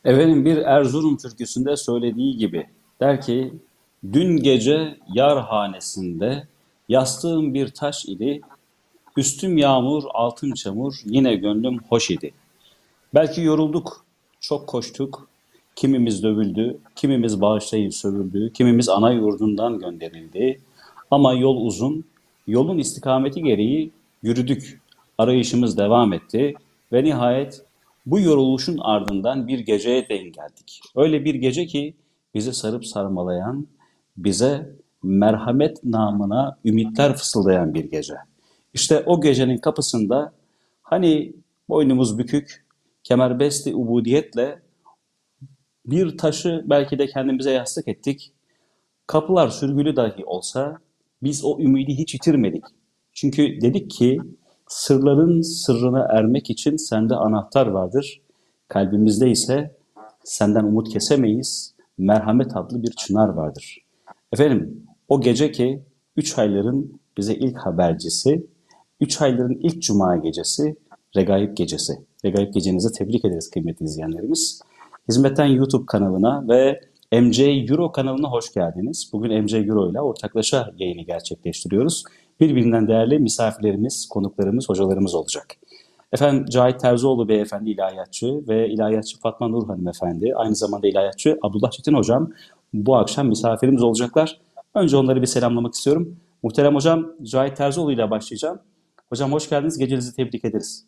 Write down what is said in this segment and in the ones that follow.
Efendim bir Erzurum türküsünde söylediği gibi der ki dün gece yar hanesinde yastığım bir taş idi, üstüm yağmur altım çamur yine gönlüm hoş idi. Belki yorulduk, çok koştuk, kimimiz dövüldü, kimimiz bağışlayın sövüldü, kimimiz ana yurdundan gönderildi. Ama yol uzun, yolun istikameti gereği yürüdük, arayışımız devam etti ve nihayet bu yoruluşun ardından bir geceye denk geldik. Öyle bir gece ki bizi sarıp sarmalayan, bize merhamet namına ümitler fısıldayan bir gece. İşte o gecenin kapısında hani boynumuz bükük, kemerbesti ubudiyetle bir taşı belki de kendimize yastık ettik. Kapılar sürgülü dahi olsa biz o ümidi hiç yitirmedik. Çünkü dedik ki sırların sırrına ermek için sende anahtar vardır. Kalbimizde ise senden umut kesemeyiz. Merhamet adlı bir çınar vardır. Efendim o gece ki 3 ayların bize ilk habercisi, 3 ayların ilk cuma gecesi, Regaib gecesi. Regaib gecenizi tebrik ederiz kıymetli izleyenlerimiz. Hizmetten YouTube kanalına ve MC Euro kanalına hoş geldiniz. Bugün MC Euro ile ortaklaşa yayını gerçekleştiriyoruz. Birbirinden değerli misafirlerimiz, konuklarımız, hocalarımız olacak. Efendim Cahit Terzioğlu beyefendi ilahiyatçı ve ilahiyatçı Fatma Nur hanımefendi, aynı zamanda ilahiyatçı Abdullah Çetin hocam bu akşam misafirimiz olacaklar. Önce onları bir selamlamak istiyorum. Muhterem hocam Cahit Terzioğlu ile başlayacağım. Hocam hoş geldiniz, gecenizi tebrik ederiz.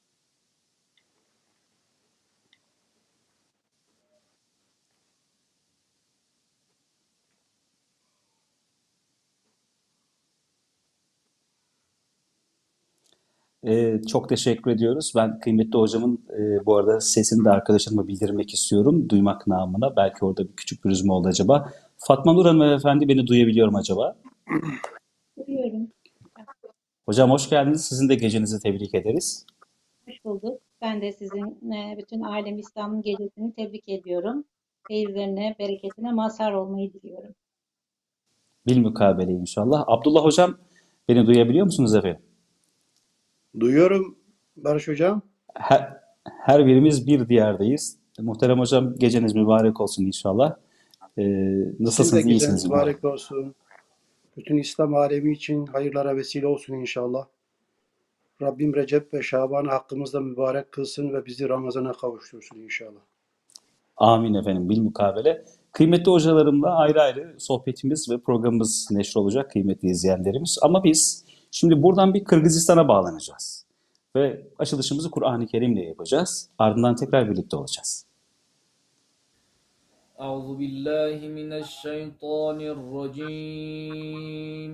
Çok teşekkür ediyoruz. Ben kıymetli hocamın bu arada sesini de arkadaşlarıma bildirmek istiyorum. Duymak namına. Belki orada bir küçük bir üzme oldu acaba. Fatma Nur Hanım efendi beni duyabiliyor mu acaba? Duyuyorum. Hocam hoş geldiniz. Sizin de gecenizi tebrik ederiz. Hoş bulduk. Ben de sizin bütün alem İslam'ın gecesini tebrik ediyorum. Feyizlerine, bereketine mazhar olmayı diliyorum. Bilmukabele inşallah. Abdullah hocam beni duyabiliyor musunuz efendim? Duyuyorum Barış Hocam. Her, her birimiz bir diyardayız. Muhterem hocam geceniz mübarek olsun inşallah. Sizin de Nasılsınız? geceniz İyisiniz umarım. mübarek olsun. Bütün İslam alemi için hayırlara vesile olsun inşallah. Rabbim Recep ve Şaban'ı hakkımızda mübarek kılsın ve bizi Ramazan'a kavuştursun inşallah. Amin efendim bilmukabele. Kıymetli hocalarımla ayrı ayrı sohbetimiz ve programımız neşr olacak kıymetli izleyenlerimiz. Ama biz şimdi buradan bir Kırgızistan'a bağlanacağız. Ve açılışımızı Kur'an-ı Kerim'le yapacağız. Ardından tekrar birlikte olacağız. أعوذ بالله من الشيطان الرجيم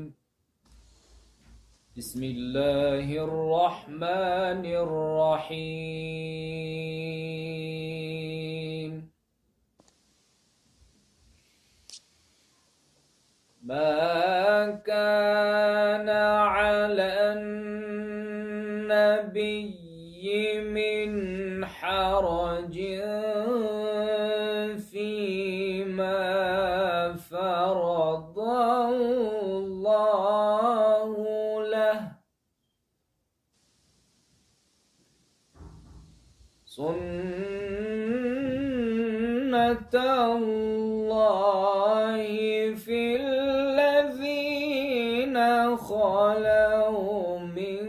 بسم الله الرحمن الرحيم ما كان على النبي من حرج فيما فرض الله له سنة الله في الذين خلوا من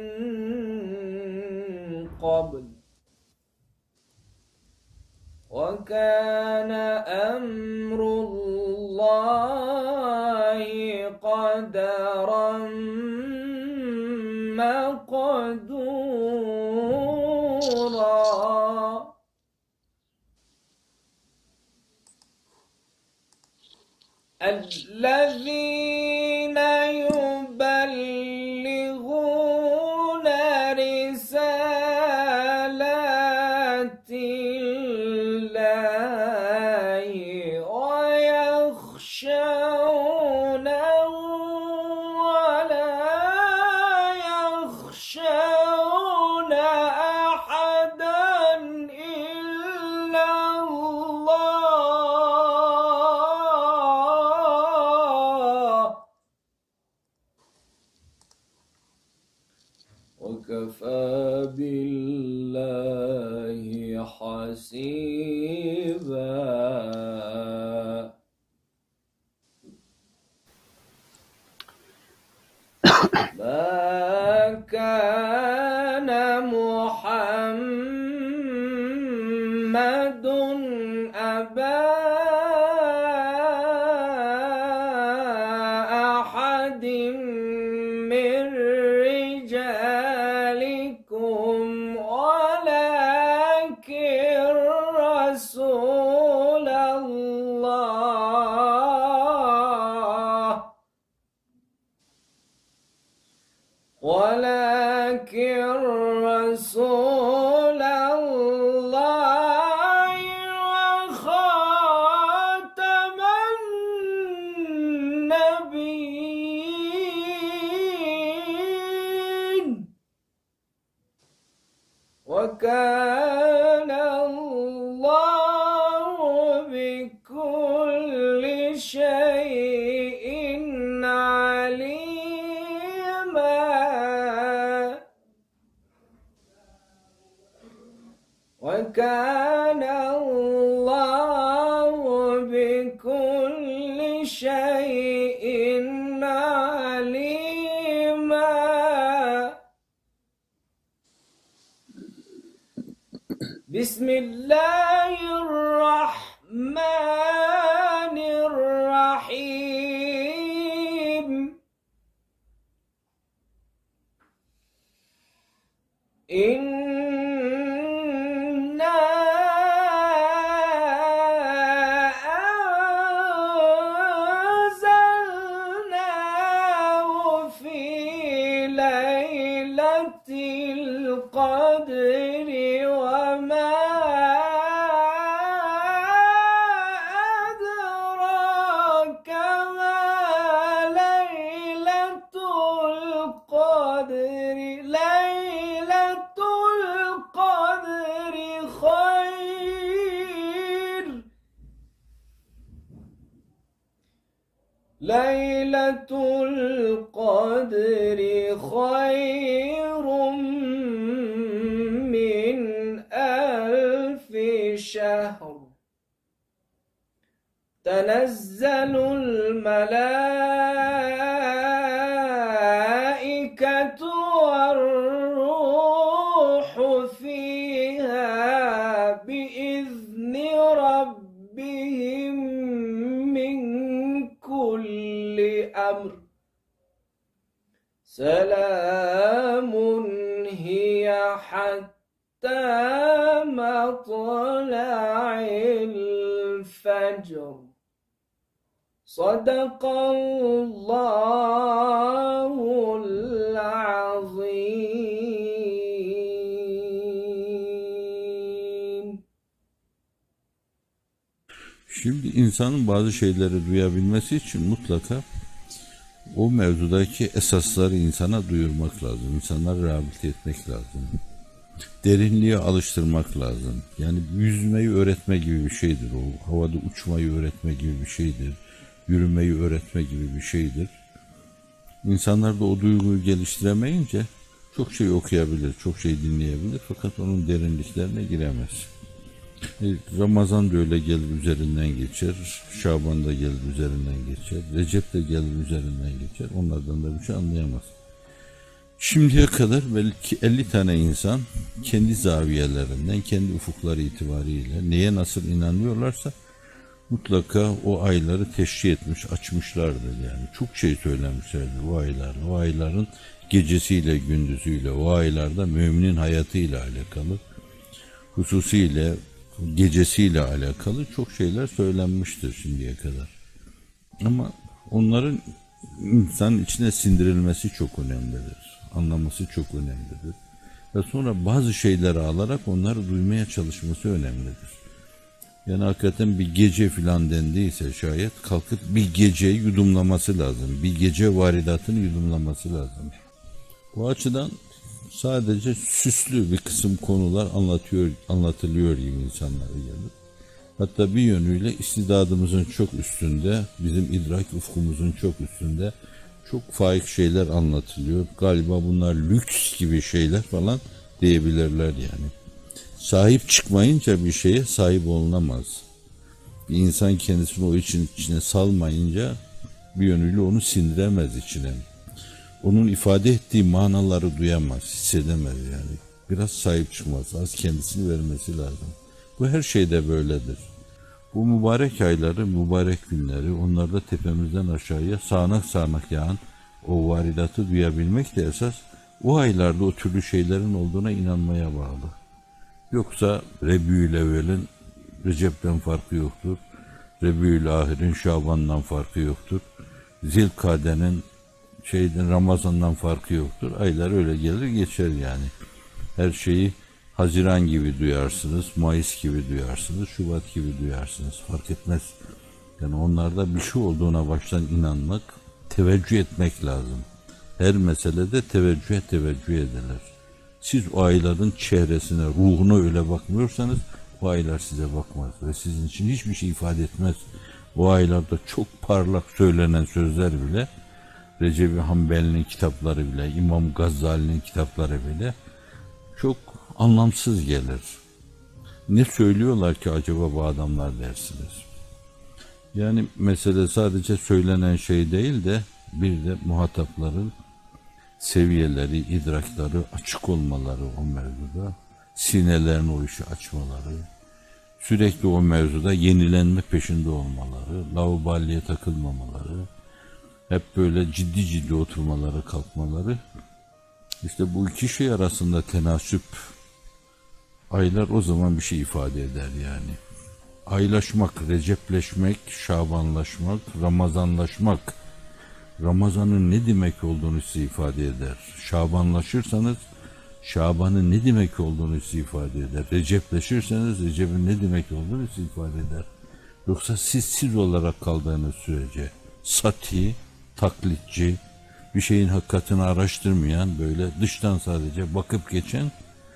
قبل وكان أمر الله قدرا مقدورا الذين يبلغون رسالات الله ويخشونه ولا يخشون أحدا إلا الله كان محمد أبا أحد من رجالكم ولكن رسول الله وخاتم النبيين وكان الله بكل شيء عليما وكان الله بكل شيء عليما. بسم الله الرحمن الرحيم. إنا أنزلناه في ليلة القدر وما أدراك ما ليلة القدر. ليلة القدر خير. ليلة القدر خير من 1000 شهر. تنزل الملائكة والروح فيها بإذن ربهم من كل أمر. سلام هي حتى مطلع الفجر. صدق الله العظيم. Şimdi insanın bazı şeyleri duyabilmesi için mutlaka o mevzudaki esasları insana duyurmak lazım. İnsanları rehabilite etmek lazım. Derinliğe alıştırmak lazım. Yani yüzmeyi öğretme gibi bir şeydir o. Havada uçmayı öğretme gibi bir şeydir. Yürümeyi öğretme gibi bir şeydir. İnsanlar da o duyguyu geliştiremeyince çok şey okuyabilir, çok şey dinleyebilir fakat onun derinliklerine giremez. Ramazan da öyle gelir üzerinden geçer, Şaban da gelir üzerinden geçer, Recep de gelir üzerinden geçer, onlardan da bir şey anlayamaz. Şimdiye kadar belki 50 tane insan kendi zaviyelerinden, kendi ufukları itibariyle neye nasıl inanıyorlarsa mutlaka o ayları teşrih etmiş, açmışlardır yani. Çok şey söylemişlerdir o aylarla. O ayların gecesiyle, gündüzüyle, o aylarda müminin hayatıyla alakalı, hususiyle gecesiyle alakalı çok şeyler söylenmiştir şimdiye kadar. Ama onların insanın içine sindirilmesi çok önemlidir. Anlaması çok önemlidir. Ve sonra bazı şeyleri alarak onları duymaya çalışması önemlidir. Yani hakikaten bir gece filan dendiyse şayet kalkıp bir geceyi yudumlaması lazım. Bir gece varidatını yudumlaması lazım. Bu açıdan sadece süslü bir kısım konular anlatılıyor gibi insanlara gelir. Hatta bir yönüyle istidadımızın çok üstünde, bizim idrak ufkumuzun çok üstünde çok faik şeyler anlatılıyor. Galiba bunlar lüks gibi şeyler falan diyebilirler yani. Sahip çıkmayınca bir şeye sahip olunamaz. Bir insan kendisini o için içine salmayınca bir yönüyle onu sindiremez içine. onun ifade ettiği manaları duyamaz, hissedemez yani. Biraz sahip çıkması lazım, kendisini vermesi lazım. Bu her şeyde böyledir. Bu mübarek ayları, mübarek günleri, onlarda tepemizden aşağıya sağanak sağanak yağan o varidatı duyabilmek de esas o aylarda o türlü şeylerin olduğuna inanmaya bağlı. Yoksa Rebiülevvel'in Recep'ten farkı yoktur. Rebiülahir'in Şaban'dan farkı yoktur. Zilkade'nin Ramazan'dan farkı yoktur. Aylar öyle gelir geçer yani. Her şeyi Haziran gibi duyarsınız, Mayıs gibi duyarsınız, Şubat gibi duyarsınız. Fark etmez. Yani onlarda bir şey olduğuna baştan inanmak, teveccüh etmek lazım. Her meselede teveccüh edilir. Siz o ayların çehresine, ruhuna öyle bakmıyorsanız o aylar size bakmaz ve sizin için hiçbir şey ifade etmez. O aylarda çok parlak söylenen sözler bile, Recep-i Hanbeli'nin kitapları bile, İmam Gazali'nin kitapları bile çok anlamsız gelir. Ne söylüyorlar ki acaba bu adamlar dersiniz. Yani mesele sadece söylenen şey değil de bir de muhatapların seviyeleri, idrakları açık olmaları o mevzuda, sinelerini o işi açmaları, sürekli o mevzuda yenilenme peşinde olmaları, laubaliye takılmamaları, hep böyle ciddi oturmaları, kalkmaları. İşte bu iki şey arasında tenasüp, aylar o zaman bir şey ifade eder yani. Aylaşmak, recepleşmek, şabanlaşmak, ramazanlaşmak. Ramazan'ın ne demek olduğunu size ifade eder. Şabanlaşırsanız Şaban'ın ne demek olduğunu size ifade eder. Recepleşirseniz Recep'in ne demek olduğunu size ifade eder. Yoksa siz olarak kaldığınız sürece sati, taklitçi, bir şeyin hakikatini araştırmayan, böyle dıştan sadece bakıp geçen,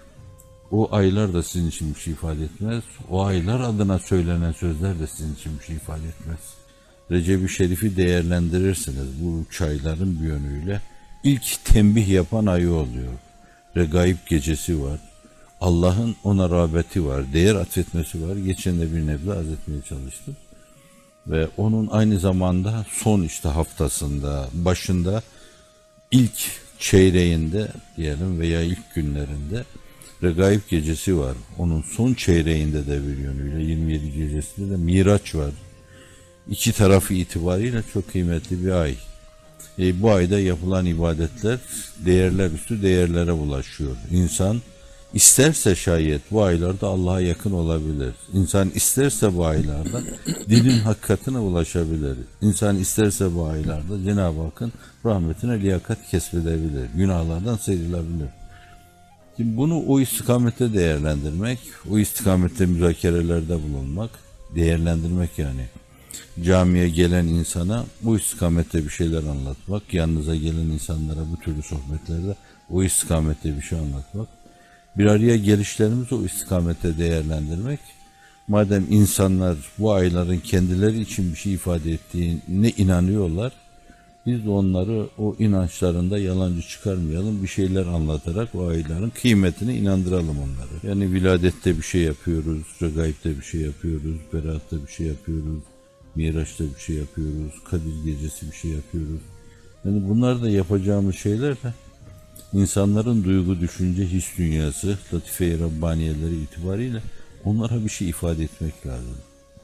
o aylar da sizin için bir şey ifade etmez. O aylar adına söylenen sözler de sizin için bir şey ifade etmez. Recep-i Şerif'i değerlendirirsiniz. Bu 3 ayların bir yönüyle ilk tembih yapan ayı oluyor. Regaib gecesi var. Allah'ın ona rağbeti var. Değer atfetmesi var. Geçen de bir nebze arz etmeye çalıştım. Ve onun aynı zamanda son haftasında, başında, ilk çeyreğinde diyelim veya ilk günlerinde Regaib gecesi var. Onun son çeyreğinde de bir yönüyle 27 gecesinde de Miraç var. İki tarafı itibariyle çok kıymetli bir ay. Bu ayda yapılan ibadetler değerler üstü değerlere ulaşıyor. İnsan isterse şayet bu aylarda Allah'a yakın olabilir. İnsan isterse bu aylarda dinin hakikatine ulaşabilir. İnsan isterse bu aylarda Cenab-ı Hakk'ın rahmetine liyakat kesbedebilir. Günahlardan sıyrılabilir. Şimdi bunu o istikamette değerlendirmek, o istikamette müzakerelerde bulunmak, değerlendirmek yani. Camiye gelen insana bu istikamette bir şeyler anlatmak, yanınıza gelen insanlara bu türlü sohbetlerde o istikamette bir şey anlatmak, bir araya gelişlerimizi o istikamette değerlendirmek. Madem insanlar bu ayların kendileri için bir şey ifade ettiğine inanıyorlar, biz de onları o inançlarında yalancı çıkarmayalım, bir şeyler anlatarak o ayların kıymetine inandıralım onları. Yani viladette bir şey yapıyoruz, regaibde bir şey yapıyoruz, beratta bir şey yapıyoruz, Miraç'ta bir şey yapıyoruz, Kadir Gecesi bir şey yapıyoruz. Yani bunlar da yapacağımız şeyler de insanların duygu, düşünce, his dünyası, latife-i Rabbaniyeleri itibariyle onlara bir şey ifade etmek lazım.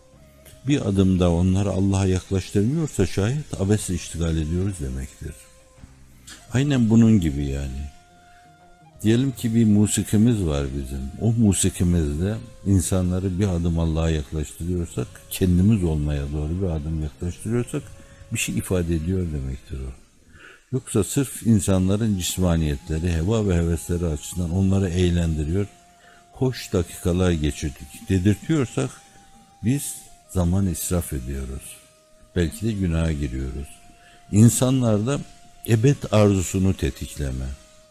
Bir adım da onları Allah'a yaklaştırmıyorsa şayet abesle iştigal ediyoruz demektir. Aynen bunun gibi yani. Diyelim ki bir musikimiz var bizim. O musikimizde insanları bir adım Allah'a yaklaştırıyorsak, kendimiz olmaya doğru bir adım yaklaştırıyorsak bir şey ifade ediyor demektir o. Yoksa sırf insanların cismaniyetleri, heva ve hevesleri açısından onları eğlendiriyor, hoş dakikalar geçirdik dedirtiyorsak biz zaman israf ediyoruz. Belki de günaha giriyoruz. İnsanlarda ebed arzusunu tetikleme,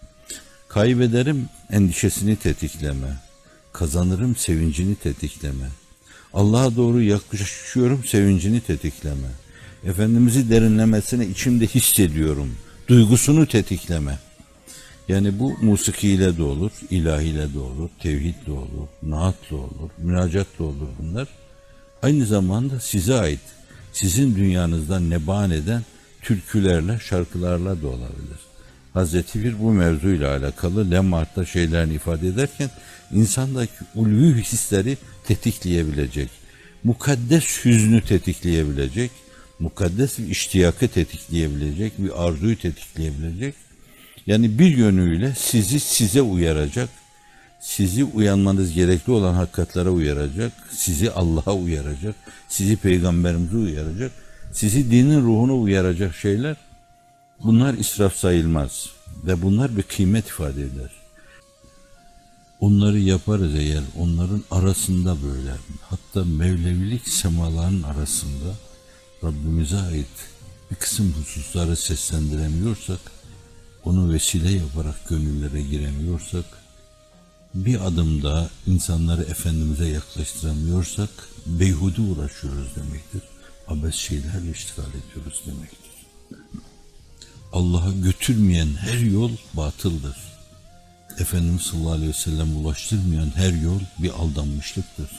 kaybederim endişesini tetikleme, kazanırım sevincini tetikleme, Allah'a doğru yaklaşıyorum sevincini tetikleme, Efendimiz'i derinlemesine içimde hissediyorum duygusunu tetikleme. Yani bu musikiyle de olur, ilahiyle de olur, tevhidle olur, naatla olur, münacatla olur bunlar. Aynı zamanda size ait, sizin dünyanızdan neban eden türkülerle, şarkılarla da olabilir. Hazreti Pir bu mevzuyla alakalı Lemmart'ta şeylerini ifade ederken insandaki ulvi hisleri tetikleyebilecek, mukaddes hüznü tetikleyebilecek, mukaddes bir iştiyakı tetikleyebilecek, bir arzuyu tetikleyebilecek. Yani bir yönüyle sizi size uyaracak, sizi uyanmanız gerekli olan hakikatlere uyaracak, sizi Allah'a uyaracak, sizi Peygamberimize uyaracak, sizi dinin ruhuna uyaracak şeyler, bunlar israf sayılmaz ve bunlar bir kıymet ifade eder. Onları yaparız eğer onların arasında böyle, hatta Mevlevilik semalarının arasında Rabbimize ait bir kısım hususları seslendiremiyorsak, onu vesile yaparak gönüllere giremiyorsak, bir adım daha insanları Efendimiz'e yaklaştıramıyorsak beyhude uğraşıyoruz demektir. Abes şeylerle iştigal ediyoruz demektir. Allah'a götürmeyen her yol batıldır. Efendimiz sallallahu aleyhi ve sellem ulaştırmayan her yol bir aldanmışlıktır.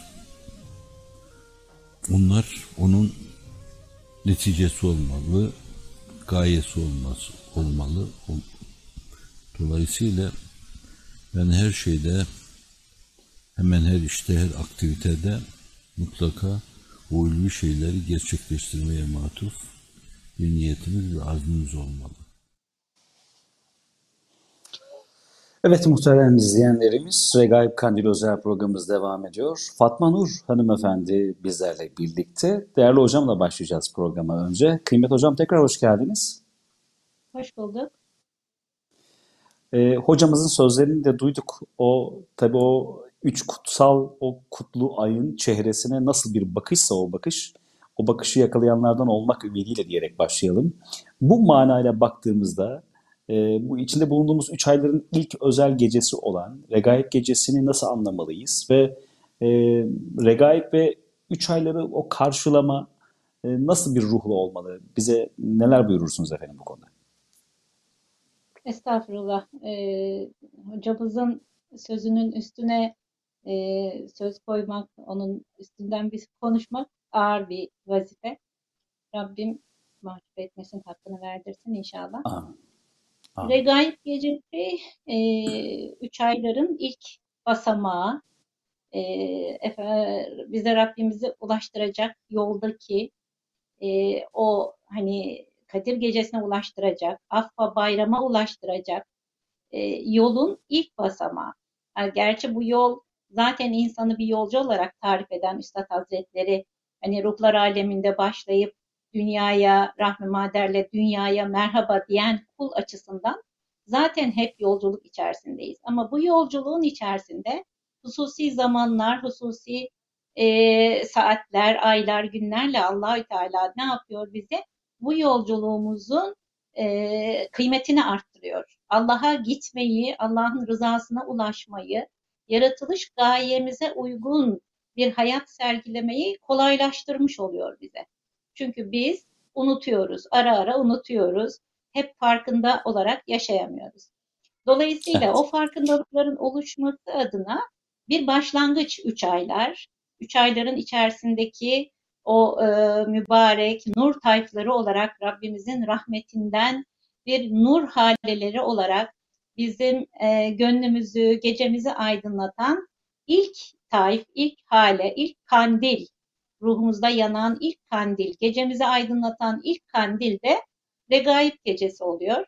Onlar onun neticesi olmalı, gayesi olmalı. Dolayısıyla ben her şeyde, hemen her işte, her aktivitede mutlaka o ulvi şeyleri gerçekleştirmeye matuf bir niyetimiz ve azmimiz olmalı. Evet muhterem izleyenlerimiz, Regaib Kandil özel programımız devam ediyor. Fatma Nur hanımefendi bizlerle birlikte. Değerli hocamla başlayacağız programa önce. Kıymet hocam tekrar hoş geldiniz. Hoş bulduk. Hocamızın sözlerini de duyduk. Tabii o üç kutsal, o kutlu ayın çehresine nasıl bir bakışsa o bakışı yakalayanlardan olmak ümidiyle diyerek başlayalım. Bu manayla baktığımızda bu içinde bulunduğumuz 3 ayların ilk özel gecesi olan Regaib gecesini nasıl anlamalıyız ve e, Regaib ve 3 ayları o karşılama nasıl bir ruhla olmalı? Bize neler buyurursunuz efendim bu konuda? Estağfurullah. Hocamızın sözünün üstüne söz koymak, onun üstünden bir konuşmak ağır bir vazife. Rabbim mahcup etmesin, hakkını verdirsin inşallah. Amin. Amin. Regaib gecesi 3 ayların ilk basamağı. Bize Rabbimizi ulaştıracak yoldaki o hani Kadir Gecesi'ne ulaştıracak, Affa Bayram'a ulaştıracak yolun ilk basamağı. Yani gerçi bu yol zaten insanı bir yolcu olarak tarif eden Üstad Hazretleri hani ruhlar aleminde başlayıp dünyaya Rahmi Mader'le dünyaya merhaba diyen kul açısından zaten hep yolculuk içerisindeyiz. Ama bu yolculuğun içerisinde hususi zamanlar, hususi saatler, aylar, günlerle Allahü Teala ne yapıyor bize? Bu yolculuğumuzun kıymetini arttırıyor. Allah'a gitmeyi, Allah'ın rızasına ulaşmayı, yaratılış gayemize uygun bir hayat sergilemeyi kolaylaştırmış oluyor bize. Çünkü biz unutuyoruz, ara ara unutuyoruz. Hep farkında olarak yaşayamıyoruz. Dolayısıyla Evet. o farkındalıkların oluşması adına bir başlangıç 3 aylar. 3 ayların içerisindeki o mübarek nur tayfları olarak Rabbimizin rahmetinden bir nur haleleri olarak bizim gönlümüzü, gecemizi aydınlatan ilk tayf, ilk hale, ilk kandil, ruhumuzda yanan ilk kandil, gecemizi aydınlatan ilk kandil de Regaib gecesi oluyor.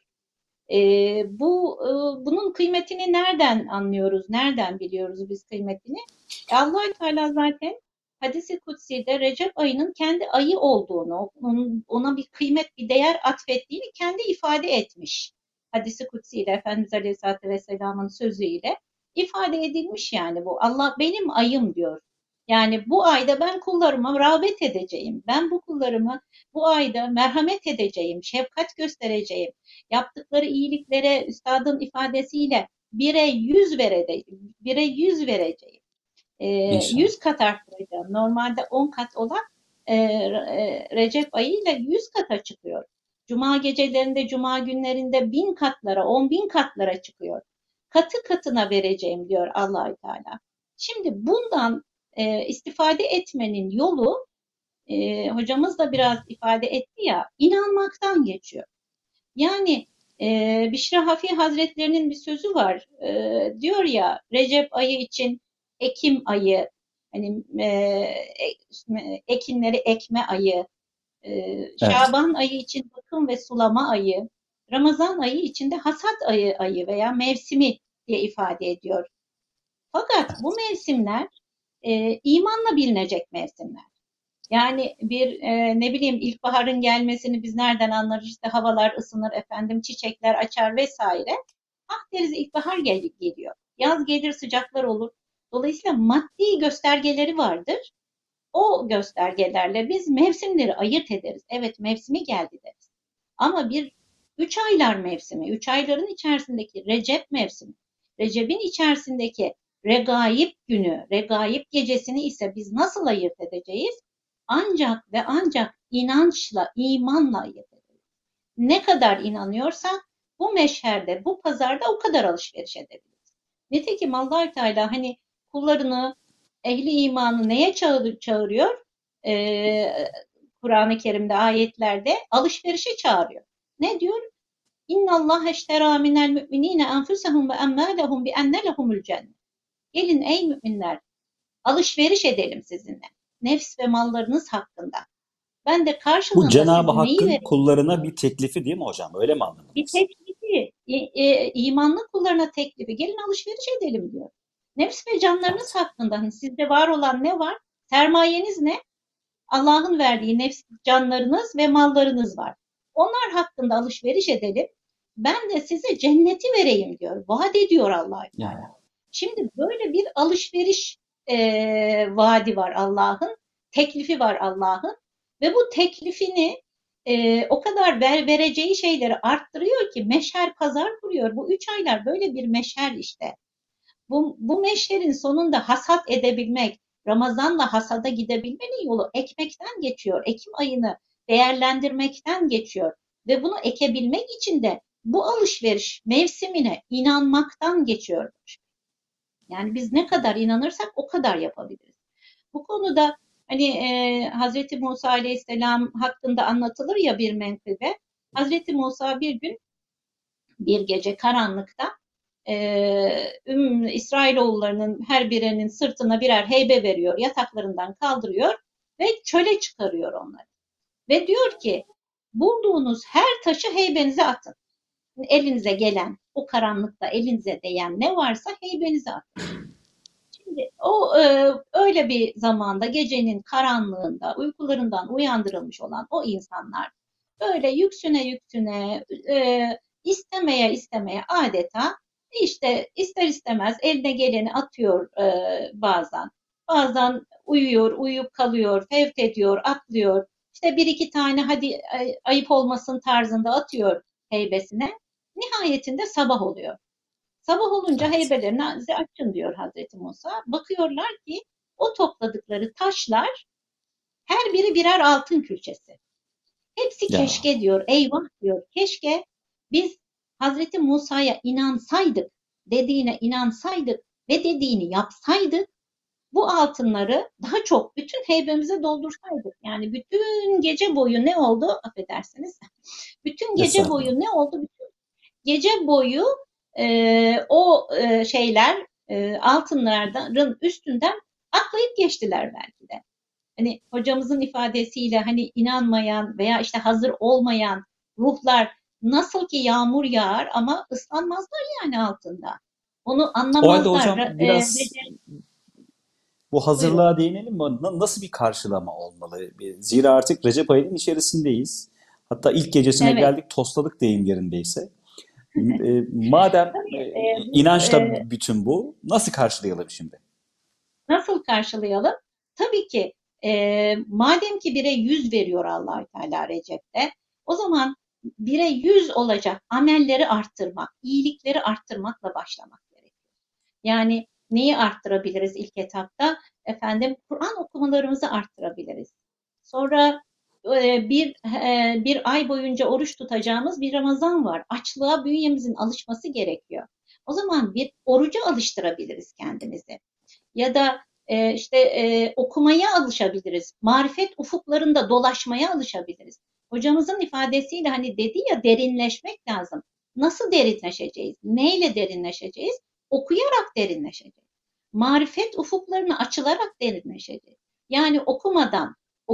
Bunun kıymetini nereden anlıyoruz, nereden biliyoruz biz kıymetini? Allah-u Teala zaten Hadis-i Kutsi'de Recep ayının kendi ayı olduğunu, ona bir kıymet, bir değer atfettiğini kendi ifade etmiş. Hadis-i Kutsi ile Efendimiz Aleyhisselatü Vesselam'ın sözüyle ifade edilmiş yani bu. Allah benim ayım diyor. Yani bu ayda ben kullarıma rağbet edeceğim. Ben bu kullarımı bu ayda merhamet edeceğim, şefkat göstereceğim. Yaptıkları iyiliklere üstadın ifadesiyle 1'e 100 vereceğim. 1'e 100 vereceğim. İnşallah. 100 kat arttıracağım. Normalde 10 kat olan Recep ayıyla 100 kata çıkıyor. Cuma gecelerinde, cuma günlerinde 1000 katlara, 10.000 katlara çıkıyor. Katı katına vereceğim diyor Allah-u Teala. Şimdi bundan istifade etmenin yolu hocamız da biraz ifade etti ya, inanmaktan geçiyor. Yani Bişri Hafi Hazretlerinin bir sözü var. Diyor ya, Recep ayı için Ekim ayı, hani ekinleri ekme ayı, Evet. Şaban ayı için bakım ve sulama ayı, Ramazan ayı için de hasat ayı veya mevsimi diye ifade ediyor. Fakat bu mevsimler imanla bilinecek mevsimler. Yani bir ne bileyim, ilkbaharın gelmesini biz nereden anlarız? İşte havalar ısınır, efendim çiçekler açar vesaire. Ah deriz, ilkbahar geliyor. Yaz gelir, sıcaklar olur. Dolayısıyla maddi göstergeleri vardır. O göstergelerle biz mevsimleri ayırt ederiz. Evet, mevsimi geldi deriz. Ama bir 3 aylar mevsimi, 3 ayların içerisindeki Recep mevsimi, Recep'in içerisindeki Regaib günü, Regaib gecesini ise biz nasıl ayırt edeceğiz? Ancak ve ancak inançla, imanla ayırt ederiz. Ne kadar inanıyorsak bu meşherde, bu pazarda o kadar alışveriş edebiliriz. Nitekim Allah Teala hani kullarını, ehli imanı neye çağırıyor? Kur'an-ı Kerim'de, ayetlerde alışverişe çağırıyor. Ne diyor? İnna Allah eştera minel müminine enfusahum ve emmâlehum bi enne lehumul cennet. Gelin ey müminler, alışveriş edelim sizinle. Nefs ve mallarınız hakkında. Ben de Bu karşılığında Cenab-ı size neyi Hakk'ın veririm? kullarına bir teklifi değil mi hocam? Öyle mi Bir anlamalıyız? teklifi, imanlı kullarına teklifi. Gelin alışveriş edelim diyor. Nefs ve canlarınız Evet. hakkında, hani sizde var olan ne var? Sermayeniz ne? Allah'ın verdiği nefs, canlarınız ve mallarınız var. Onlar hakkında alışveriş edelim. Ben de size cenneti vereyim diyor. Vaat ediyor Allah. Yani. Şimdi böyle bir alışveriş vaadi var Allah'ın. Teklifi var Allah'ın. Ve bu teklifini o kadar vereceği şeyleri arttırıyor ki meşher pazar kuruyor. Bu 3 aylar böyle bir meşher işte. Bu meşherin sonunda hasat edebilmek, Ramazan'la hasada gidebilmenin yolu ekmekten geçiyor. Ekim ayını değerlendirmekten geçiyor. Ve bunu ekebilmek için de bu alışveriş mevsimine inanmaktan geçiyor. Yani biz ne kadar inanırsak o kadar yapabiliriz. Bu konuda hani Hazreti Musa Aleyhisselam hakkında anlatılır ya bir menkıbe. Hazreti Musa bir gün, bir gece karanlıkta İsrailoğullarının her birinin sırtına birer heybe veriyor, yataklarından kaldırıyor ve çöle çıkarıyor onları. Ve diyor ki, bulduğunuz her taşı heybenize atın. Elinize gelen, o karanlıkta elinize değen ne varsa heybenize atın. Şimdi o öyle bir zamanda, gecenin karanlığında uykularından uyandırılmış olan o insanlar böyle yüksüne yüksüne, istemeye istemeye adeta işte ister istemez eline geleni atıyor bazen. Bazen uyuyor, uyuyup kalıyor, fevt ediyor, atlıyor. İşte bir iki tane hadi ayıp olmasın tarzında atıyor heybesine. Nihayetinde sabah oluyor. Sabah olunca Evet. heybelerinizi açın diyor Hazreti Musa. Bakıyorlar ki o topladıkları taşlar her biri birer altın külçesi. Hepsi Ya. keşke diyor, eyvah diyor. Keşke biz Hazreti Musa'ya inansaydık, dediğine inansaydık ve dediğini yapsaydık, bu altınları daha çok bütün heybemize doldursaydık. Yani bütün gece boyu ne oldu? Affedersiniz. Bütün gece Estağfurullah. boyu ne oldu? Bütün gece boyu o şeyler, altınların üstünden atlayıp geçtiler belki de. Hani hocamızın ifadesiyle hani inanmayan veya işte hazır olmayan ruhlar nasıl ki yağmur yağar ama ıslanmazlar yani altında. Onu O halde anlamazlar. hocam biraz bu Buyurun. hazırlığa değinelim mi? Nasıl bir karşılama olmalı? Zira artık Recep ayının içerisindeyiz. Hatta ilk gecesine Evet. geldik, tosladık deyim yerindeyse. Madem Tabii, inançla bütün bu, nasıl karşılayalım şimdi? nasıl karşılayalım? Tabii ki madem ki 1'e 100 veriyor Allah-u Teala Recep'te, o zaman 1'e 100 olacak amelleri arttırmak, iyilikleri arttırmakla başlamak gerekiyor. Yani neyi arttırabiliriz ilk etapta? Efendim, Kur'an okumalarımızı arttırabiliriz. Sonra bir ay boyunca oruç tutacağımız bir Ramazan var. Açlığa bünyemizin alışması gerekiyor. O zaman bir oruca alıştırabiliriz kendimizi. Ya da okumaya alışabiliriz. Marifet ufuklarında dolaşmaya alışabiliriz. Hocamızın ifadesiyle hani dedi ya, derinleşmek lazım. nasıl derinleşeceğiz? Neyle derinleşeceğiz? Okuyarak derinleşeceğiz. Marifet ufuklarını açılarak derinleşeceğiz. Yani okumadan,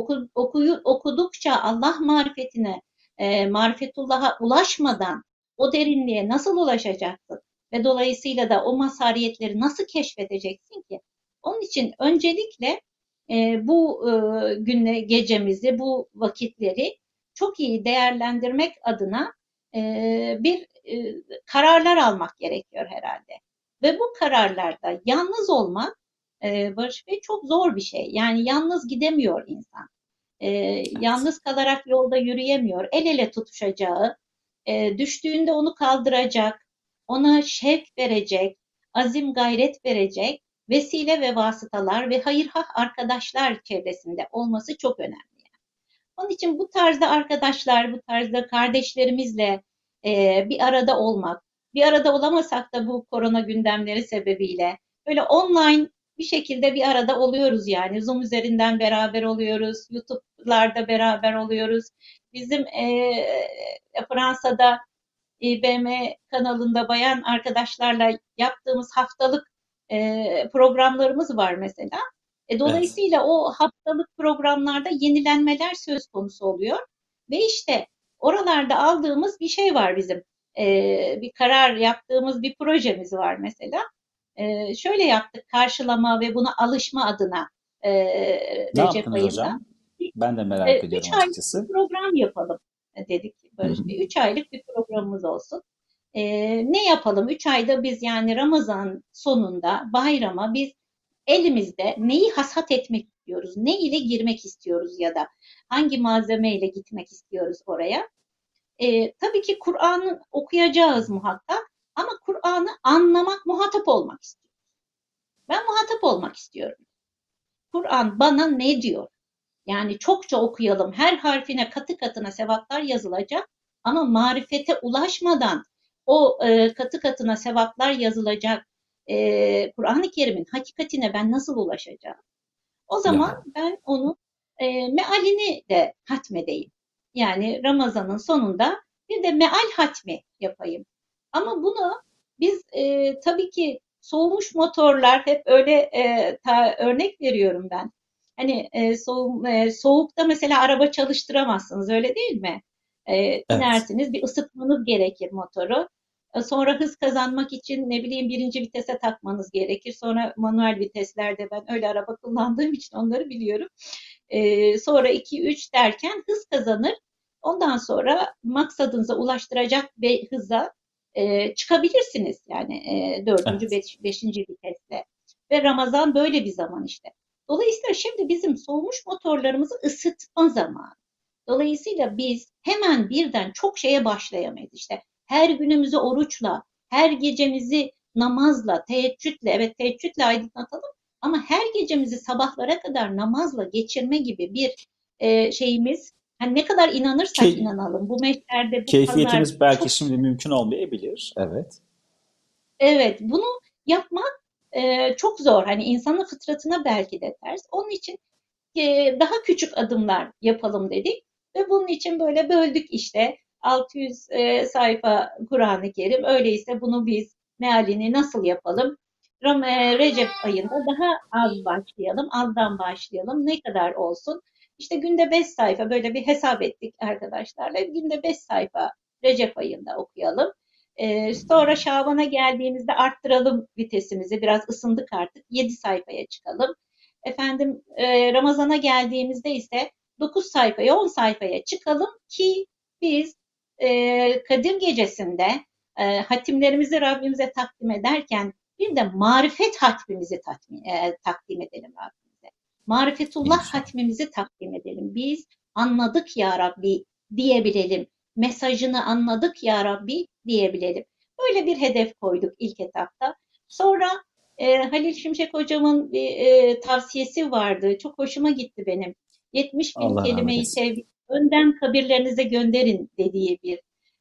okudukça Allah marifetine, marifetullah'a ulaşmadan o derinliğe nasıl ulaşacaksın? Ve dolayısıyla da o mazhariyetleri nasıl keşfedeceksin ki? Onun için öncelikle bu gecemizi, bu vakitleri çok iyi değerlendirmek adına bir kararlar almak gerekiyor herhalde. Ve bu kararlarda yalnız olmak, Barış Bey, çok zor bir şey. Yani yalnız gidemiyor insan. Yalnız kalarak yolda yürüyemiyor. El ele tutuşacağı, düştüğünde onu kaldıracak, ona şevk verecek, azim gayret verecek vesile ve vasıtalar ve hayırhah arkadaşlar çevresinde olması çok önemli. Onun için bu tarzda arkadaşlar, bu tarzda kardeşlerimizle bir arada olmak, bir arada olamasak da bu korona gündemleri sebebiyle böyle online bir şekilde bir arada oluyoruz yani. Zoom üzerinden beraber oluyoruz, YouTube'larda beraber oluyoruz. Bizim Fransa'da İBM kanalında bayan arkadaşlarla yaptığımız haftalık programlarımız var mesela. Evet. Dolayısıyla o haftalık programlarda yenilenmeler söz konusu oluyor. Ve işte oralarda aldığımız bir şey var bizim. Bir karar yaptığımız bir projemiz var mesela. Şöyle yaptık, karşılama ve buna alışma adına Ne Recep yaptınız ayında. hocam? Ben de merak 3 ediyorum aylık açıkçası. bir program yapalım dedik Hı hı. Barış Bey. 3 aylık bir programımız olsun. Ne yapalım? 3 ayda biz yani Ramazan sonunda bayrama biz elimizde neyi hasat etmek istiyoruz, ne ile girmek istiyoruz ya da hangi malzeme ile gitmek istiyoruz oraya. Tabii ki Kur'an'ı okuyacağız muhakkak ama Kur'an'ı anlamak, muhatap olmak istiyorum. Ben muhatap olmak istiyorum. Kur'an bana ne diyor? Yani çokça okuyalım, her harfine katı katına sevaplar yazılacak ama marifete ulaşmadan o katı katına sevaplar yazılacak Kur'an-ı Kerim'in hakikatine ben nasıl ulaşacağım? O zaman Ya ben onu mealini de hatmedeyim. Yani Ramazan'ın sonunda bir de meal hatmi yapayım. Ama bunu biz tabii ki soğumuş motorlar hep öyle örnek veriyorum ben. Hani soğukta mesela araba çalıştıramazsınız, öyle değil mi? evet. İnersiniz, bir ısıtmanız gerekir motoru. Sonra hız kazanmak için ne bileyim birinci vitese takmanız gerekir. Sonra manuel viteslerde ben öyle araba kullandığım için onları biliyorum. Sonra 2-3 derken hız kazanır. Ondan sonra maksadınıza ulaştıracak bir hıza çıkabilirsiniz. Yani dördüncü, Evet. beşinci vitesle. Ve Ramazan böyle bir zaman işte. Dolayısıyla şimdi bizim soğumuş motorlarımızı ısıtma zamanı. Dolayısıyla biz hemen birden çok şeye başlayamayız. İşte her günümüzü oruçla, her gecemizi namazla, teheccüdle, evet teheccüdle aydınlatalım ama her gecemizi sabahlara kadar namazla geçirme gibi bir şeyimiz, hani ne kadar inanırsak Key- inanalım, bu meşlerde, bu pazar Keyfiyetimiz belki çok, şimdi mümkün olmayabilir. Evet. evet, bunu yapmak çok zor. Hani insanın fıtratına belki de ters. Onun için daha küçük adımlar yapalım dedik ve bunun için böyle böldük işte 600 sayfa Kur'an-ı Kerim. Öyleyse bunu biz mealini nasıl yapalım? Recep ayında daha az başlayalım, azdan başlayalım. Ne kadar olsun? İşte günde 5 sayfa böyle bir hesap ettik arkadaşlarla. Günde 5 sayfa Recep ayında okuyalım. Sonra Şaban'a geldiğimizde arttıralım vitesimizi. Biraz ısındık artık. 7 sayfaya çıkalım. Efendim Ramazan'a geldiğimizde ise 9 sayfaya 10 sayfaya çıkalım ki biz Kadir Gecesi'nde hatimlerimizi Rabbimize takdim ederken bir de marifet hatmimizi takdim edelim Rabbimize. Marifetullah İnşallah. hatmimizi takdim edelim. Biz anladık ya Rabbi diyebilelim. Mesajını anladık ya Rabbi diyebilelim. Böyle bir hedef koyduk ilk etapta. Sonra Halil Şimşek hocamın bir tavsiyesi vardı. Çok hoşuma gitti benim. 70 bin Allah rahmet kelimeyi etsin. önden kabirlerinize gönderin dediği bir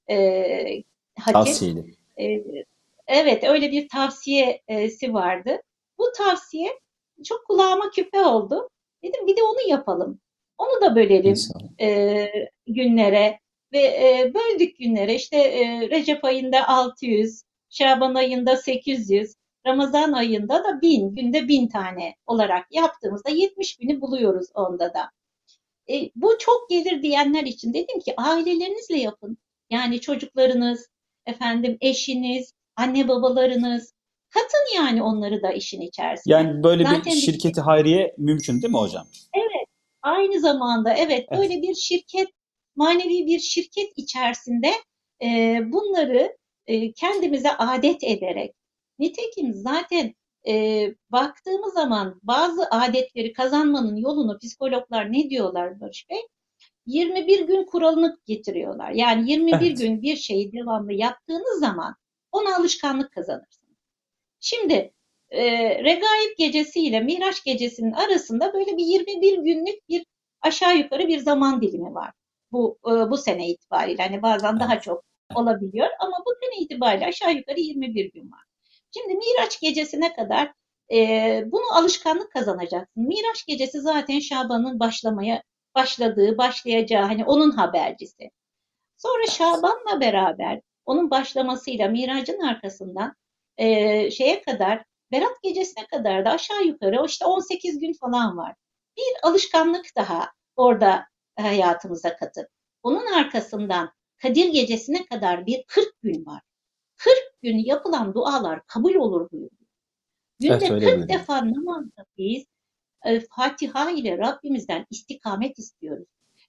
hatim. Tavsiyeli. E, evet, öyle bir tavsiyesi vardı. Bu tavsiye çok kulağıma küpe oldu. Dedim bir de onu yapalım. Onu da bölelim İnşallah. günlere Ve böldük günleri. İşte Recep ayında 600, Şaban ayında 800, Ramazan ayında da 1000, günde 1000 tane olarak yaptığımızda 70 bini buluyoruz onda da. Bu çok gelir diyenler için dedim ki ailelerinizle yapın. Yani çocuklarınız, efendim eşiniz, anne babalarınız, katın yani onları da işin içerisine. Yani böyle bir Zaten bir şirketi hayriye mümkün değil mi hocam? evet, aynı zamanda evet Evet. böyle bir şirket, manevi bir şirket içerisinde bunları kendimize adet ederek, nitekim zaten baktığımız zaman bazı adetleri kazanmanın yolunu psikologlar ne diyorlar Barış Bey? 21 gün kuralını getiriyorlar. Yani 21 Evet. gün bir şeyi devamlı yaptığınız zaman ona alışkanlık kazanırsınız. Şimdi Regaib Gecesi ile Miraç Gecesi'nin arasında böyle bir 21 günlük bir aşağı yukarı bir zaman dilimi var. Bu sene itibariyle hani bazen daha Evet. çok olabiliyor ama bu sene itibariyle aşağı yukarı 21 gün var. Şimdi Miraç Gecesi'ne kadar bunu alışkanlık kazanacaksın. Miraç Gecesi zaten Şaban'ın başlayacağı hani onun habercisi. Sonra Şaban'la beraber onun başlamasıyla Miracın arkasından şeye kadar Berat Gecesi'ne kadar da aşağı yukarı o işte 18 gün falan var. Bir alışkanlık daha orada hayatımıza katıp onun arkasından Kadir Gecesi'ne kadar bir 40 gün var. 40 gün yapılan dualar kabul olur buyuruyor. Evet, Günde öyle 40 buyuruyor. defa namazda biz Fatiha ile Rabbimizden istikamet istiyoruz.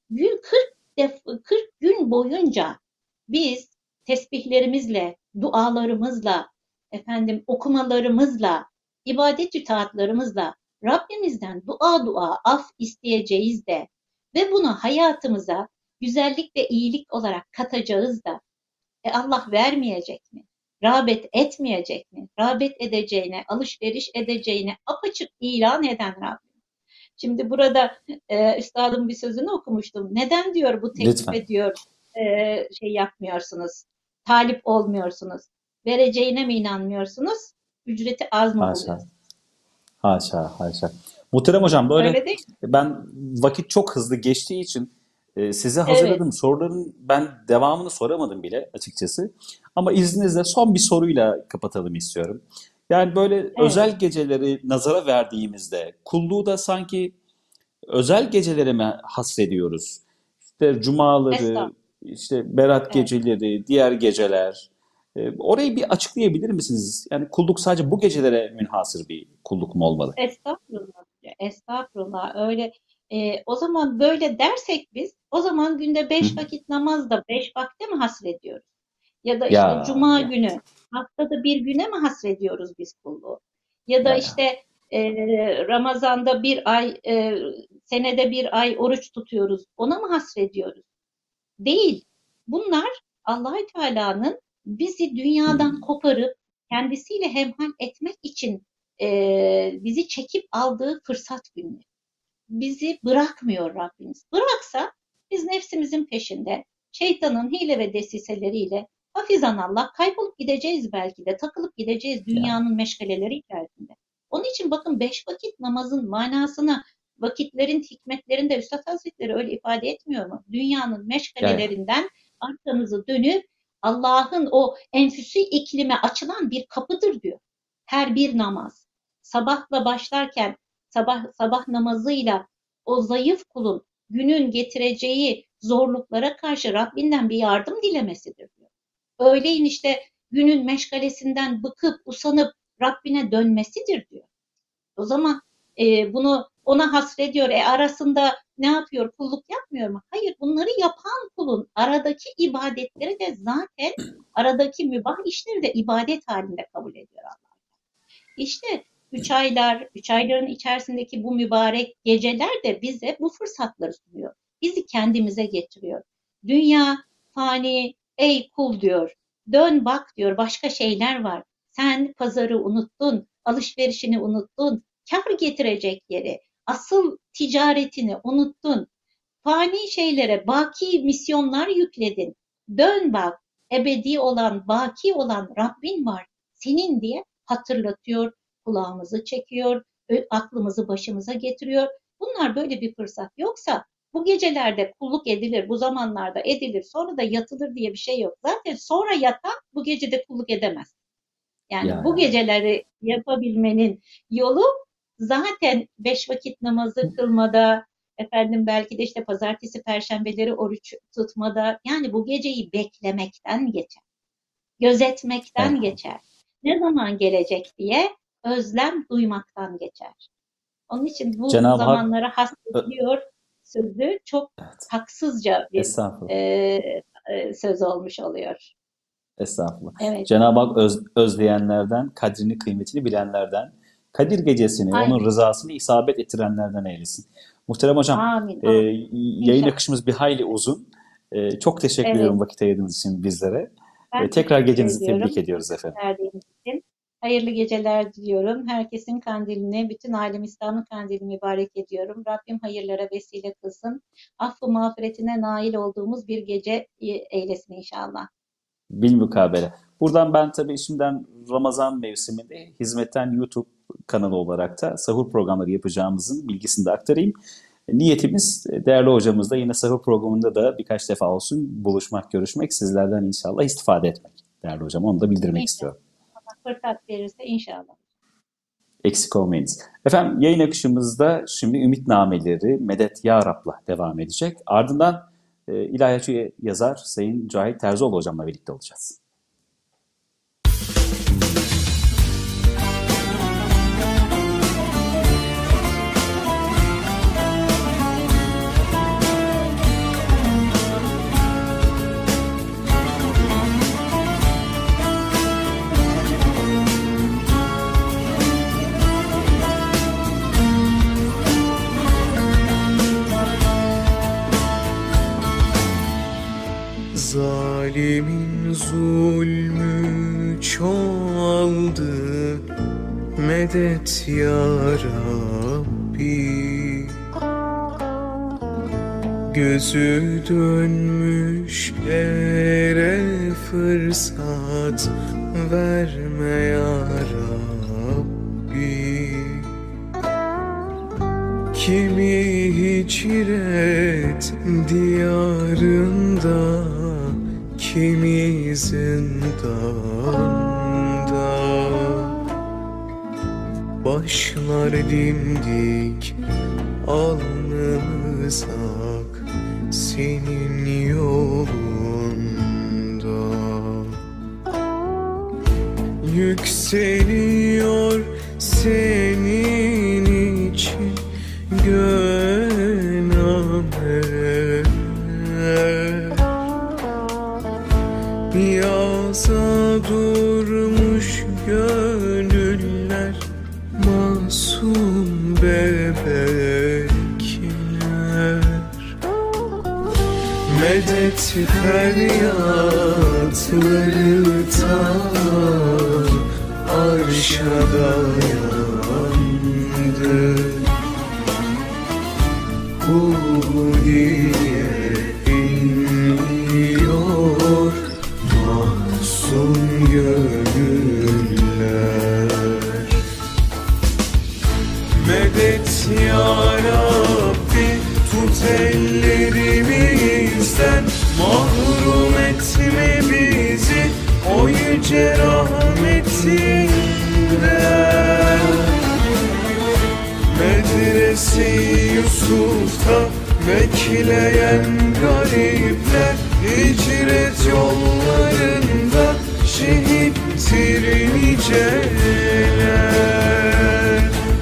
40 gün boyunca biz tesbihlerimizle, dualarımızla, efendim okumalarımızla, ibadet itaatlarımızla Rabbimizden dua af isteyeceğiz de ve bunu hayatımıza güzellik ve iyilik olarak katacağız da Allah vermeyecek mi? Rağbet etmeyecek mi? Rağbet edeceğine, alışveriş edeceğine apaçık ilan eden Rabbim. Şimdi burada üstadın bir sözünü okumuştum. Neden diyor bu Lütfen. teklife diyor şey yapmıyorsunuz, talip olmuyorsunuz? Vereceğine mi inanmıyorsunuz? Ücreti az mı Haşa. buluyorsunuz? Haşa, haşa. Muhterem hocam, böyle Öyle değil mi? ben vakit çok hızlı geçtiği için size Evet, hazırladığım soruların ben devamını soramadım bile açıkçası. Ama izninizle son bir soruyla kapatalım istiyorum. Yani böyle evet. özel geceleri nazara verdiğimizde kulluğu da sanki özel gecelere mi hasrediyoruz? İşte cumaları, Estağfurullah. işte berat Evet. geceleri, diğer geceler. Orayı bir açıklayabilir misiniz? Yani kulluk sadece bu gecelere münhasır bir kulluk mu olmalı? Estağfurullah. Estağfurullah. Öyle o zaman böyle dersek biz o zaman günde Hı? 5 vakit namazda 5 vakte mi hasrediyoruz? Ya da işte Ya, cuma ya, günü haftada bir güne mi hasrediyoruz biz kulluğu? Ya da ya, ya. işte Ramazan'da bir ay senede bir ay oruç tutuyoruz. Ona mı hasrediyoruz? Değil. Bunlar Allah-u Teala'nın bizi Hı. dünyadan koparıp kendisiyle hemhal etmek için bizi çekip aldığı fırsat günleri. Bizi bırakmıyor Rabbimiz. Bıraksa biz nefsimizin peşinde şeytanın hile ve desiseleriyle hafizanallah kaybolup gideceğiz belki de takılıp gideceğiz Ya, dünyanın meşgaleleri içerisinde. Onun için bakın 5 vakit namazın manasını vakitlerin hikmetlerinde Üstad Hazretleri öyle ifade etmiyor mu? Dünyanın ya, ya. meşgalelerinden arkanızı dönüp Allah'ın o enfüsi iklime açılan bir kapıdır diyor. Her bir namaz. Sabahla başlarken sabah namazıyla o zayıf kulun günün getireceği zorluklara karşı Rabbinden bir yardım dilemesidir diyor. Öğleyin işte günün meşgalesinden bıkıp usanıp Rabbine dönmesidir diyor. O zaman bunu ona hasrediyor. Arasında ne yapıyor? Kulluk yapmıyor mu? Hayır, bunları yapan kulun aradaki ibadetleri de zaten aradaki mübah işleri de ibadet halinde kabul ediyor Allah. İşte 3 aylar, 3 ayların içerisindeki bu mübarek geceler de bize bu fırsatları sunuyor. Bizi kendimize getiriyor. Dünya fani, ey kul diyor. Dön bak diyor, başka şeyler var. Sen pazarı unuttun, alışverişini unuttun, kar getirecek yeri, asıl ticaretini unuttun. Fani şeylere baki misyonlar yükledin. Dön bak, ebedi olan, baki olan Rabbin var senin diye hatırlatıyor, kulağımızı çekiyor, aklımızı başımıza getiriyor. Bunlar böyle bir fırsat. Yoksa Bu gecelerde kulluk edilir, bu zamanlarda edilir, sonra da yatılır diye bir şey yok. Zaten sonra yatan bu gecede kulluk edemez. Yani bu Yani geceleri yapabilmenin yolu zaten 5 vakit namazı kılmada, efendim belki de işte pazartesi, perşembeleri oruç tutmada, yani bu geceyi beklemekten geçer, gözetmekten evet. geçer. Ne zaman gelecek diye özlem duymaktan geçer. Onun için bu Cenab-ı Hak zamanlara hasrediyor sözü çok evet. haksızca bir Estağfurullah. söz olmuş oluyor. Estağfurullah. Evet, Cenab-ı Hak özleyenlerden, kadrini, kıymetini bilenlerden, Kadir Gecesi'ni, onun aynen. rızasını isabet ettirenlerden eylesin. Muhterem Hocam, Amin, yayın İnşallah. akışımız bir hayli uzun. Çok teşekkür Evet, ediyorum vakit ayırdığınız için bizlere. ben Tekrar teşekkür gecenizi tebrik ediyorum ediyoruz efendim. verdiğiniz için. Hayırlı geceler diliyorum. Herkesin kandilini, bütün alem İslam'ın kandilini mübarek ediyorum. Rabbim hayırlara vesile kılsın. Affı mağfiretine nail olduğumuz bir gece eylesin inşallah. Bilmukabele. Buradan ben tabii şimdiden Ramazan mevsiminde hizmetten YouTube kanalı olarak da sahur programları yapacağımızın bilgisini de aktarayım. Niyetimiz değerli hocamızla yine sahur programında da birkaç defa olsun buluşmak, görüşmek, sizlerden inşallah istifade etmek. Değerli hocam onu da bildirmek İnşallah. istiyorum. Fırsat verirse inşallah. Eksik olmayınız. Efendim yayın akışımızda şimdi ümitnameleri Medet Ya Rab'la devam edecek. Ardından ilahiyatçı yazar Sayın Cahit Terzioğlu hocamla birlikte olacağız. Zalimin zulmü çoğaldı, medet ya Rabbi. Gözü dönmüş yere fırsat verme ya Rabbi. Kimi hicret diyarında, kimi zindanda. Başlar dimdik, alnımız ak senin yolunda. Yükseliyor senin için gönamer. Yaza durmuş gönüller, masum bebekler. Medet feryatları ta arşa dayandı. Hu diye inliyor mahzun gönüller. Medet ya Rabbi, tut ellerimizden, mahrum etme bizi o yüce rahmetinden. Medrese-i Yusuf'ta bekleyen garipler, hicret yollarında şehittir niceler.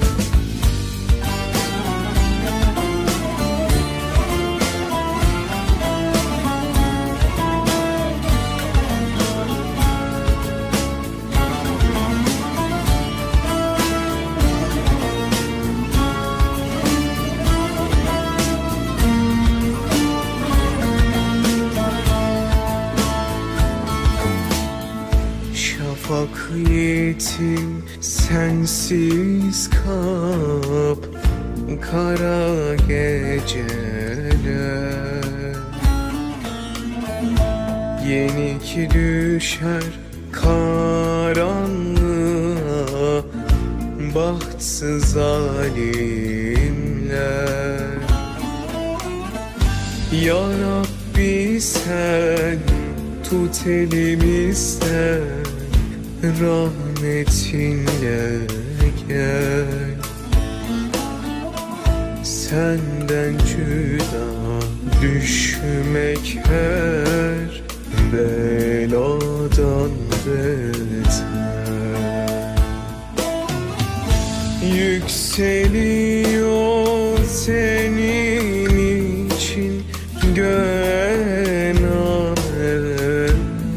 Şafak yetim sensiz kap kara geceler. Yenik düşer karanlığa bahtsız zalimler. Ya Rabbi sen tut elimizden, rahmetinle gel. Senden cüda düşmek her beladan beter. Yükseliyor senin için göğe,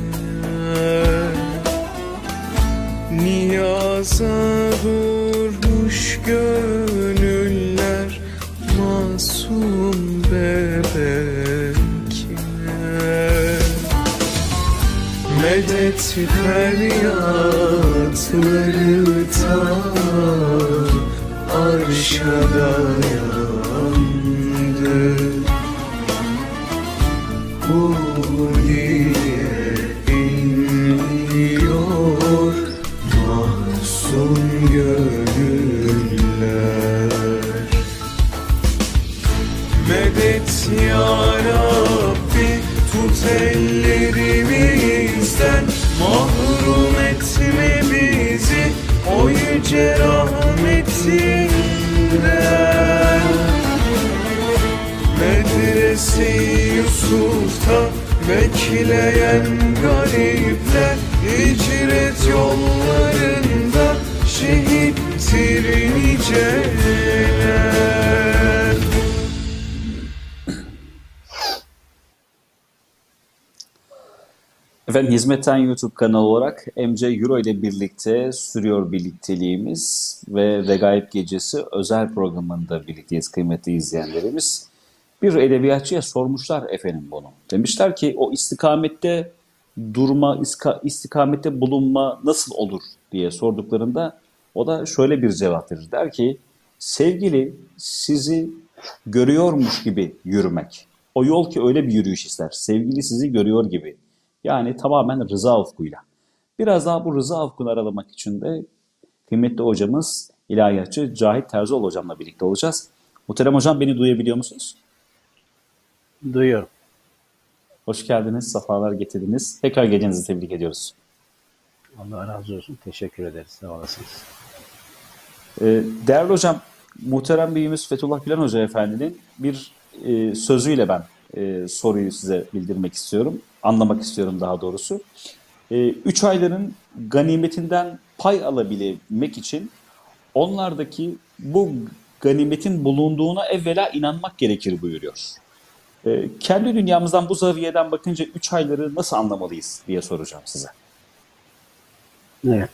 niyaza durmuş gönüller, masum bebekler. Medet feryatları ta arşa dayandı. Bu diye inliyor mahzun gönüller. Medet ya Rabbi tut ellerimizden, mahrum etme bizi o yüce rahmetinden. Medrese-i Yusuf'ta bekleyen garipler, hicret yollarında şehittir niceler. Efendim Hizmetten YouTube kanalı olarak MC Euro ile birlikte sürüyor birlikteliğimiz ve Regaib Gecesi özel programında birlikteyiz kıymetli izleyenlerimiz. Bir edebiyatçıya sormuşlar efendim bunu. Demişler ki o istikamette durma, istikamette bulunma nasıl olur diye sorduklarında o da şöyle bir cevap verir. Der ki sevgili sizi görüyormuş gibi yürümek. O yol ki öyle bir yürüyüş ister. Sevgili sizi görüyor gibi. Yani tamamen rıza ufkuyla. Biraz daha bu rıza ufkunu aralamak için de kıymetli hocamız ilahiyatçı Cahit Terzioğlu hocamla birlikte olacağız. Muhterem hocam beni duyabiliyor musunuz? Duyuyorum. Hoş geldiniz, sefalar getirdiniz. Tekrar gecenizi tebrik ediyoruz. Allah razı olsun. Teşekkür ederiz. Sağ olasınız. Değerli hocam, muhterem büyüğümüz Fethullah Gülen Hoca Efendi'nin bir sözüyle ben soruyu size bildirmek istiyorum. Anlamak istiyorum daha doğrusu. 3 ayların ganimetinden pay alabilmek için onlardaki bu ganimetin bulunduğuna evvela inanmak gerekir buyuruyor. Kendi dünyamızdan bu zaviyeden bakınca 3 ayları nasıl anlamalıyız diye soracağım size. Evet.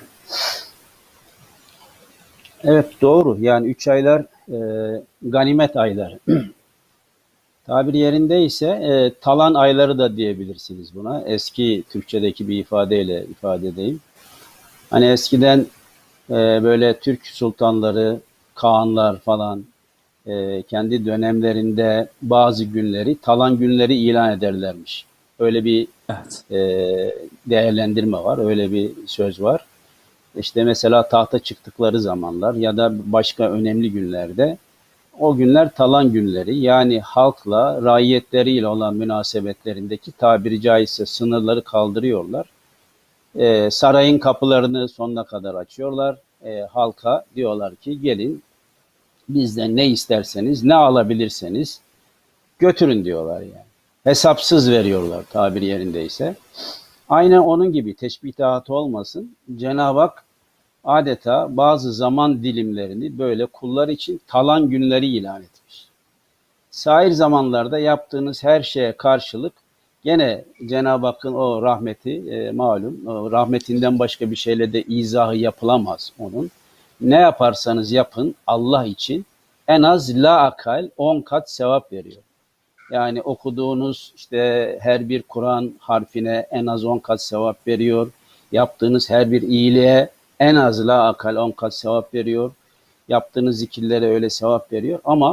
Evet doğru. Yani 3 aylar ganimet ayları. Tabiri yerindeyse talan ayları da diyebilirsiniz buna. Eski Türkçedeki bir ifadeyle ifade edeyim. Hani eskiden böyle Türk sultanları, kağanlar falan kendi dönemlerinde bazı günleri talan günleri ilan ederlermiş. Öyle bir Evet. değerlendirme var, öyle bir söz var. İşte mesela tahta çıktıkları zamanlar ya da başka önemli günlerde o günler talan günleri, yani halkla, raiyetleriyle olan münasebetlerindeki tabiri caizse sınırları kaldırıyorlar. Sarayın kapılarını sonuna kadar açıyorlar. Halka diyorlar ki gelin bizden ne isterseniz, ne alabilirseniz götürün diyorlar yani. Hesapsız veriyorlar tabiri yerindeyse. Aynen onun gibi teşbihat olmasın. Cenab-ı Hak adeta bazı zaman dilimlerini böyle kullar için talan günleri ilan etmiş. Sair zamanlarda yaptığınız her şeye karşılık gene Cenab-ı Hakk'ın o rahmeti malum, o rahmetinden başka bir şeyle de izahı yapılamaz onun. Ne yaparsanız yapın Allah için en az la akal 10 kat sevap veriyor. Yani okuduğunuz işte her bir Kur'an harfine en az 10 kat sevap veriyor. Yaptığınız her bir iyiliğe en az la akal 10 kat sevap veriyor. Yaptığınız zikirlere öyle sevap veriyor. Ama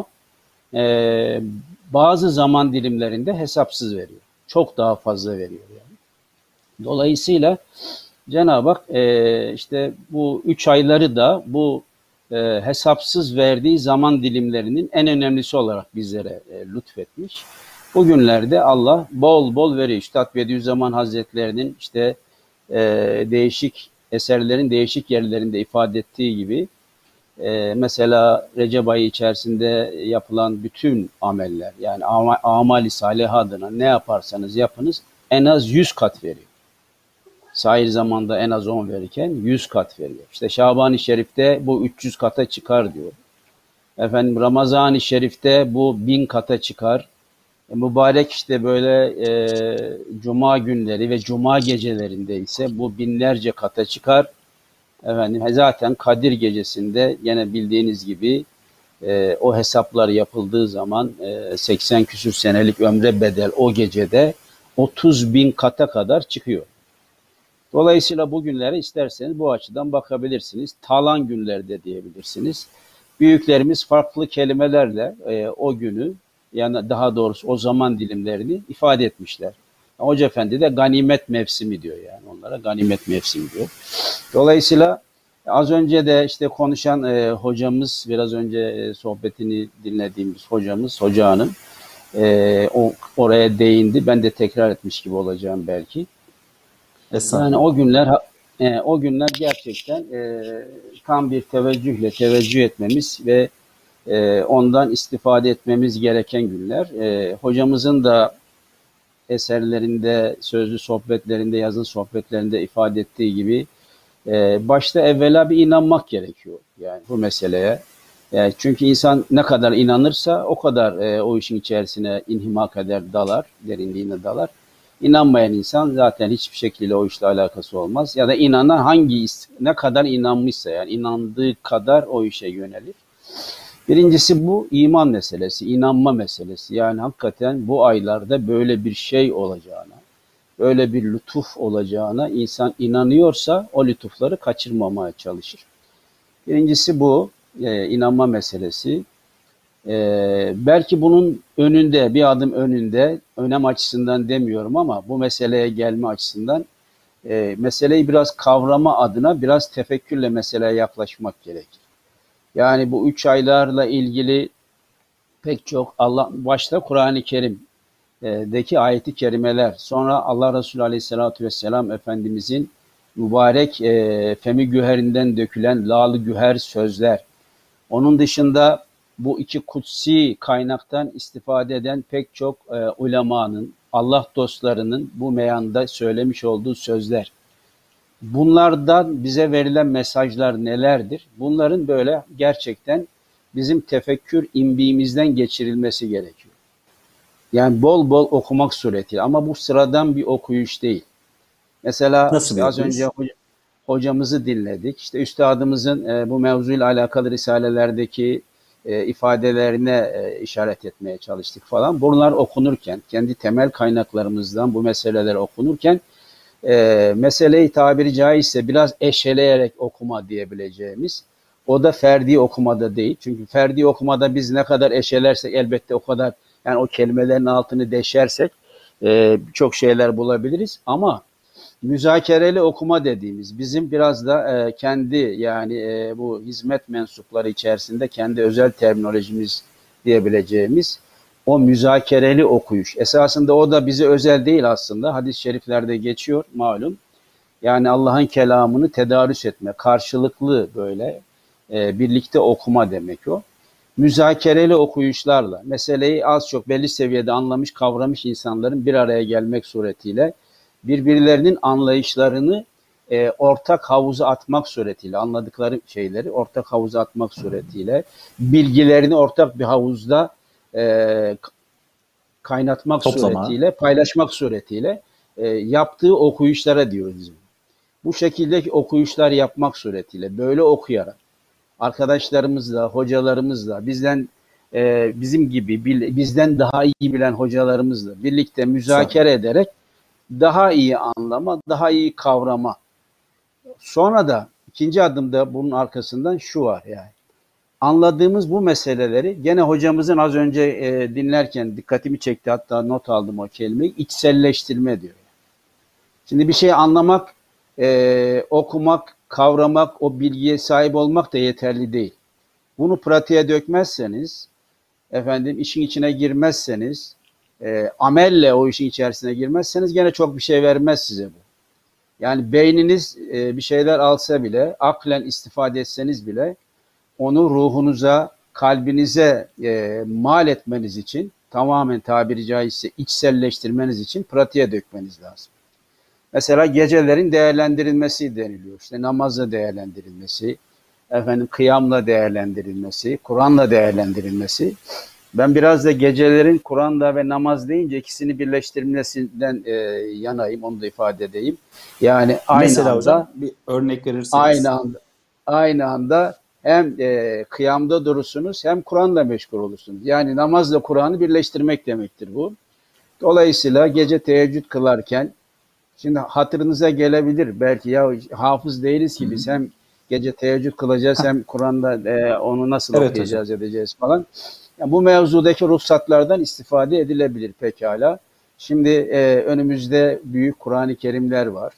bazı zaman dilimlerinde hesapsız veriyor. Çok daha fazla veriyor yani. Dolayısıyla Cenab-ı Hak işte bu 3 ayları da bu hesapsız verdiği zaman dilimlerinin en önemlisi olarak bizlere lütfetmiş. Bu günlerde Allah bol bol veriyor. Üstad Bediüzzaman Hazretlerinin işte değişik eserlerin değişik yerlerinde ifade ettiği gibi mesela Recep ayı içerisinde yapılan bütün ameller, yani amali salih adına ne yaparsanız yapınız en az 100 kat veriyor. Sahir zamanda en az 10 verirken 100 kat veriyor. İşte Şaban-ı Şerif'te bu 300 kata çıkar diyor. Efendim Ramazan-ı Şerif'te bu 1000 kata çıkar. Mübarek işte böyle cuma günleri ve cuma gecelerinde ise bu binlerce kata çıkar. Efendim zaten Kadir gecesinde yine bildiğiniz gibi o hesaplar yapıldığı zaman 80 küsür senelik ömre bedel o gecede 30.000 kata kadar çıkıyor. Dolayısıyla bu günlere isterseniz bu açıdan bakabilirsiniz. Talan günleri de diyebilirsiniz. Büyüklerimiz farklı kelimelerle o günü, yani daha doğrusu o zaman dilimlerini ifade etmişler. Hoca Efendi de ganimet mevsimi diyor, yani onlara ganimet mevsimi diyor. Dolayısıyla az önce de işte konuşan hocamız, biraz önce sohbetini dinlediğimiz hocamız, Hoca Hanım oraya değindi. Ben de tekrar etmiş gibi olacağım belki. Yani o günler gerçekten tam bir teveccüh etmemiz ve ondan istifade etmemiz gereken günler. Hocamızın da eserlerinde, sözlü sohbetlerinde, yazılı sohbetlerinde ifade ettiği gibi başta evvela bir inanmak gerekiyor yani bu meseleye. Çünkü insan ne kadar inanırsa o kadar o işin içerisine inhimak eder, dalar, derinliğine dalar. İnanmayan insan zaten hiçbir şekilde o işle alakası olmaz. Ya da inanan ne kadar inanmışsa, yani inandığı kadar o işe yönelir. Birincisi bu iman meselesi, inanma meselesi. Yani hakikaten bu aylarda böyle bir şey olacağına, böyle bir lütuf olacağına insan inanıyorsa o lütufları kaçırmamaya çalışır. Birincisi bu, inanma meselesi. Belki bunun önünde, bir adım önünde, önem açısından demiyorum ama bu meseleye gelme açısından meseleyi biraz kavrama adına biraz tefekkürle meseleye yaklaşmak gerekir. Yani bu 3 aylarla ilgili pek çok başta Kur'an-ı Kerim'deki ayeti kerimeler, sonra Allah Resulü Aleyhisselatü Vesselam Efendimizin mübarek femi güherinden dökülen lal-ı güher sözler, onun dışında bu iki kutsi kaynaktan istifade eden pek çok ulemanın, Allah dostlarının bu meyanda söylemiş olduğu sözler. Bunlardan bize verilen mesajlar nelerdir? Bunların böyle gerçekten bizim tefekkür imbiğimizden geçirilmesi gerekiyor. Yani bol bol okumak suretiyle, ama bu sıradan bir okuyuş değil. Mesela işte az önce hocamızı dinledik. İşte üstadımızın bu mevzuyla alakalı risalelerdeki ifadelerine işaret etmeye çalıştık falan. Bunlar okunurken, kendi temel kaynaklarımızdan bu meseleler okunurken meseleyi tabiri caizse biraz eşeleyerek okuma diyebileceğimiz, o da ferdi okumada değil. Çünkü ferdi okumada biz ne kadar eşelersek elbette o kadar, yani o kelimelerin altını deşersek çok şeyler bulabiliriz. Ama müzakereli okuma dediğimiz, bizim biraz da kendi yani bu hizmet mensupları içerisinde kendi özel terminolojimiz diyebileceğimiz o müzakereli okuyuş. Esasında o da bize özel değil aslında. Hadis-i şeriflerde geçiyor malum. Yani Allah'ın kelamını tedarüs etme, karşılıklı böyle birlikte okuma demek o. Müzakereli okuyuşlarla meseleyi az çok belli seviyede anlamış, kavramış insanların bir araya gelmek suretiyle birbirlerinin anlayışlarını ortak havuza atmak suretiyle, anladıkları şeyleri ortak havuza atmak suretiyle, bilgilerini ortak bir havuzda kaynatmak suretiyle, paylaşmak suretiyle yaptığı okuyuşlara diyoruz. Bu şekildeki okuyuşlar yapmak suretiyle, böyle okuyarak, arkadaşlarımızla, hocalarımızla, bizim gibi bizden daha iyi bilen hocalarımızla birlikte müzakere ederek daha iyi anlama, daha iyi kavrama. Sonra da ikinci adımda bunun arkasından şu var yani. Anladığımız bu meseleleri gene hocamızın az önce dinlerken dikkatimi çekti, hatta not aldım o kelimeyi, içselleştirme diyor. Şimdi bir şey anlamak, okumak, kavramak, o bilgiye sahip olmak da yeterli değil. Bunu pratiğe dökmezseniz, işin içine girmezseniz, amelle o işin içerisine girmezseniz gene çok bir şey vermez size bu. Yani beyniniz bir şeyler alsa bile, aklen istifade etseniz bile onu ruhunuza, kalbinize mal etmeniz için, tamamen tabiri caizse içselleştirmeniz için pratiğe dökmeniz lazım. Mesela gecelerin değerlendirilmesi deniliyor. İşte namazla değerlendirilmesi, kıyamla değerlendirilmesi, Kur'an'la değerlendirilmesi. Ben biraz da gecelerin Kur'an'la ve namaz deyince ikisini birleştirilmesinden yanayım, onu da ifade edeyim. Yani aynı Mesela anda, hocam bir örnek verirseniz. aynı anda hem kıyamda durursunuz hem Kur'an'la meşgul olursunuz. Yani namazla Kur'an'ı birleştirmek demektir bu. Dolayısıyla gece teheccüd kılarken, şimdi hatırınıza gelebilir belki, ya hafız değiliz ki biz hem gece teheccüd kılacağız hem Kur'an'da onu nasıl Evet okuyacağız edeceğiz falan. Yani bu mevzudaki ruhsatlardan istifade edilebilir pekala. Şimdi önümüzde büyük Kur'an-ı Kerimler var.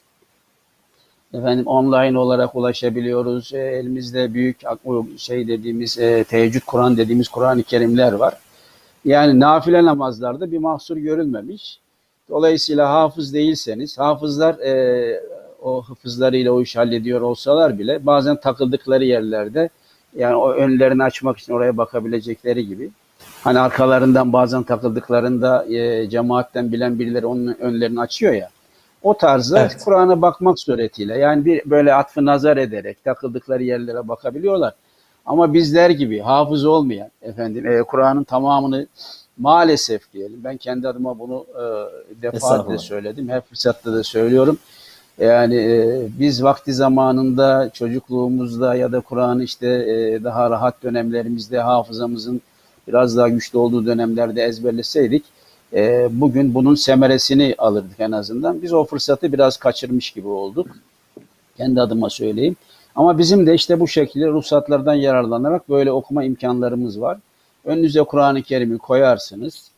Online olarak ulaşabiliyoruz. Elimizde büyük dediğimiz teheccüd Kur'an dediğimiz Kur'an-ı Kerimler var. Yani nafile namazlarda bir mahsur görülmemiş. Dolayısıyla hafız değilseniz, hafızlar o hıfızlarıyla o işi hallediyor olsalar bile bazen takıldıkları yerlerde, yani o önlerini açmak için oraya bakabilecekleri gibi, hani arkalarından bazen takıldıklarında cemaatten bilen birileri onun önlerini açıyor ya, o tarzda Evet. Kur'an'a bakmak suretiyle, yani bir böyle atfı nazar ederek takıldıkları yerlere bakabiliyorlar. Ama bizler gibi hafız olmayan, Kur'an'ın tamamını maalesef diyelim, ben kendi adıma bunu defaatle Estağfurullah. söyledim, her fırsatta da söylüyorum. Yani biz vakti zamanında çocukluğumuzda ya da Kur'an'ı daha rahat dönemlerimizde, hafızamızın biraz daha güçlü olduğu dönemlerde ezberleseydik, bugün bunun semeresini alırdık en azından. Biz o fırsatı biraz kaçırmış gibi olduk. Kendi adıma söyleyeyim. Ama bizim de bu şekilde ruhsatlardan yararlanarak böyle okuma imkanlarımız var. Önünüze Kur'an-ı Kerim'i koyarsınız.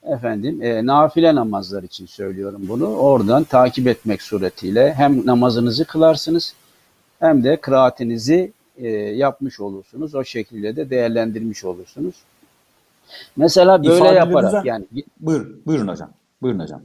Nafile namazlar için söylüyorum bunu. Oradan takip etmek suretiyle hem namazınızı kılarsınız hem de kıraatinizi yapmış olursunuz. O şekilde de değerlendirmiş olursunuz. Mesela böyle yaparak, yani Buyurun hocam. Buyurun hocam.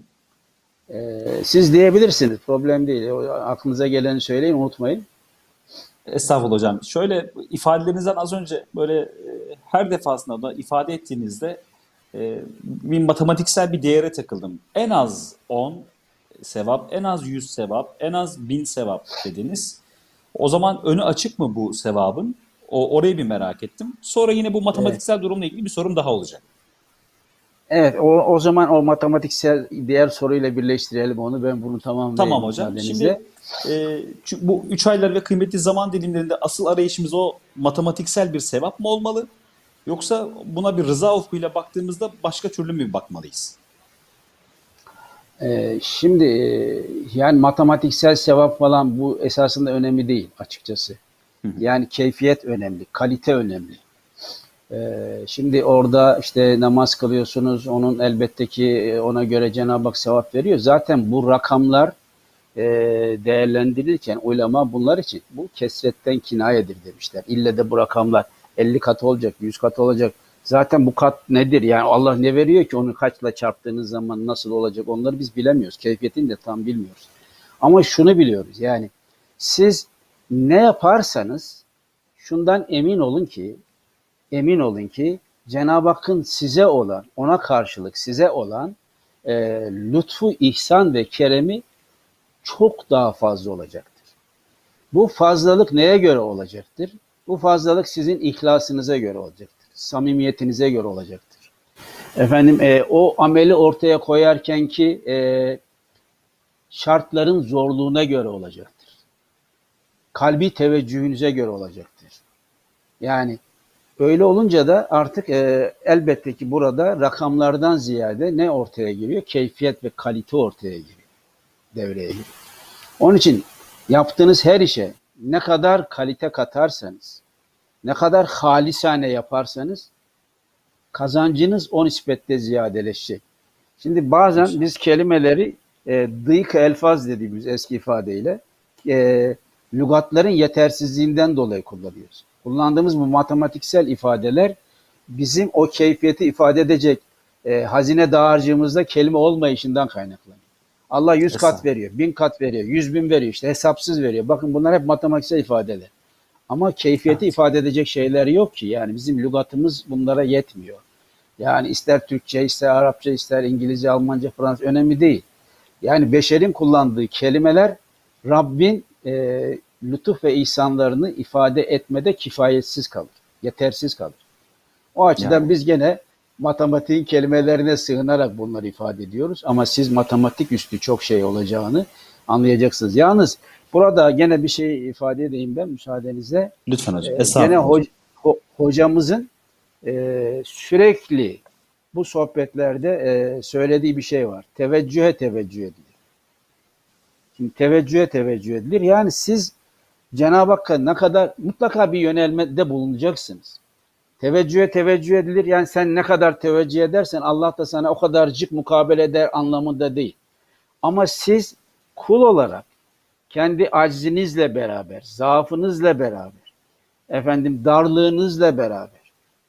siz diyebilirsiniz, problem değil. Aklınıza geleni söyleyin, unutmayın. Estağfurullah hocam. Şöyle ifadelerinizden az önce böyle her defasında da ifade ettiğinizde bir matematiksel bir değere takıldım. En az 10 sevap, en az 100 sevap, en az 1000 sevap dediniz. O zaman önü açık mı bu sevabın? Orayı bir merak ettim. Sonra yine bu matematiksel durumla ilgili bir sorum daha olacak. Evet, o zaman o matematiksel diğer soruyla birleştirelim onu. Ben bunu tamamlayayım. Tamam hocam. Şimdi bu 3 aylar ve kıymetli zaman dilimlerinde asıl arayışımız o matematiksel bir sevap mı olmalı? Yoksa buna bir rıza ufkuyla baktığımızda başka türlü mü bakmalıyız? Şimdi yani matematiksel sevap falan bu esasında önemli değil açıkçası. Yani keyfiyet önemli, kalite önemli. Şimdi orada namaz kılıyorsunuz, onun elbette ki ona göre Cenab-ı Hak sevap veriyor. Zaten bu rakamlar değerlendirilirken ulema bunlar için bu kesretten kinayedir demişler. İlle de bu rakamlar 50 kat olacak, 100 kat olacak. Zaten bu kat nedir? Yani Allah ne veriyor ki onu kaçla çarptığınız zaman nasıl olacak? Onları biz bilemiyoruz. Keyfiyetini de tam bilmiyoruz. Ama şunu biliyoruz. Yani siz ne yaparsanız şundan emin olun ki Cenab-ı Hakk'ın size olan, ona karşılık size olan lütfu, ihsan ve keremi çok daha fazla olacaktır. Bu fazlalık neye göre olacaktır? Bu fazlalık sizin ihlasınıza göre olacaktır. Samimiyetinize göre olacaktır. O ameli ortaya koyarken ki şartların zorluğuna göre olacaktır. Kalbi teveccühünüze göre olacaktır. Yani öyle olunca da artık elbette ki burada rakamlardan ziyade ne ortaya giriyor? Keyfiyet ve kalite ortaya giriyor. Devreye giriyor. Onun için yaptığınız her işe ne kadar kalite katarsanız, ne kadar halisane yaparsanız kazancınız o nispetle ziyadeleşecek. Şimdi bazen biz kelimeleri dıyık elfaz dediğimiz eski ifadeyle lügatların yetersizliğinden dolayı kullanıyoruz. Kullandığımız bu matematiksel ifadeler bizim o keyfiyeti ifade edecek hazine dağarcığımızda kelime olmayışından kaynaklanıyor. Allah 100 kat Estağfurullah. veriyor, 1000 kat veriyor, 100.000 veriyor, işte hesapsız veriyor. Bakın bunlar hep matematiksel ifadeler. Ama keyfiyeti Evet. ifade edecek şeyler yok ki. Yani bizim lügatımız bunlara yetmiyor. Yani ister Türkçe, ister Arapça, ister İngilizce, Almanca, Fransız önemli değil. Yani beşerin kullandığı kelimeler Rabbin lütuf ve ihsanlarını ifade etmede kifayetsiz kalır, yetersiz kalır. O açıdan Yani biz gene matematiğin kelimelerine sığınarak bunları ifade ediyoruz. Ama siz matematik üstü çok şey olacağını anlayacaksınız. Yalnız burada gene bir şey ifade edeyim ben müsaadenizle. lütfen hocam. Gene Estağfurullah hocam. hocamızın sürekli bu sohbetlerde söylediği bir şey var. Teveccühe teveccüh edilir. Şimdi teveccühe teveccüh edilir. Yani siz Cenab-ı Hakk'a ne kadar mutlaka bir yönelmede bulunacaksınız. Teveccühe teveccüh edilir. Yani sen ne kadar teveccüh edersen Allah da sana o kadarcık mukabele eder anlamında değil. Ama siz kul olarak kendi aczinizle beraber, zaafınızla beraber, darlığınızla beraber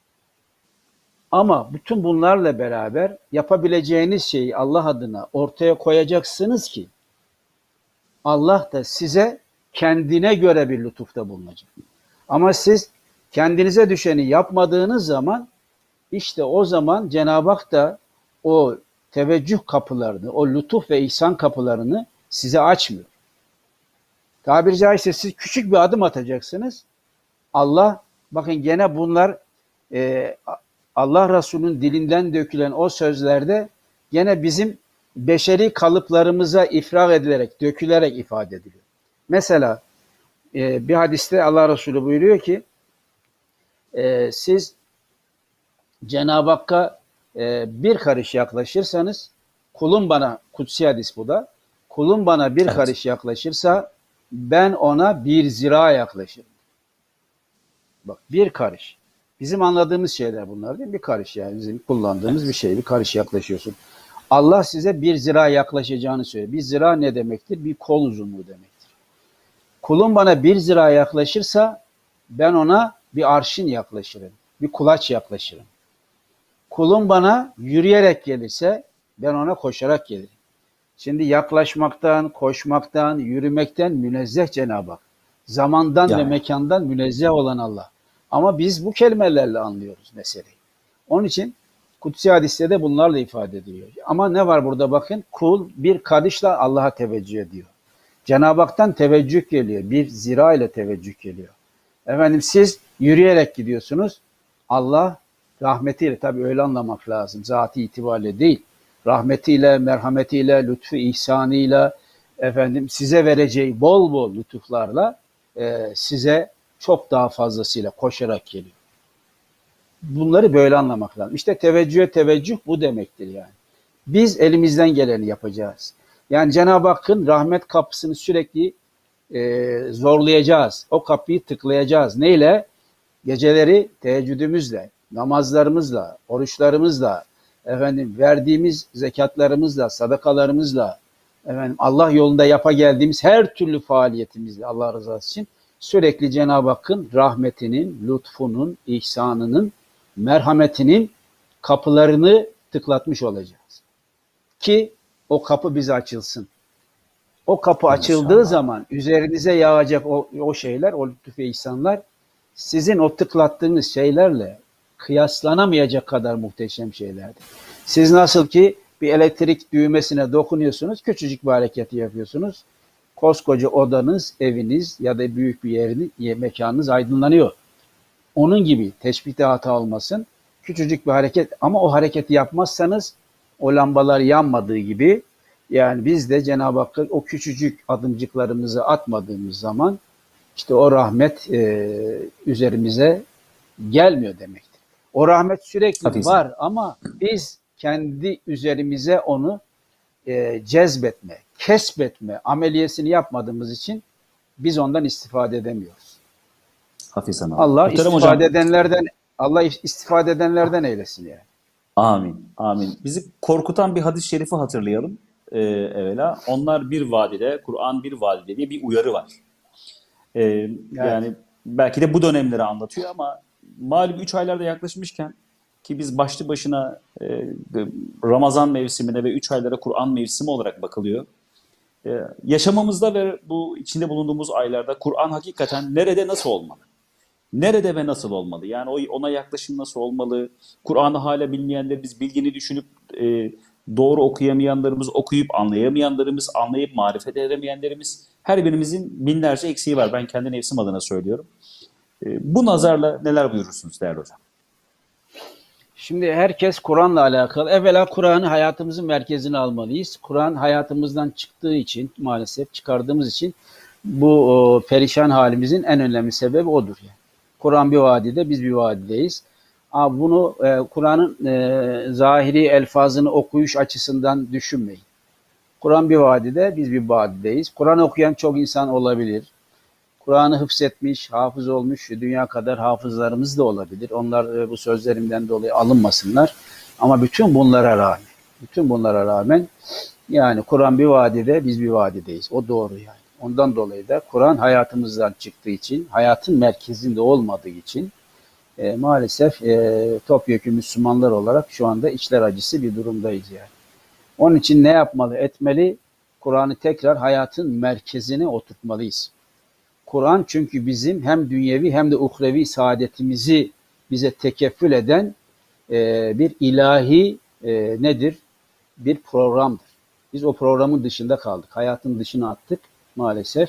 ama bütün bunlarla beraber yapabileceğiniz şeyi Allah adına ortaya koyacaksınız ki Allah da size kendine göre bir lütufta bulunacak. Ama siz kendinize düşeni yapmadığınız zaman işte o zaman Cenab-ı Hak da o teveccüh kapılarını, o lütuf ve ihsan kapılarını size açmıyor. Tabiri caizse siz küçük bir adım atacaksınız. Allah, bakın gene bunlar Allah Resulü'nün dilinden dökülen o sözlerde gene bizim beşeri kalıplarımıza ifrag edilerek, dökülerek ifade ediliyor. Mesela bir hadiste Allah Resulü buyuruyor ki siz Cenab-ı Hakk'a bir karış yaklaşırsanız kulum bana, kutsi hadis bu da, kulum bana bir Evet. karış yaklaşırsa ben ona bir zira yaklaşırım. Bak, bir karış. Bizim anladığımız şeyler bunlar değil mi? Bir karış, yani bizim kullandığımız bir şey. Bir karış yaklaşıyorsun. Allah size bir zira yaklaşacağını söylüyor. Bir zira ne demektir? Bir kol uzunluğu demektir. Kulum bana bir zira yaklaşırsa ben ona bir arşın yaklaşırım. Bir kulaç yaklaşırım. Kulum bana yürüyerek gelirse ben ona koşarak gelirim. Şimdi yaklaşmaktan, koşmaktan, yürümekten münezzeh Cenab-ı Hak. Zamandan ve Yani mekandan münezzeh olan Allah. Ama biz bu kelimelerle anlıyoruz meseleyi. Onun için kutsi hadiste de bunlarla ifade ediliyor. Ama ne var burada bakın? Kul bir karışla Allah'a teveccüh ediyor. Cenab-ı Hak'tan teveccüh geliyor. Bir zira ile teveccüh geliyor. Siz yürüyerek gidiyorsunuz. Allah rahmetiyle, tabii öyle anlamak lazım. Zatı itibariyle değil. Rahmetiyle, merhametiyle, lütfu, ihsanıyla, size vereceği bol bol lütuflarla size çok daha fazlasıyla koşarak geliyor. Bunları böyle anlamak lazım. İşte teveccühe teveccüh bu demektir yani. Biz elimizden geleni yapacağız. Yani Cenab-ı Hakk'ın rahmet kapısını sürekli zorlayacağız. O kapıyı tıklayacağız. Neyle? Geceleri teheccüdümüzle, namazlarımızla, oruçlarımızla, verdiğimiz zekatlarımızla, sadakalarımızla, Allah yolunda yapa geldiğimiz her türlü faaliyetimizle Allah rızası için sürekli Cenab-ı Hakk'ın rahmetinin, lütfunun, ihsanının, merhametinin kapılarını tıklatmış olacağız. Ki o kapı bize açılsın. O kapı açıldığı inşallah. zaman üzerinize yağacak o şeyler, o lütuf ve ihsanlar sizin o tıklattığınız şeylerle kıyaslanamayacak kadar muhteşem şeylerdir. Siz nasıl ki bir elektrik düğmesine dokunuyorsunuz, küçücük bir hareketi yapıyorsunuz. Koskoca odanız, eviniz ya da büyük bir yeriniz, mekanınız aydınlanıyor. Onun gibi teşbihte hata olmasın. Küçücük bir hareket ama o hareketi yapmazsanız o lambalar yanmadığı gibi yani biz de Cenab-ı Hakk'a o küçücük adımcıklarımızı atmadığımız zaman işte o rahmet üzerimize gelmiyor demektir. O rahmet sürekli Hafize. var ama biz kendi üzerimize onu cezbetme, kesbetme ameliyesini yapmadığımız için biz ondan istifade edemiyoruz. Hafize Hanım. Allah Muhterem istifade edenlerden eylesin yani. Amin. Amin. Bizi korkutan bir hadis-i şerifi hatırlayalım evvela. Onlar bir vadide, Kur'an bir vadide diye bir uyarı var. Yani belki de bu dönemleri anlatıyor ama malum 3 aylarda yaklaşmışken ki biz başlı başına Ramazan mevsimine ve 3 aylara Kur'an mevsimi olarak bakılıyor. Yaşamamızda ve bu içinde bulunduğumuz aylarda Kur'an hakikaten nerede nasıl olmalı? Nerede ve nasıl olmalı? Yani ona yaklaşım nasıl olmalı? Kur'an'ı hala bilmeyenlerimiz, bilgini düşünüp doğru okuyamayanlarımız, okuyup anlayamayanlarımız, anlayıp marifet edemeyenlerimiz, her birimizin binlerce eksiği var. Ben kendi nefsim adına söylüyorum. Bu nazarla neler buyurursunuz değerli hocam? Şimdi herkes Kur'an'la alakalı. Evvela Kur'an'ı hayatımızın merkezine almalıyız. Kur'an hayatımızdan çıktığı için, maalesef çıkardığımız için bu perişan halimizin en önemli sebebi odur. Yani. Kur'an bir vadide, biz bir vadideyiz. Ama bunu Kur'an'ın zahiri elfazını okuyuş açısından düşünmeyin. Kur'an bir vadide, biz bir vadideyiz. Kur'an okuyan çok insan olabilir. Kur'an'ı hıfzetmiş, hafız olmuş, dünya kadar hafızlarımız da olabilir. Onlar bu sözlerimden dolayı alınmasınlar. Ama bütün bunlara rağmen yani Kur'an bir vadide, biz bir vadideyiz. O doğru yani. Ondan dolayı da Kur'an hayatımızdan çıktığı için, hayatın merkezinde olmadığı için maalesef topyekun Müslümanlar olarak şu anda içler acısı bir durumdayız yani. Onun için ne yapmalı, etmeli? Kur'an'ı tekrar hayatın merkezine oturtmalıyız. Kur'an çünkü bizim hem dünyevi hem de uhrevi saadetimizi bize tekeffül eden bir ilahi nedir? Bir programdır. Biz o programın dışında kaldık. Hayatın dışına attık maalesef.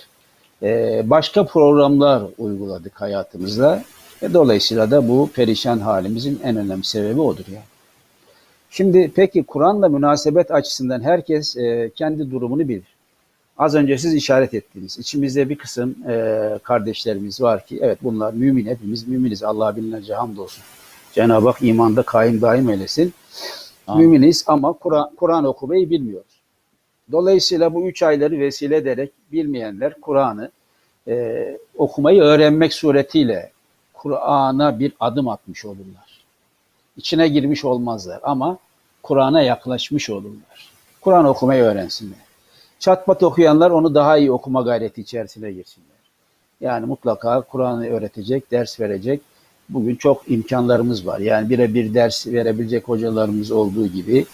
Başka programlar uyguladık hayatımızda. Dolayısıyla da bu perişan halimizin en önemli sebebi odur yani. Şimdi peki Kur'an'la münasebet açısından herkes kendi durumunu bilir. Az önce siz işaret ettiğiniz, içimizde bir kısım kardeşlerimiz var ki, evet bunlar mümin, hepimiz müminiz. Allah'a binlerce hamdolsun. Cenab-ı Hak imanda kaim daim eylesin. Amin. Müminiz ama Kur'an okumayı bilmiyoruz. Dolayısıyla bu 3 ayları vesile ederek bilmeyenler Kur'an'ı okumayı öğrenmek suretiyle Kur'an'a bir adım atmış olurlar. İçine girmiş olmazlar ama Kur'an'a yaklaşmış olurlar. Kur'an okumayı öğrensinler. Çatpat okuyanlar onu daha iyi okuma gayreti içerisine girsinler. Yani mutlaka Kur'an'ı öğretecek, ders verecek. Bugün çok imkanlarımız var. Yani birebir ders verebilecek hocalarımız olduğu gibi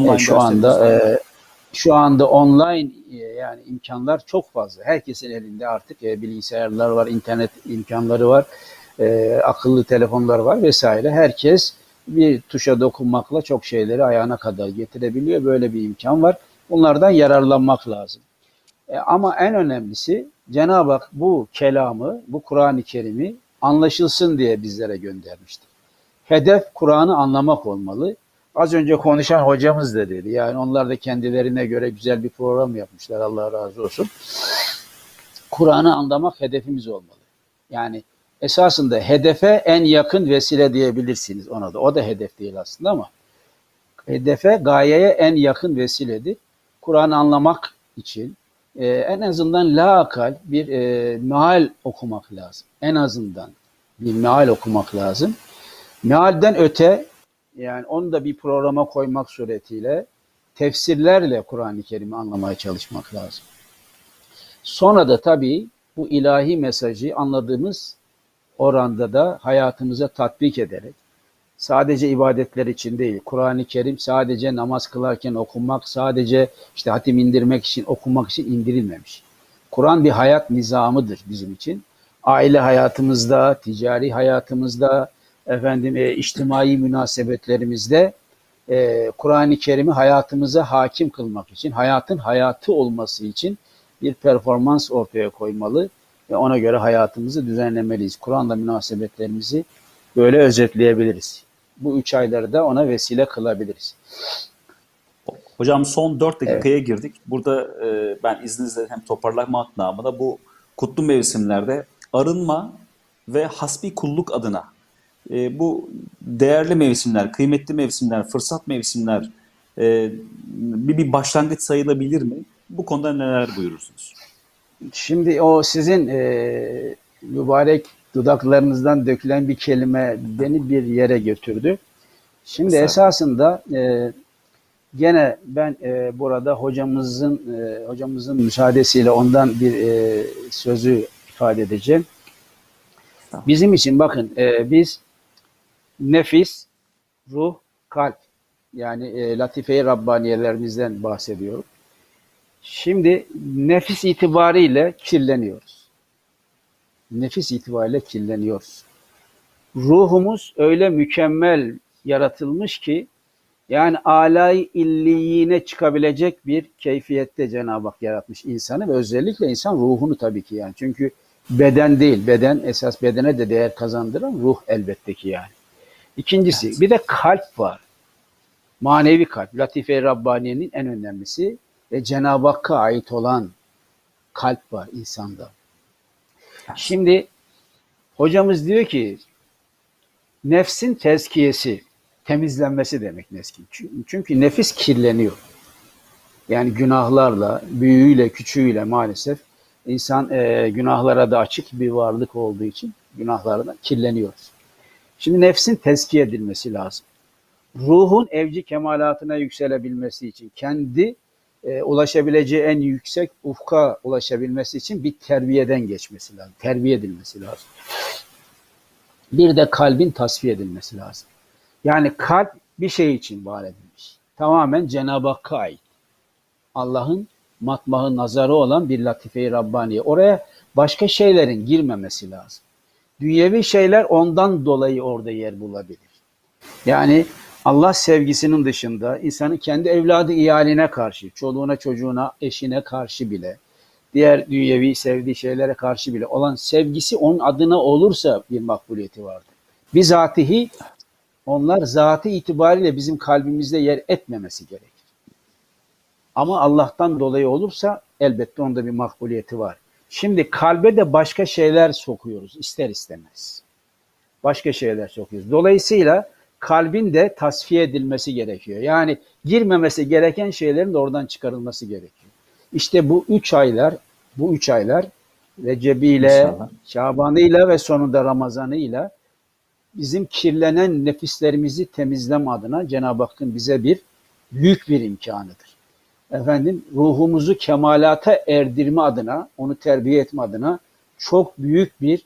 şu anda online yani imkanlar çok fazla. Herkesin elinde artık bilgisayarlar var, internet imkanları var, akıllı telefonlar var vesaire. Herkes bir tuşa dokunmakla çok şeyleri ayağına kadar getirebiliyor. Böyle bir imkan var. Bunlardan yararlanmak lazım. Ama en önemlisi Cenab-ı Hak bu kelamı, bu Kur'an-ı Kerim'i anlaşılsın diye bizlere göndermiştir. Hedef Kur'an'ı anlamak olmalı. Az önce konuşan hocamız da dedi. Yani onlar da kendilerine göre güzel bir program yapmışlar. Allah razı olsun. Kur'an'ı anlamak hedefimiz olmalı. Yani esasında hedefe en yakın vesile diyebilirsiniz ona da. O da hedef değil aslında ama hedefe, gayeye en yakın vesiledir. Kur'an'ı anlamak için en azından laakal bir meal okumak lazım. En azından bir meal okumak lazım. Mealden öte yani onu da bir programa koymak suretiyle tefsirlerle Kur'an-ı Kerim'i anlamaya çalışmak lazım. Sonra da tabii bu ilahi mesajı anladığımız oranda da hayatımıza tatbik ederek sadece ibadetler için değil, Kur'an-ı Kerim sadece namaz kılarken okunmak, sadece işte hatim indirmek için, okumak için indirilmemiş. Kur'an bir hayat nizamıdır bizim için. Aile hayatımızda, ticari hayatımızda, içtimai münasebetlerimizde Kur'an-ı Kerim'i hayatımıza hakim kılmak için, hayatın hayatı olması için bir performans ortaya koymalı ve ona göre hayatımızı düzenlemeliyiz. Kur'an'la münasebetlerimizi böyle özetleyebiliriz. Bu 3 ayları da ona vesile kılabiliriz. Hocam son 4 dakikaya girdik. Burada ben izninizle hem toparlama namına bu kutlu mevsimlerde arınma ve hasbi kulluk adına bu değerli mevsimler, kıymetli mevsimler, fırsat mevsimler bir başlangıç sayılabilir mi? Bu konuda neler buyurursunuz? Şimdi o sizin mübarek dudaklarınızdan dökülen bir kelime beni bir yere götürdü. Şimdi esasında gene ben burada hocamızın müsaadesiyle ondan bir sözü ifade edeceğim. Bizim için bakın biz nefis, ruh, kalp. Yani latife-i Rabbaniyelerimizden bahsediyorum. Şimdi nefis itibariyle kirleniyoruz. Nefis itibariyle kirleniyoruz. Ruhumuz öyle mükemmel yaratılmış ki yani âlâ-i illiyine çıkabilecek bir keyfiyette Cenab-ı Hak yaratmış insanı ve özellikle insan ruhunu tabii ki yani. Çünkü beden değil, beden esas bedene de değer kazandıran ruh elbette ki yani. İkincisi Evet. bir de kalp var. Manevi kalp. Latife-i Rabbaniye'nin en önemlisi ve Cenab-ı Hakk'a ait olan kalp var insanda. Şimdi hocamız diyor ki nefsin tezkiyesi, temizlenmesi demek nefsin. Çünkü nefis kirleniyor. Yani günahlarla, büyüğüyle, küçüğüyle maalesef insan günahlara da açık bir varlık olduğu için günahlarla kirleniyoruz. Şimdi nefsin tezkiye edilmesi lazım. Ruhun evci kemalatına yükselebilmesi için, kendi ulaşabileceği en yüksek ufka ulaşabilmesi için bir terbiyeden geçmesi lazım. Terbiye edilmesi lazım. Bir de kalbin tasfiye edilmesi lazım. Yani kalp bir şey için var edilmiş. Tamamen Cenab-ı Hakk'a ait. Allah'ın matmahı nazarı olan bir latife-i Rabbaniye. Oraya başka şeylerin girmemesi lazım. Dünyevi şeyler ondan dolayı orada yer bulabilir. Yani Allah sevgisinin dışında insanın kendi evladı iyaline karşı, çoluğuna çocuğuna, eşine karşı bile, diğer dünyevi sevdiği şeylere karşı bile olan sevgisi onun adına olursa bir makbuliyeti vardır. Bizatihi onlar zatı itibariyle bizim kalbimizde yer etmemesi gerekir. Ama Allah'tan dolayı olursa elbette onda bir makbuliyeti var. Şimdi kalbe de başka şeyler sokuyoruz ister istemez. Başka şeyler sokuyoruz. Dolayısıyla kalbin de tasfiye edilmesi gerekiyor. Yani girmemesi gereken şeylerin de oradan çıkarılması gerekiyor. İşte bu üç aylar Recebiyle, İnşallah. Şabanıyla ve sonunda Ramazanıyla bizim kirlenen nefislerimizi temizleme adına Cenab-ı Hakk'ın bize büyük bir imkanıdır. Efendim ruhumuzu kemalata erdirme adına, onu terbiye etme adına çok büyük bir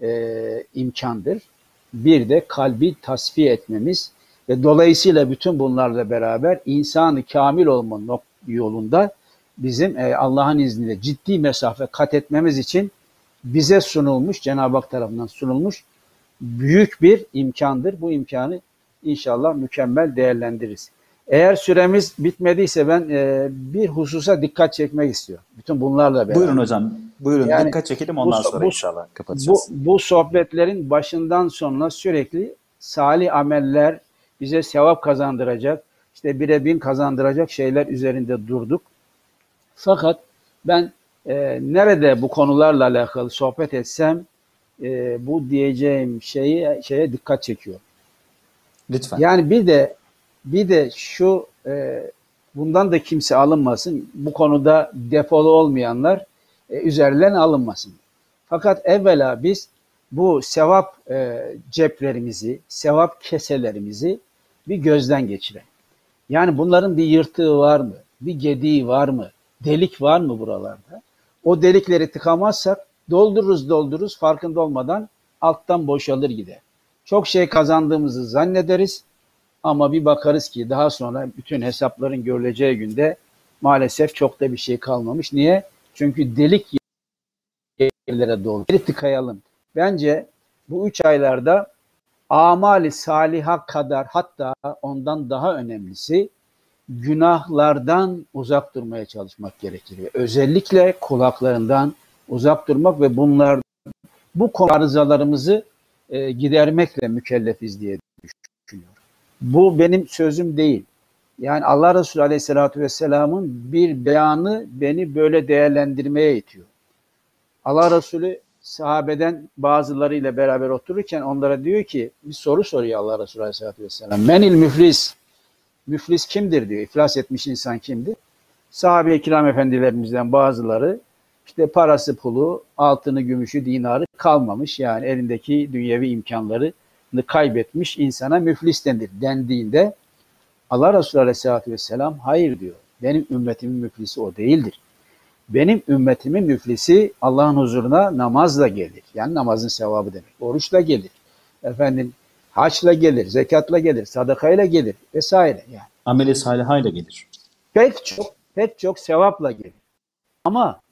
imkandır. Bir de kalbi tasfiye etmemiz ve dolayısıyla bütün bunlarla beraber insanı kamil olma yolunda bizim Allah'ın izniyle ciddi mesafe kat etmemiz için bize sunulmuş, Cenab-ı Hak tarafından sunulmuş büyük bir imkandır. Bu imkanı inşallah mükemmel değerlendiririz. Eğer süremiz bitmediyse ben bir hususa dikkat çekmek istiyorum. Bütün bunlarla beraber. Buyurun hocam. Buyurun Yani dikkat çekelim ondan sonra inşallah kapatacağız. Bu sohbetlerin başından sonuna sürekli salih ameller bize sevap kazandıracak, işte 1'e 1000 kazandıracak şeyler üzerinde durduk. Fakat ben nerede bu konularla alakalı sohbet etsem bu diyeceğim şeye dikkat çekiyor. Lütfen. Yani bir de şu bundan da kimse alınmasın. Bu konuda defolu olmayanlar üzerinden alınmasın. Fakat evvela biz bu sevap ceplerimizi, sevap keselerimizi bir gözden geçirelim. Yani bunların bir yırtığı var mı? Bir gediği var mı? Delik var mı buralarda? O delikleri tıkamazsak doldururuz farkında olmadan alttan boşalır gider. Çok şey kazandığımızı zannederiz ama bir bakarız ki daha sonra bütün hesapların görüleceği günde maalesef çok da bir şey kalmamış. Niye? Çünkü delik yerlere doldu. Tıkayalım. Bence bu 3 aylarda amali saliha kadar hatta ondan daha önemlisi günahlardan uzak durmaya çalışmak gerekir. Özellikle kulaklarından uzak durmak ve bu konu arızalarımızı gidermekle mükellefiz diye düşünüyorum. Bu benim sözüm değil. Yani Allah Resulü Aleyhisselatü Vesselam'ın bir beyanı beni böyle değerlendirmeye itiyor. Allah Resulü sahabeden bazılarıyla beraber otururken onlara diyor ki bir soru soruyor Allah Resulü Aleyhisselatü Vesselam. Menil müflis? Müflis kimdir diyor. İflas etmiş insan kimdir? Sahabe-i kiram efendilerimizden bazıları işte parası, pulu, altını, gümüşü, dinarı kalmamış. Yani elindeki dünyevi imkanlarını kaybetmiş insana müflis dendiğinde Allah Resulü Aleyhisselatü Vesselam hayır diyor. Benim ümmetimin müflisi o değildir. Benim ümmetimin müflisi Allah'ın huzuruna namazla gelir. Yani namazın sevabı demek. Oruçla gelir. Efendim Haçla gelir, zekatla gelir, sadakayla gelir vesaire yani. Ameli salihayla gelir. Pek çok sevapla gelir. Ama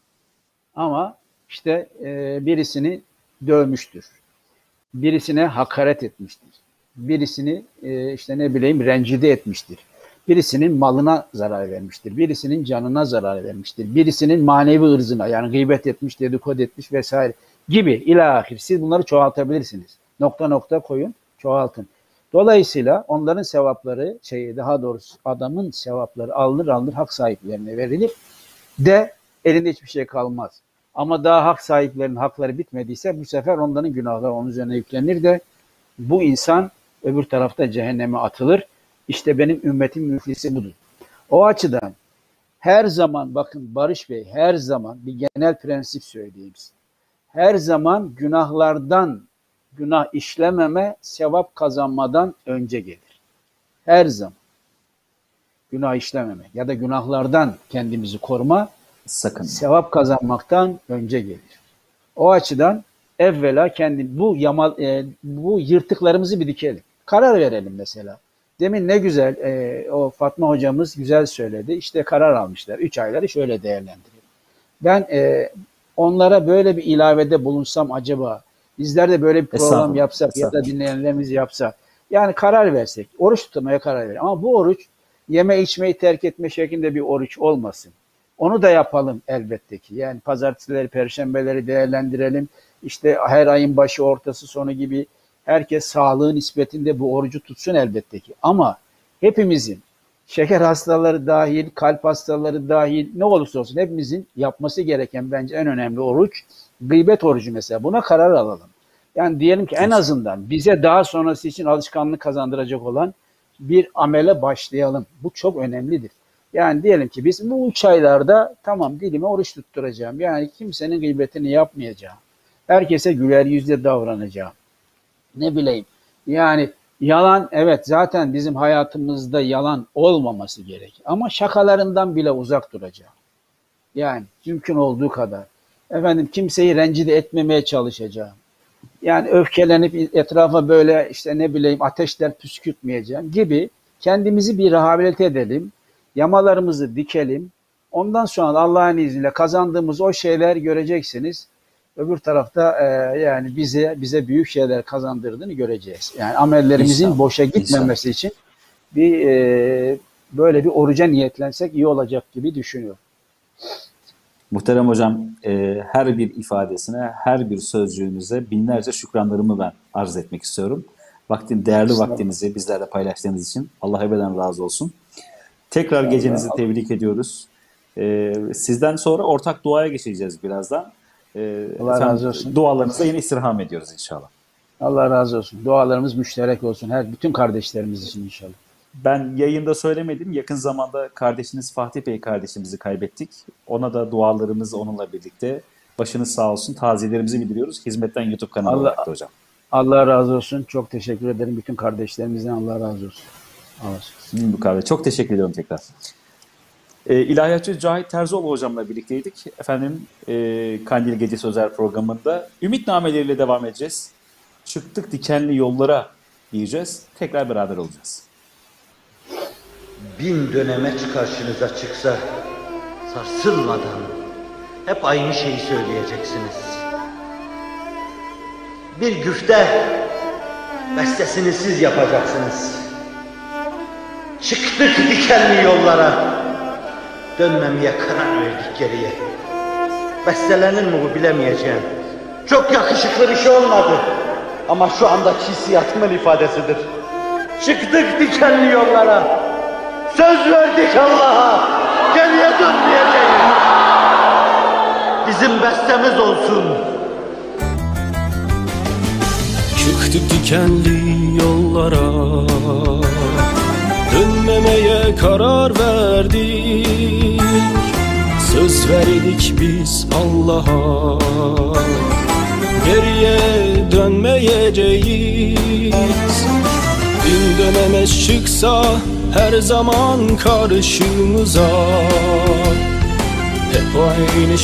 işte birisini dövmüştür. Birisine hakaret etmiştir. Birisini işte ne bileyim rencide etmiştir. Birisinin malına zarar vermiştir. Birisinin canına zarar vermiştir. Birisinin manevi ırzına yani gıybet etmiş, dedikodu etmiş vesaire gibi ilahir. Siz bunları çoğaltabilirsiniz. Nokta nokta koyun, çoğaltın. Dolayısıyla onların sevapları daha doğrusu adamın sevapları alınır hak sahiplerine verilir de elinde hiçbir şey kalmaz. Ama daha hak sahiplerinin hakları bitmediyse bu sefer onların günahları onun üzerine yüklenir de bu insan öbür tarafta cehenneme atılır. İşte benim ümmetim müflisi budur. O açıdan her zaman bakın Barış Bey her zaman bir genel prensip söyleyeyim size. Her zaman günah işlememe, sevap kazanmadan önce gelir. Her zaman. Günah işlememe ya da günahlardan kendimizi koruma, Sakın. sevap kazanmaktan önce gelir. O açıdan evvela bu yırtıklarımızı bir dikelim. Karar verelim mesela. Demin ne güzel o Fatma hocamız güzel söyledi. İşte karar almışlar. 3 ayları şöyle değerlendirelim. Ben onlara böyle bir ilavede bulunsam acaba bizler de böyle bir program yapsak ya da dinleyenlerimiz yapsa yani karar versek, oruç tutmaya karar verelim. Ama bu oruç yeme içmeyi terk etme şeklinde bir oruç olmasın. Onu da yapalım elbette ki. Yani pazartesileri, perşembeleri değerlendirelim. İşte her ayın başı, ortası, sonu gibi herkes sağlığı nispetinde bu orucu tutsun elbette ki. Ama hepimizin şeker hastaları dahil, kalp hastaları dahil ne olursa olsun hepimizin yapması gereken bence en önemli oruç gıybet orucu mesela. Buna karar alalım. Yani diyelim ki en azından bize daha sonrası için alışkanlık kazandıracak olan bir amele başlayalım. Bu çok önemlidir. Yani diyelim ki biz bu 3 aylarda tamam dilime oruç tutturacağım. Yani kimsenin gıybetini yapmayacağım. Herkese güler yüzle davranacağım. Ne bileyim yani yalan evet zaten bizim hayatımızda yalan olmaması gerek. Ama şakalarından bile uzak duracağım. Yani mümkün olduğu kadar. Efendim kimseyi rencide etmemeye çalışacağım. Yani öfkelenip etrafa böyle işte ne bileyim ateşler püskürtmeyeceğim gibi kendimizi bir rehabilite edelim. Yamalarımızı dikelim. Ondan sonra Allah'ın izniyle kazandığımız o şeyler göreceksiniz. Öbür tarafta yani bize büyük şeyler kazandırdığını göreceğiz. Yani amellerimizin İnşallah, boşa gitmemesi için böyle bir oruca niyetlensek iyi olacak gibi düşünüyorum. Muhterem hocam, her bir ifadesine, her bir sözcüğünüze binlerce şükranlarımı ben arz etmek istiyorum. Değerli vaktinizi bizlerle paylaştığınız için Allah ebeden razı olsun. Tekrar gecenizi tebrik ediyoruz. Sizden sonra ortak duaya geçeceğiz birazdan. Allah razı olsun. Dualarınıza yine istirham ediyoruz inşallah. Allah razı olsun. Dualarımız müşterek olsun. Bütün kardeşlerimiz için inşallah. Ben yayında söylemedim. Yakın zamanda kardeşiniz Fatih Bey kardeşimizi kaybettik. Ona da dualarımız onunla birlikte. Başınız sağ olsun. Taziyelerimizi bildiriyoruz. Hizmetten YouTube kanalı olarak da hocam. Allah razı olsun. Çok teşekkür ederim. Bütün kardeşlerimizden Allah razı olsun. Çok teşekkür ediyorum tekrar. İlahiyatçı Cahit Terzioğlu hocamla birlikteydik. Efendim Kandil Gecesi özel programında ümitnameleriyle devam edeceğiz. Çıktık dikenli yollara diyeceğiz. Tekrar beraber olacağız. 1000 dönemeç karşınıza çıksa sarsılmadan hep aynı şeyi söyleyeceksiniz. Bir güfte bestesini siz yapacaksınız. Çıktık dikenli yollara, dönmemeye karar verdik geriye. Bestelenir mi bu bilemeyeceğim. Çok yakışıklı bir şey olmadı ama şu andaki hissiyatımın ifadesidir. Çıktık dikenli yollara, söz verdik Allah'a, geriye dönmeyeceğiz. Bizim bestemiz olsun. Çıktık dikenli yollara, dönmemeye karar verdik. Söz verdik biz Allah'a, geriye dönmeyeceğiz. 1000 dönemeç çıksa her zaman karşımıza, hep aynı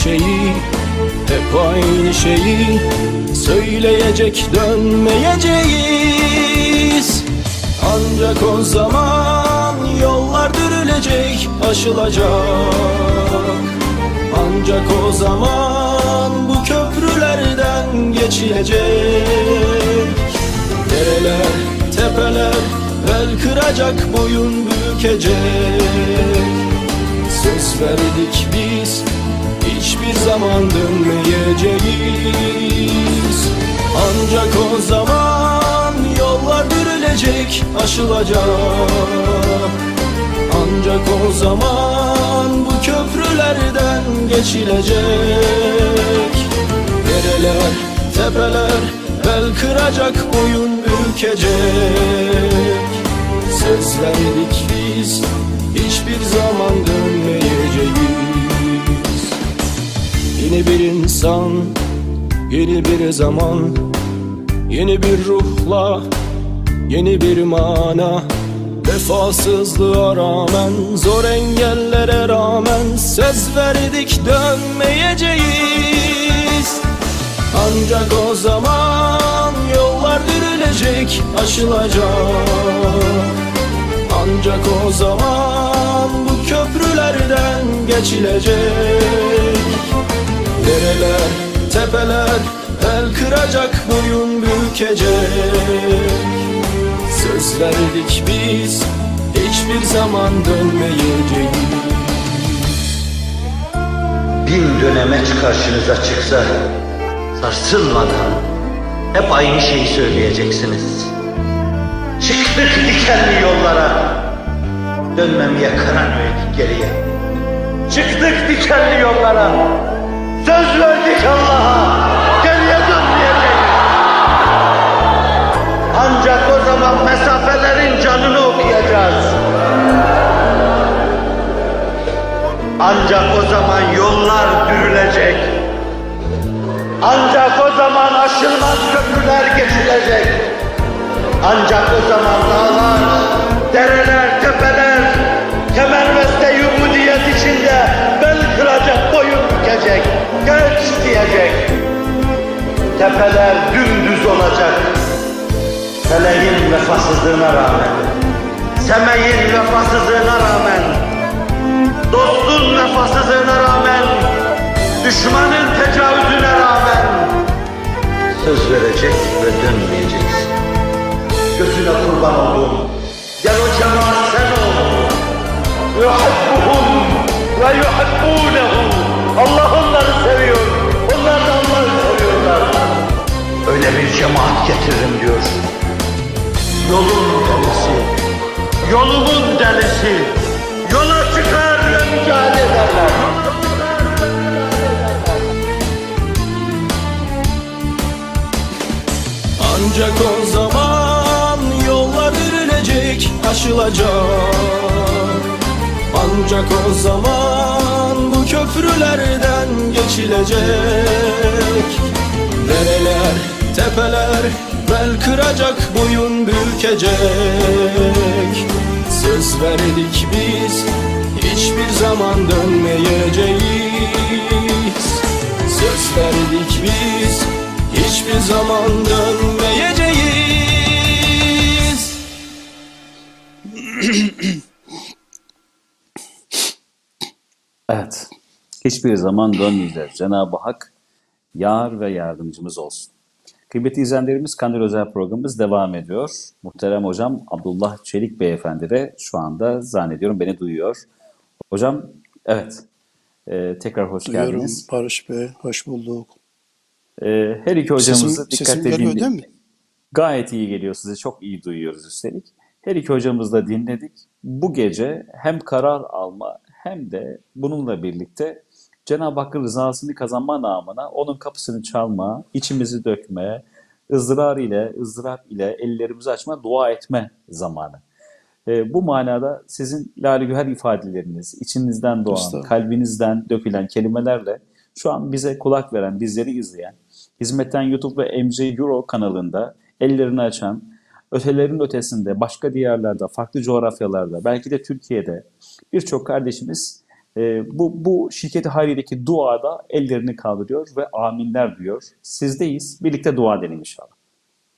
şeyi söyleyecek dönmeyeceğiz. Ancak o zaman yollar dürülecek, aşılacak. Ancak o zaman bu köprülerden geçilecek. Dereler, tepeler bel kıracak, boyun bükecek. Söz verdik biz, hiçbir zaman dönmeyeceğiz. Ancak o zaman yollar dürülecek, aşılacak. Ancak o zaman bu köprülerden geçilecek. Dereler, tepeler bel kıracak, boyun bükecek. Söz verdik biz, hiçbir zaman dönmeyeceğiz. Yeni bir insan, yeni bir zaman, yeni bir ruhla, yeni bir mana. Vefasızlığa rağmen, zor engellere rağmen söz verdik, dönmeyeceğiz. Ancak o zaman yollar dürülecek, aşılacak. Ancak o zaman bu köprülerden geçilecek. Dereler, tepeler el kıracak, boyun bükecek. Söz verdik biz, hiçbir zaman dönmeyeceğiz. Bin dönemeç karşınıza çıksa sarsılmadan hep aynı şeyi söyleyeceksiniz. Çıktık dikenli yollara, dönmemeye karar verdik geriye. Çıktık dikenli yollara, söz verdik Allah'a, geriye dönmeyeceğiz. Ancak o zaman mesafelerin canını okuyacağız. Ancak o zaman yollar dürülecek. Ancak o zaman aşılmaz köprüler geçilecek. Ancak o zaman dağlar, dereler, tepeler kemerveste yubudiyet içinde bel kıracak, boyun bükecek, geç diyecek. Tepeler dümdüz olacak. Feleğin vefasızlığına rağmen, semeyin vefasızlığına rağmen, dostun vefasızlığına rağmen, düşmanın tecavüzüne rağmen söz verecek ve dönmeyeceksin. Gözüne kurban olduğum, gel o cemaat sen ol. Yuhibbuhum ve yuhibbunehu. Allah onları seviyor, onlar da Allah'ı seviyorlar. Öyle bir cemaat getiririm diyor. Yolun delisi, yolumun delisi, yola çıkar ve mücadele ederler. Ancak o zaman yollar dürülecek, aşılacak. Ancak o zaman bu köprülerden geçilecek. Dereler, tepeler bel kıracak, boyun bükecek. Söz verdik biz, hiçbir zaman dönmeyeceğiz. Söz verdik biz, hiçbir zaman dönmeyeceğiz. Evet, hiçbir zaman dönmeyeceğiz. Cenab-ı Hak yar ve yardımcımız olsun. Kıymetli izleyenlerimiz, Kandil Özel programımız devam ediyor. Muhterem hocam Abdullah Çelik Beyefendi de şu anda zannediyorum beni duyuyor. Hocam, evet, tekrar hoş Duyuyorum geldiniz. Barış Bey, hoş bulduk. Her iki hocamızı Sesim dikkatle geliyor değil mi? Gayet iyi geliyor size, çok iyi duyuyoruz üstelik. Her iki hocamızı da dinledik. Bu gece hem karar alma hem de bununla birlikte Cenab-ı Hakk'ın rızasını kazanma namına onun kapısını çalma, içimizi dökme, ızdırar ile, ızdırap ile ellerimizi açma, dua etme zamanı. Bu manada sizin lale güher ifadeleriniz, içinizden doğan, Estağfurullah. kalbinizden dökülen kelimelerle şu an bize kulak veren, bizleri izleyen, Hizmetten YouTube ve MC Euro kanalında ellerini açan, ötelerin ötesinde, başka diyarlarda, farklı coğrafyalarda, belki de Türkiye'de birçok kardeşimiz bu şirketi hayriyedeki duada ellerini kaldırıyor ve aminler diyor. Sizdeyiz, birlikte dua edelim inşallah.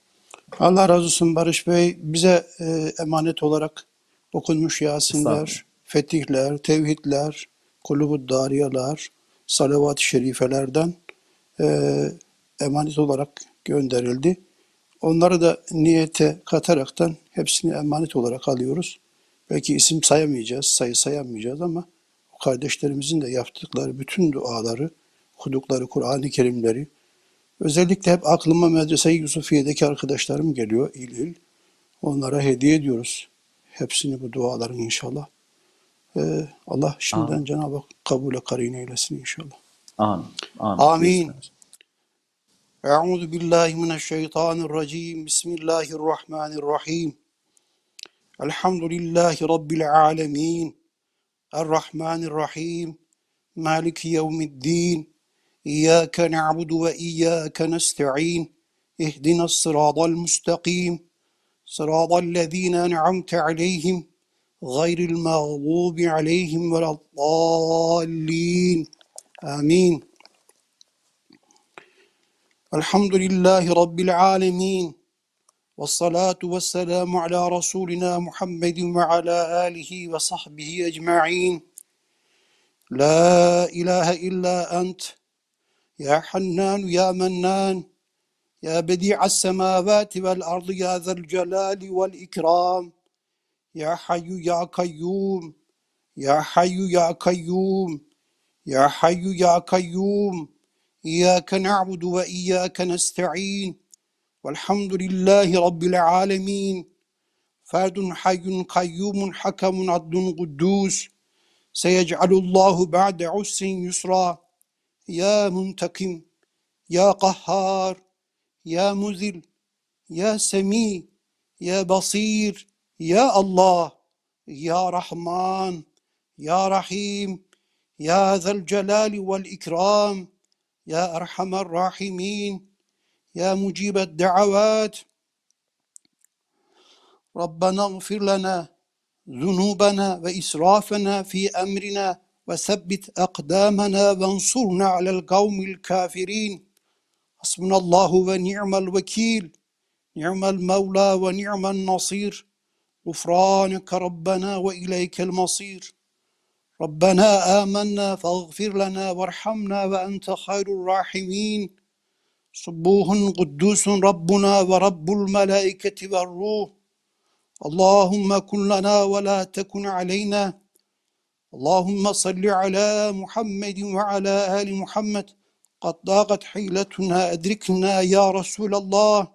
Allah razı olsun Barış Bey. Bize emanet olarak okunmuş Estağfurullah. Yasinler, fetihler, tevhidler, kulübü dariyalar, salavat-ı şerifelerden emanet olarak gönderildi. Onları da niyete kataraktan hepsini emanet olarak alıyoruz. Belki isim sayamayacağız, sayı sayamayacağız ama o kardeşlerimizin de yaptıkları bütün duaları, okudukları Kur'an-ı Kerimleri, özellikle hep aklıma Medrese-i Yusufiye'deki arkadaşlarım geliyor il il. Onlara hediye ediyoruz. Hepsini bu duaların inşallah. Allah şimdiden Amin. Cenab-ı Hak kabule karin eylesin inşallah. Amin. Amin. Amin. Buyursunlar. Euzu billahi mineşşeytanirracim. Bismillahirrahmanirrahim. Elhamdülillahi Rabbil alemin. Errahmanirrahim. Maliki yevmiddin. İyyâke na'budu ve iyyâke nesta'in. İhdinas sıratal müstakim. Sıratallezîne en'amte aleyhim. Gayril mağdubi aleyhim veleddallin. Amin. Elhamdülillahi Rabbil alemin. Vessalatu vesselamu ala Resulina Muhammedin ve ala alihi ve sahbihi ecma'in. La ilahe illa ent. Ya Hannan ya Mennan. Ya bedi'as semavati vel ardı ya zel celali vel ikram. Ya Hayyu ya Kayyum. Ya Hayyu ya Kayyum. Ya Hayyu ya Kayyum. İyyâke na'budu ve iyyâke nesta'in. Velhamdülillahi Rabbil alemin. Ferdun hayyun kayyumun hakemun adlun kuddus. Seyec'alullahu ba'de usrin yusra. Ya muntakim. Ya kahhar. Ya muzil. Ya semi. Ya basir. Ya Allah. Ya Rahman. Ya Rahim. Ya zel celali vel ikram. Ya Erhamer Rahimin. Ya Mucibed Da'avat. Rabbena gfir lana zunubana ve israfana fi emrina ve sebbit akdamana ve ansurna alel kavmil kafirin. Hasbunallahu ve ni'mel vekil. Ni'mel mevla ve ni'mel nasir. Gufraneke Rabbena ve ileykel masir. Rabbena amennâ faghfir lana varhamna ve ente hayrul rahimin. Subbuhun kuddusun Rabbuna ve Rabbul melaiketi ve ruh. Allahümme kun lana ve la tekun aleyna. Allahümme salli ala Muhammedin ve ala ali Muhammed. Kad dâgat hiletuna edrikna ya Resulallah.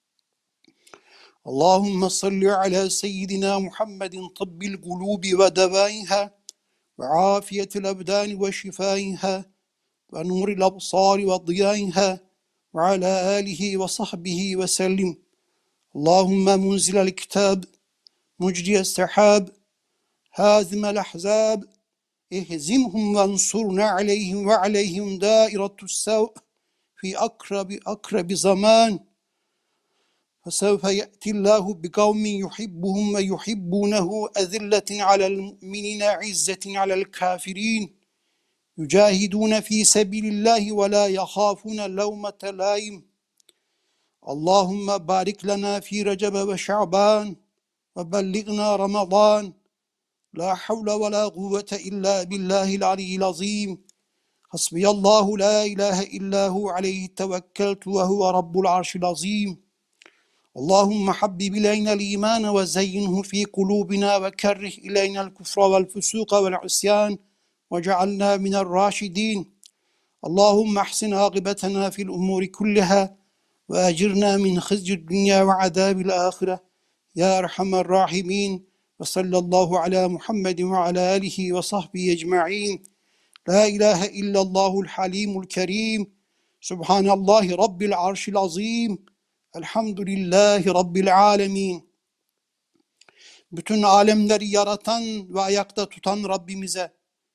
Allahümme salli ala seyyidina Muhammedin tabbil kulubi ve devaiha ve afiyetil ebdani ve şifaiha ve nuril absari ve diyaiha ve ala alihi ve sahbihi ve sellim. Allahümme munzilel kitab, mucriyes sehab, hazimel ahzab, ihzimhum ve ansurna aleyhim ve aleyhim dairetus sev fi akrabi zaman. فَسَوْفَ يَأْتِ اللّٰهُ بِقَوْمٍ يُحِبُّهُمْ وَيُحِبُّونَهُ أَذِلَّةٍ عَلَى الْمُؤْمِنِينَ عِزَّةٍ عَلَى الْكَافِرِينَ يُجَاهِدُونَ فِي سَبِيلِ اللّٰهِ وَلَا يَخَافُونَ لَوْمَةَ لَائِمٍ. اللّٰهُمَّ بَارِكْ لَنَا فِي رَجَبَ وَشَعْبَانَ وَبَلِّغْنَا رَمَضَانَ. لَا حَوْلَ وَلَا قُوَّةَ إِلَّا بِاللّٰهِ الْعَلِيِّ الْعَظِيمِ. حَسْبِيَ اللّٰهُ لَا إِلَٰهَ إِلَّا هُوَ عَلَيْهِ تَوَكَّلْتُ وَهُوَ رَبُّ الْعَرْشِ الْعَظِيمِ. اللهم حبب إلينا الإيمان وزينه في قلوبنا وكره إلينا الكفر والفسوق والعصيان وجعلنا من الراشدين. اللهم احسن عاقبتنا في الأمور كلها وأجرنا من خزي الدنيا وعذاب الآخرة يا أرحم الراحمين. وصلى الله على محمد وعلى آله وصحبه أجمعين. لا إله إلا الله الحليم الكريم. سبحان الله رب العرش العظيم. Elhamdülillahi Rabbil alemin. Bütün alemleri yaratan ve ayakta tutan Rabbimize,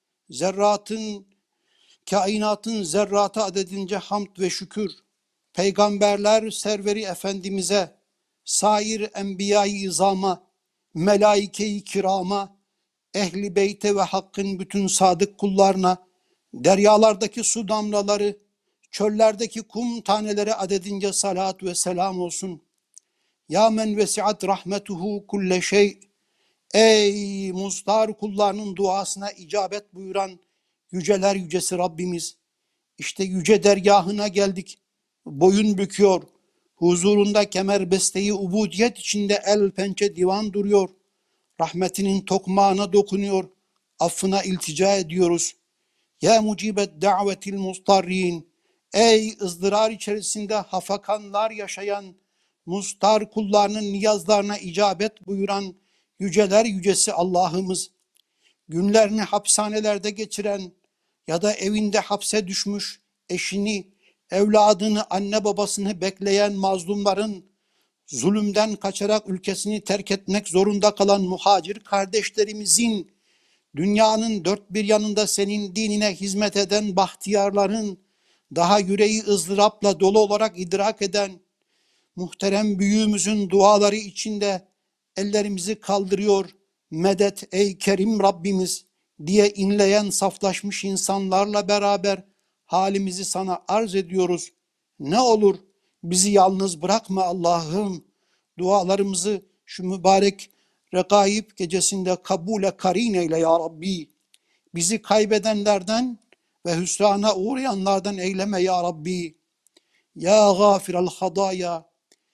kainatın zerratı adedince hamd ve şükür, peygamberler serveri Efendimiz'e, sair enbiya-i izama, melaike-i kirama, ehli beyte ve hakkın bütün sadık kullarına, deryalardaki su damlaları, çöllerdeki kum taneleri adedince salat ve selam olsun. Ya men vesiat rahmetuhu kulle şey. Ey muzdar kullarının duasına icabet buyuran yüceler yücesi Rabbimiz. İşte yüce dergahına geldik. Boyun büküyor. Huzurunda kemerbesteyi ubudiyet içinde el pençe divan duruyor. Rahmetinin tokmağına dokunuyor. Affına iltica ediyoruz. Ya mucibet davetil mustarrin. Ey ızdırar içerisinde hafakanlar yaşayan mustar kullarının niyazlarına icabet buyuran yüceler yücesi Allah'ımız. Günlerini hapishanelerde geçiren ya da evinde hapse düşmüş eşini, evladını, anne babasını bekleyen mazlumların, zulümden kaçarak ülkesini terk etmek zorunda kalan muhacir kardeşlerimizin, dünyanın dört bir yanında senin dinine hizmet eden bahtiyarların, daha yüreği ızdırapla dolu olarak idrak eden muhterem büyüğümüzün duaları içinde ellerimizi kaldırıyor, medet ey kerim Rabbimiz diye inleyen saflaşmış insanlarla beraber halimizi sana arz ediyoruz. Ne olur bizi yalnız bırakma Allah'ım. Dualarımızı şu mübarek Regaib gecesinde kabule karin eyle ya Rabbi. Bizi kaybedenlerden ve hüsrana uğrayanlardan eyleme ya Rabbi. Ya gafirel hadaya.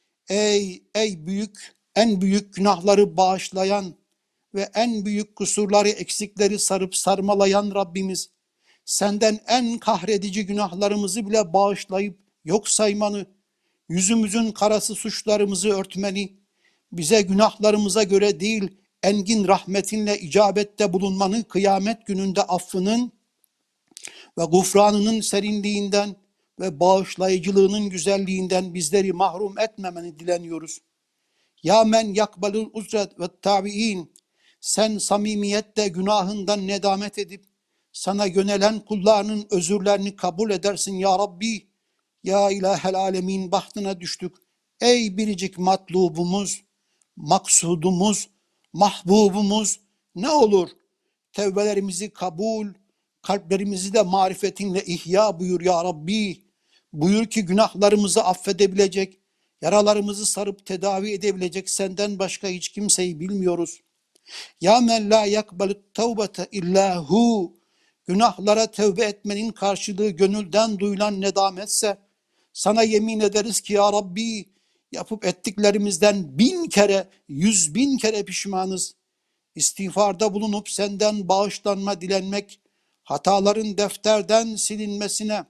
Ey büyük, en büyük günahları bağışlayan ve en büyük kusurları, eksikleri sarıp sarmalayan Rabbimiz, senden en kahredici günahlarımızı bile bağışlayıp yok saymanı, yüzümüzün karası suçlarımızı örtmeni, bize günahlarımıza göre değil, engin rahmetinle icabette bulunmanı, kıyamet gününde affının ve gufranının serinliğinden ve bağışlayıcılığının güzelliğinden bizleri mahrum etmemeni dileniyoruz. Ya men yakbalul uzret ve tabi'in. Sen samimiyetle günahından nedamet edip sana yönelen kullarının özürlerini kabul edersin ya Rabbi. Ya ilahel alemin bahtına düştük. Ey biricik matlubumuz, maksudumuz, mahbubumuz, ne olur tevbelerimizi kabul, kalplerimizi de marifetinle ihya buyur ya Rabbi. Buyur ki günahlarımızı affedebilecek, yaralarımızı sarıp tedavi edebilecek senden başka hiç kimseyi bilmiyoruz. Ya men la yakbalut tevbete illa hu. Günahlara tevbe etmenin karşılığı gönülden duyulan nedametse, sana yemin ederiz ki ya Rabbi, yapıp ettiklerimizden 1000 kere, 100.000 kere pişmanız. İstiğfarda bulunup senden bağışlanma dilenmek, hataların defterden silinmesine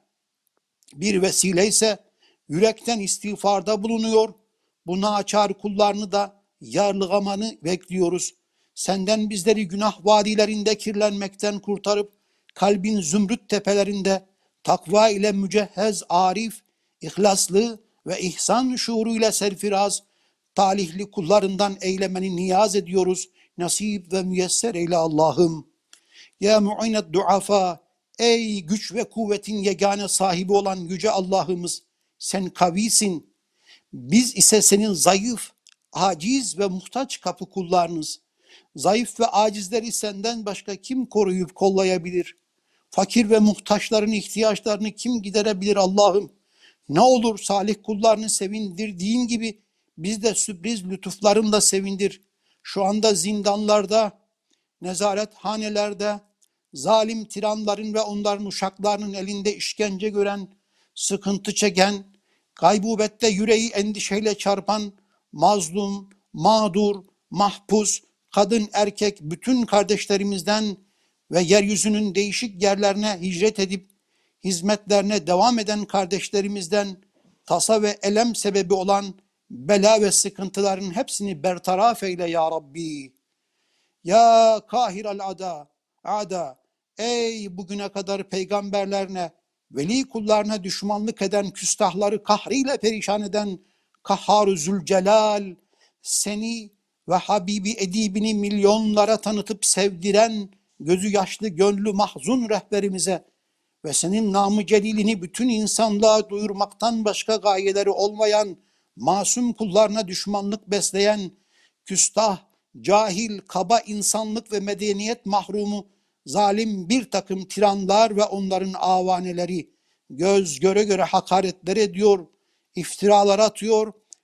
bir vesile ise yürekten istiğfarda bulunuyor. Bu naçar kullarını da yarlıgamanı bekliyoruz. Senden bizleri günah vadilerinde kirlenmekten kurtarıp kalbin zümrüt tepelerinde takva ile mücehhez, arif, ihlaslı ve ihsan şuuruyla serfiraz, talihli kullarından eylemeni niyaz ediyoruz. Nasip ve müyesser eyle Allah'ım. Ya mu'inet duafa, ey güç ve kuvvetin yegane sahibi olan yüce Allah'ımız, sen kavisin. Biz ise senin zayıf, aciz ve muhtaç kapı kullarınız. Zayıf ve acizleri senden başka kim koruyup kollayabilir? Fakir ve muhtaçların ihtiyaçlarını kim giderebilir Allah'ım? Ne olur salih kullarını sevindirdiğin gibi biz de sürpriz lütuflarınla sevindir. Şu anda zindanlarda, nezarethanelerde, zalim tiranların ve onların uşaklarının elinde işkence gören, sıkıntı çeken, gaybubette yüreği endişeyle çarpan, mazlum, mağdur, mahpus, kadın, erkek, bütün kardeşlerimizden ve yeryüzünün değişik yerlerine hicret edip hizmetlerine devam eden kardeşlerimizden tasa ve elem sebebi olan bela ve sıkıntıların hepsini bertaraf eyle ya Rabbi. Ya kahiral ada, ey bugüne kadar peygamberlerine, veli kullarına düşmanlık eden, küstahları kahriyle perişan eden Kahhar-ı Zülcelal, seni ve Habibi edibini milyonlara tanıtıp sevdiren gözü yaşlı gönlü mahzun rehberimize ve senin namı celilini bütün insanlığa duyurmaktan başka gayeleri olmayan masum kullarına düşmanlık besleyen küstah, cahil, kaba insanlık ve medeniyet mahrumu zalim bir takım tiranlar ve onların avaneleri göz göre göre hakaretler ediyor, iftiralar atıyor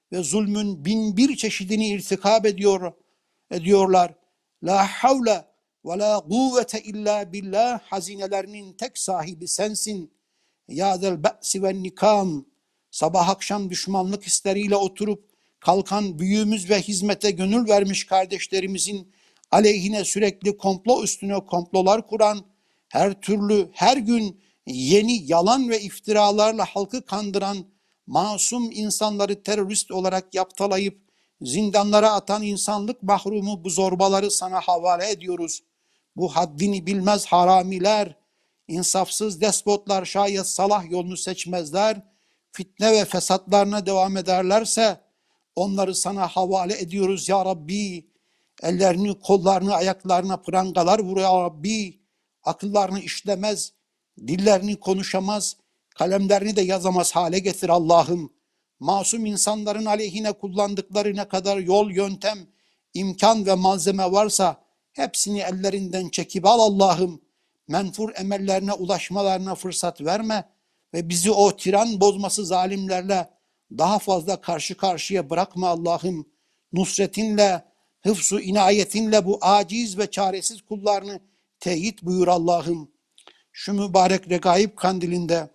ve zulmün bin bir çeşidini irtikab ediyorlar. La havle ve la kuvvete illa billah, hazinelerinin tek sahibi sensin. Ya del be'si ve nikam, sabah akşam düşmanlık hisleriyle oturup kalkan büyüğümüz ve hizmete gönül vermiş kardeşlerimizin aleyhine sürekli komplo üstüne komplolar kuran, her türlü her gün yeni yalan ve iftiralarla halkı kandıran, masum insanları terörist olarak yaptalayıp zindanlara atan insanlık mahrumu bu zorbaları sana havale ediyoruz. Bu haddini bilmez haramiler, insafsız despotlar şayet salah yolunu seçmezler, fitne ve fesatlarına devam ederlerse onları sana havale ediyoruz ya Rabbi. Ellerini, kollarını, ayaklarına prangalar vur ya Rabbi. Akıllarını işlemez, dillerini konuşamaz, kalemlerini de yazamaz hale getir Allah'ım. Masum insanların aleyhine kullandıkları ne kadar yol, yöntem, imkan ve malzeme varsa hepsini ellerinden çekip al Allah'ım. Menfur emellerine ulaşmalarına fırsat verme ve bizi o tiran bozması zalimlerle daha fazla karşı karşıya bırakma Allah'ım. Nusretinle, hıfzu inayetinle bu aciz ve çaresiz kullarını teyit buyur Allah'ım. Şu mübarek regaib kandilinde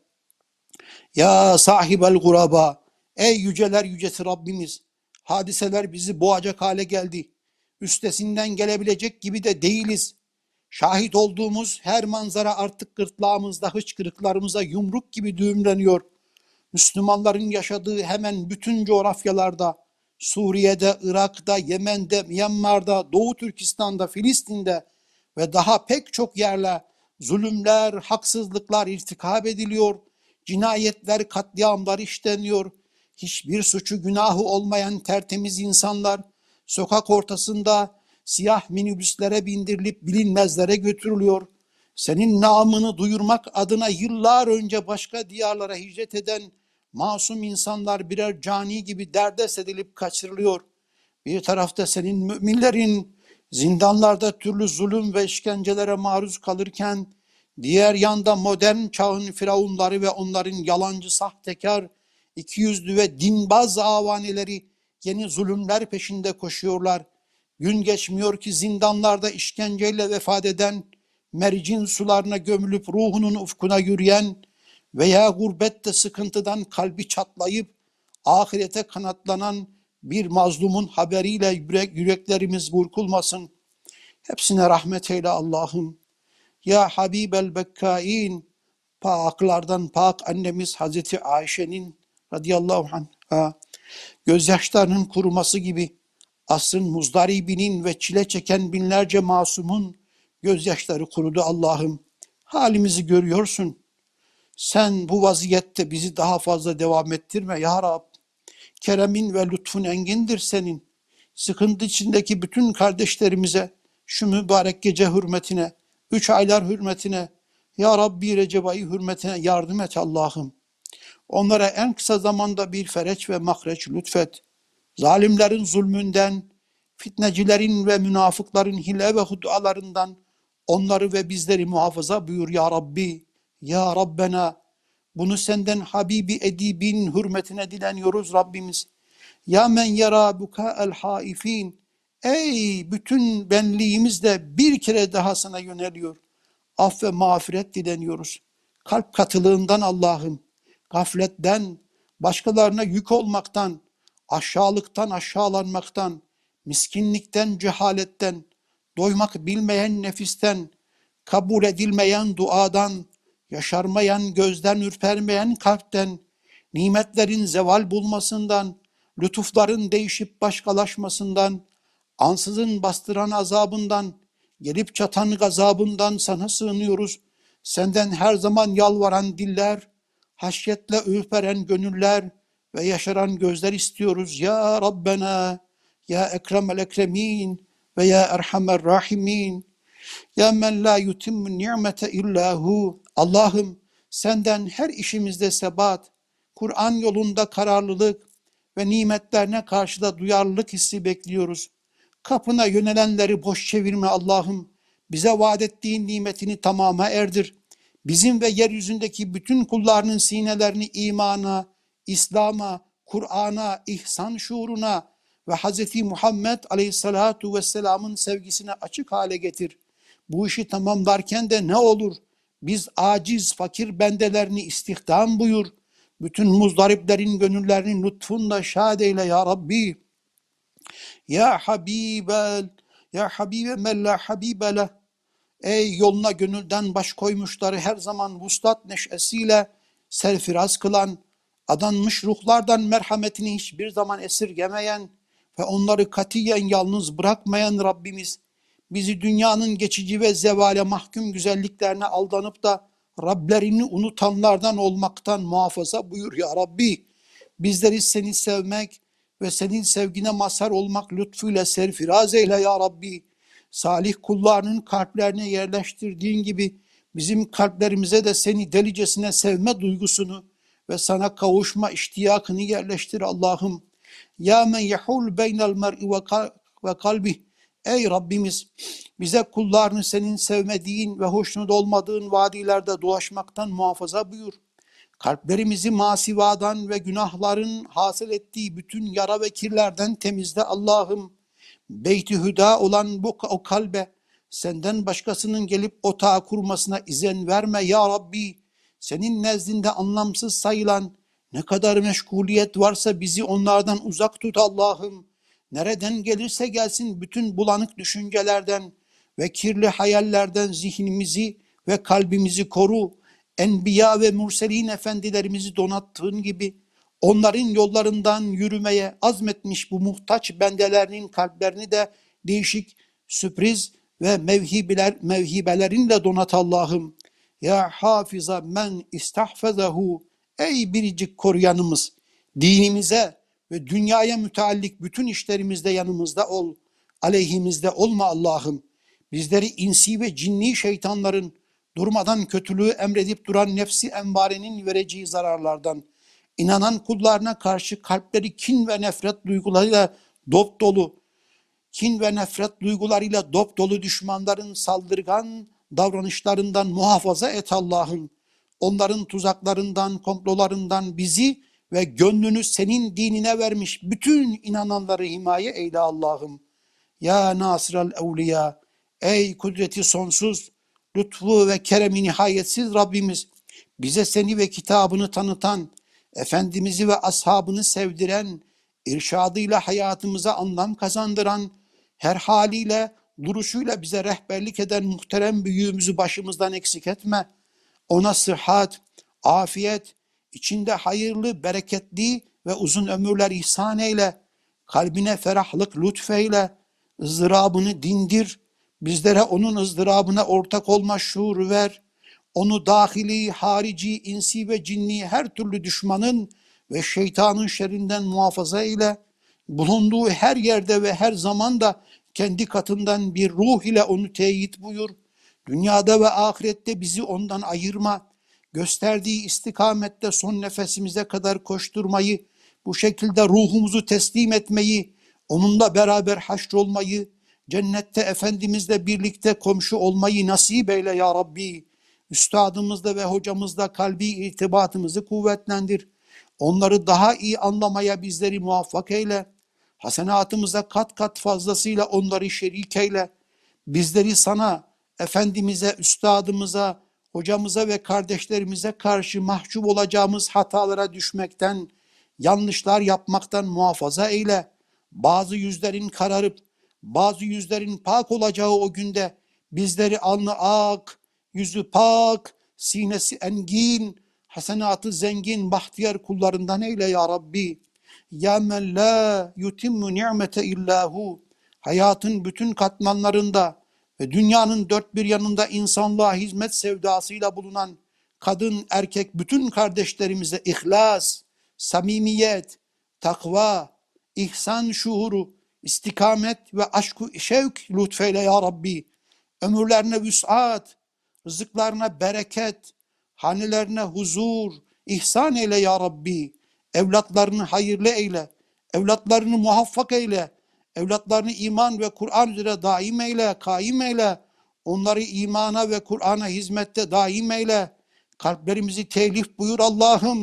ya sahibel guraba, ey yüceler yücesi Rabbimiz, hadiseler bizi boğacak hale geldi. Üstesinden gelebilecek gibi de değiliz. Şahit olduğumuz her manzara artık gırtlağımızda hıçkırıklarımıza yumruk gibi düğümleniyor. Müslümanların yaşadığı hemen bütün coğrafyalarda, Suriye'de, Irak'ta, Yemen'de, Myanmar'da, Doğu Türkistan'da, Filistin'de ve daha pek çok yerle zulümler, haksızlıklar irtikab ediliyor, cinayetler, katliamlar işleniyor. Hiçbir suçu günahı olmayan tertemiz insanlar sokak ortasında siyah minibüslere bindirilip bilinmezlere götürülüyor. Senin namını duyurmak adına yıllar önce başka diyarlara hicret eden masum insanlar birer cani gibi derdest edilip kaçırılıyor. Bir tarafta senin müminlerin zindanlarda türlü zulüm ve işkencelere maruz kalırken, diğer yanda modern çağın firavunları ve onların yalancı, sahtekar, ikiyüzlü ve dinbaz avaneleri yeni zulümler peşinde koşuyorlar. Gün geçmiyor ki zindanlarda işkenceyle vefat eden, mercin sularına gömülüp ruhunun ufkuna yürüyen veya gurbette sıkıntıdan kalbi çatlayıp ahirete kanatlanan bir mazlumun haberiyle yüreklerimiz burkulmasın. Hepsine rahmet eyle Allah'ım. Ya Habibel Bekkain, paklardan pak annemiz Hazreti Ayşe'nin radıyallahu anha gözyaşlarının kuruması gibi asrın muzdaribinin ve çile çeken binlerce masumun gözyaşları kurudu Allah'ım. Halimizi görüyorsun. Sen bu vaziyette bizi daha fazla devam ettirme ya Rab. Keremin ve lütfun engindir senin. Sıkıntı içindeki bütün kardeşlerimize şu mübarek gece hürmetine, 3 aylar hürmetine, ya Rabbi Recep ayı hürmetine yardım et Allah'ım. Onlara en kısa zamanda bir fereç ve mahreç lütfet. Zalimlerin zulmünden, fitnecilerin ve münafıkların hile ve hudalarından onları ve bizleri muhafaza buyur ya Rabbi. Ya Rabbena, bunu senden Habibi Edib'in hürmetine dileniyoruz Rabbimiz. Ya men yara buka'el haifin, ey bütün benliğimizle bir kere daha sana yöneliyor. Af ve mağfiret dileniyoruz. Kalp katılığından Allah'ım, gafletten, başkalarına yük olmaktan, aşağılıktan, aşağılanmaktan, miskinlikten, cehaletten, doymak bilmeyen nefisten, kabul edilmeyen duadan, yaşarmayan gözden, ürpermeyen kalpten, nimetlerin zeval bulmasından, lütufların değişip başkalaşmasından, ansızın bastıran azabından, gelip çatan gazabından sana sığınıyoruz. Senden her zaman yalvaran diller, haşyetle ürperen gönüller ve yaşaran gözler istiyoruz. Ya Rabbena, ya Ekremel Ekremin ve ya Erhamer Rahimin. Ya men la yutimmu ni'mete illahu. Allah'ım senden her işimizde sebat, Kur'an yolunda kararlılık ve nimetlerine karşı da duyarlılık hissi bekliyoruz. Kapına yönelenleri boş çevirme Allah'ım. Bize vaat ettiğin nimetini tamama erdir. Bizim ve yeryüzündeki bütün kullarının sinelerini imana, İslam'a, Kur'an'a, ihsan şuuruna ve Hz. Muhammed Aleyhisselatu Vesselam'ın sevgisine açık hale getir. Bu işi tamamlarken de ne olur? Biz aciz, fakir bendelerini istihdam buyur. Bütün muzdariplerin gönüllerini lütfunla şad eyle ya Rabbi. Ya Habibe men la habibele. Ey yoluna gönülden baş koymuşları her zaman vuslat neşesiyle serfiraz kılan, adanmış ruhlardan merhametini hiçbir zaman esirgemeyen ve onları katiyen yalnız bırakmayan Rabbimiz, bizi dünyanın geçici ve zevale mahkum güzelliklerine aldanıp da Rablerini unutanlardan olmaktan muhafaza buyur ya Rabbi. Bizleri seni sevmek ve senin sevgine mazhar olmak lütfuyla serfiraz eyle ya Rabbi. Salih kullarının kalplerine yerleştirdiğin gibi bizim kalplerimize de seni delicesine sevme duygusunu ve sana kavuşma iştiyakını yerleştir Allah'ım. Ya men yehul beynel mer'i ve kalbih. Ey Rabbimiz, bize kullarını senin sevmediğin ve hoşnut olmadığın vadilerde dolaşmaktan muhafaza buyur. Kalplerimizi masivadan ve günahların hasıl ettiği bütün yara ve kirlerden temizle Allah'ım. Beyt-i Hüda olan o kalbe senden başkasının gelip otağı kurmasına izin verme ya Rabbi. Senin nezdinde anlamsız sayılan ne kadar meşguliyet varsa bizi onlardan uzak tut Allah'ım. Nereden gelirse gelsin bütün bulanık düşüncelerden ve kirli hayallerden zihnimizi ve kalbimizi koru. Enbiya ve Murselin efendilerimizi donattığın gibi onların yollarından yürümeye azmetmiş bu muhtaç bendelerinin kalplerini de değişik, sürpriz ve mevhibelerinle donat Allah'ım. Ya hafiza men istahfezehu. Ey biricik koruyanımız, dinimize ve dünyaya müteallik bütün işlerimizde yanımızda ol. Aleyhimizde olma Allah'ım. Bizleri insi ve cinni şeytanların durmadan kötülüğü emredip duran nefsi emmarenin vereceği zararlardan, inanan kullarına karşı kalpleri kin ve nefret duygularıyla dop dolu düşmanların saldırgan davranışlarından muhafaza et Allah'ım. Onların tuzaklarından, komplolarından bizi ve gönlünü senin dinine vermiş bütün inananları himaye eyle Allah'ım. Ya Nasral Evliya, ey kudreti sonsuz, lütfu ve keremi nihayetsiz Rabbimiz, bize seni ve kitabını tanıtan, Efendimiz'i ve ashabını sevdiren, irşadıyla hayatımıza anlam kazandıran, her haliyle, duruşuyla bize rehberlik eden muhterem büyüğümüzü başımızdan eksik etme. Ona sıhhat, afiyet, içinde hayırlı, bereketli ve uzun ömürler ihsan eyle. Kalbine ferahlık lütfeyle, ızdırabını dindir. Bizlere onun ızdırabına ortak olma şuuru ver. Onu dahili, harici, insi ve cinni her türlü düşmanın ve şeytanın şerrinden muhafaza eyle. Bulunduğu her yerde ve her zamanda kendi katından bir ruh ile onu teyit buyur. Dünyada ve ahirette bizi ondan ayırma. Gösterdiği istikamette son nefesimize kadar koşturmayı, bu şekilde ruhumuzu teslim etmeyi, onunla beraber haşrolmayı, cennette Efendimizle birlikte komşu olmayı nasip eyle ya Rabbi. Üstadımızla ve hocamızla kalbi irtibatımızı kuvvetlendir. Onları daha iyi anlamaya bizleri muvaffak eyle. Hasenatımıza kat kat fazlasıyla onları şerik eyle. Bizleri sana, Efendimiz'e, üstadımıza, hocamıza ve kardeşlerimize karşı mahcup olacağımız hatalara düşmekten, yanlışlar yapmaktan muhafaza eyle. Bazı yüzlerin kararıp, bazı yüzlerin pak olacağı o günde bizleri alnı ak, yüzü pak, sinesi engin, hasenatı zengin, bahtiyar kullarından eyle ya Rabbi. Ya men la yutimmu ni'mete illahu. Hayatın bütün katmanlarında ve dünyanın dört bir yanında insanlığa hizmet sevdasıyla bulunan kadın, erkek bütün kardeşlerimize ihlas, samimiyet, takva, ihsan şuuru, istikamet ve aşk-ı şevk lütfeyle ya Rabbi. Ömürlerine vüs'at, rızıklarına bereket, hanelerine huzur, ihsan eyle ya Rabbi. Evlatlarını hayırlı eyle, evlatlarını muvaffak eyle, evlatlarını iman ve Kur'an üzere daim eyle, kaim eyle. Onları imana ve Kur'an'a hizmette daim eyle. Kalplerimizi telif buyur Allah'ım.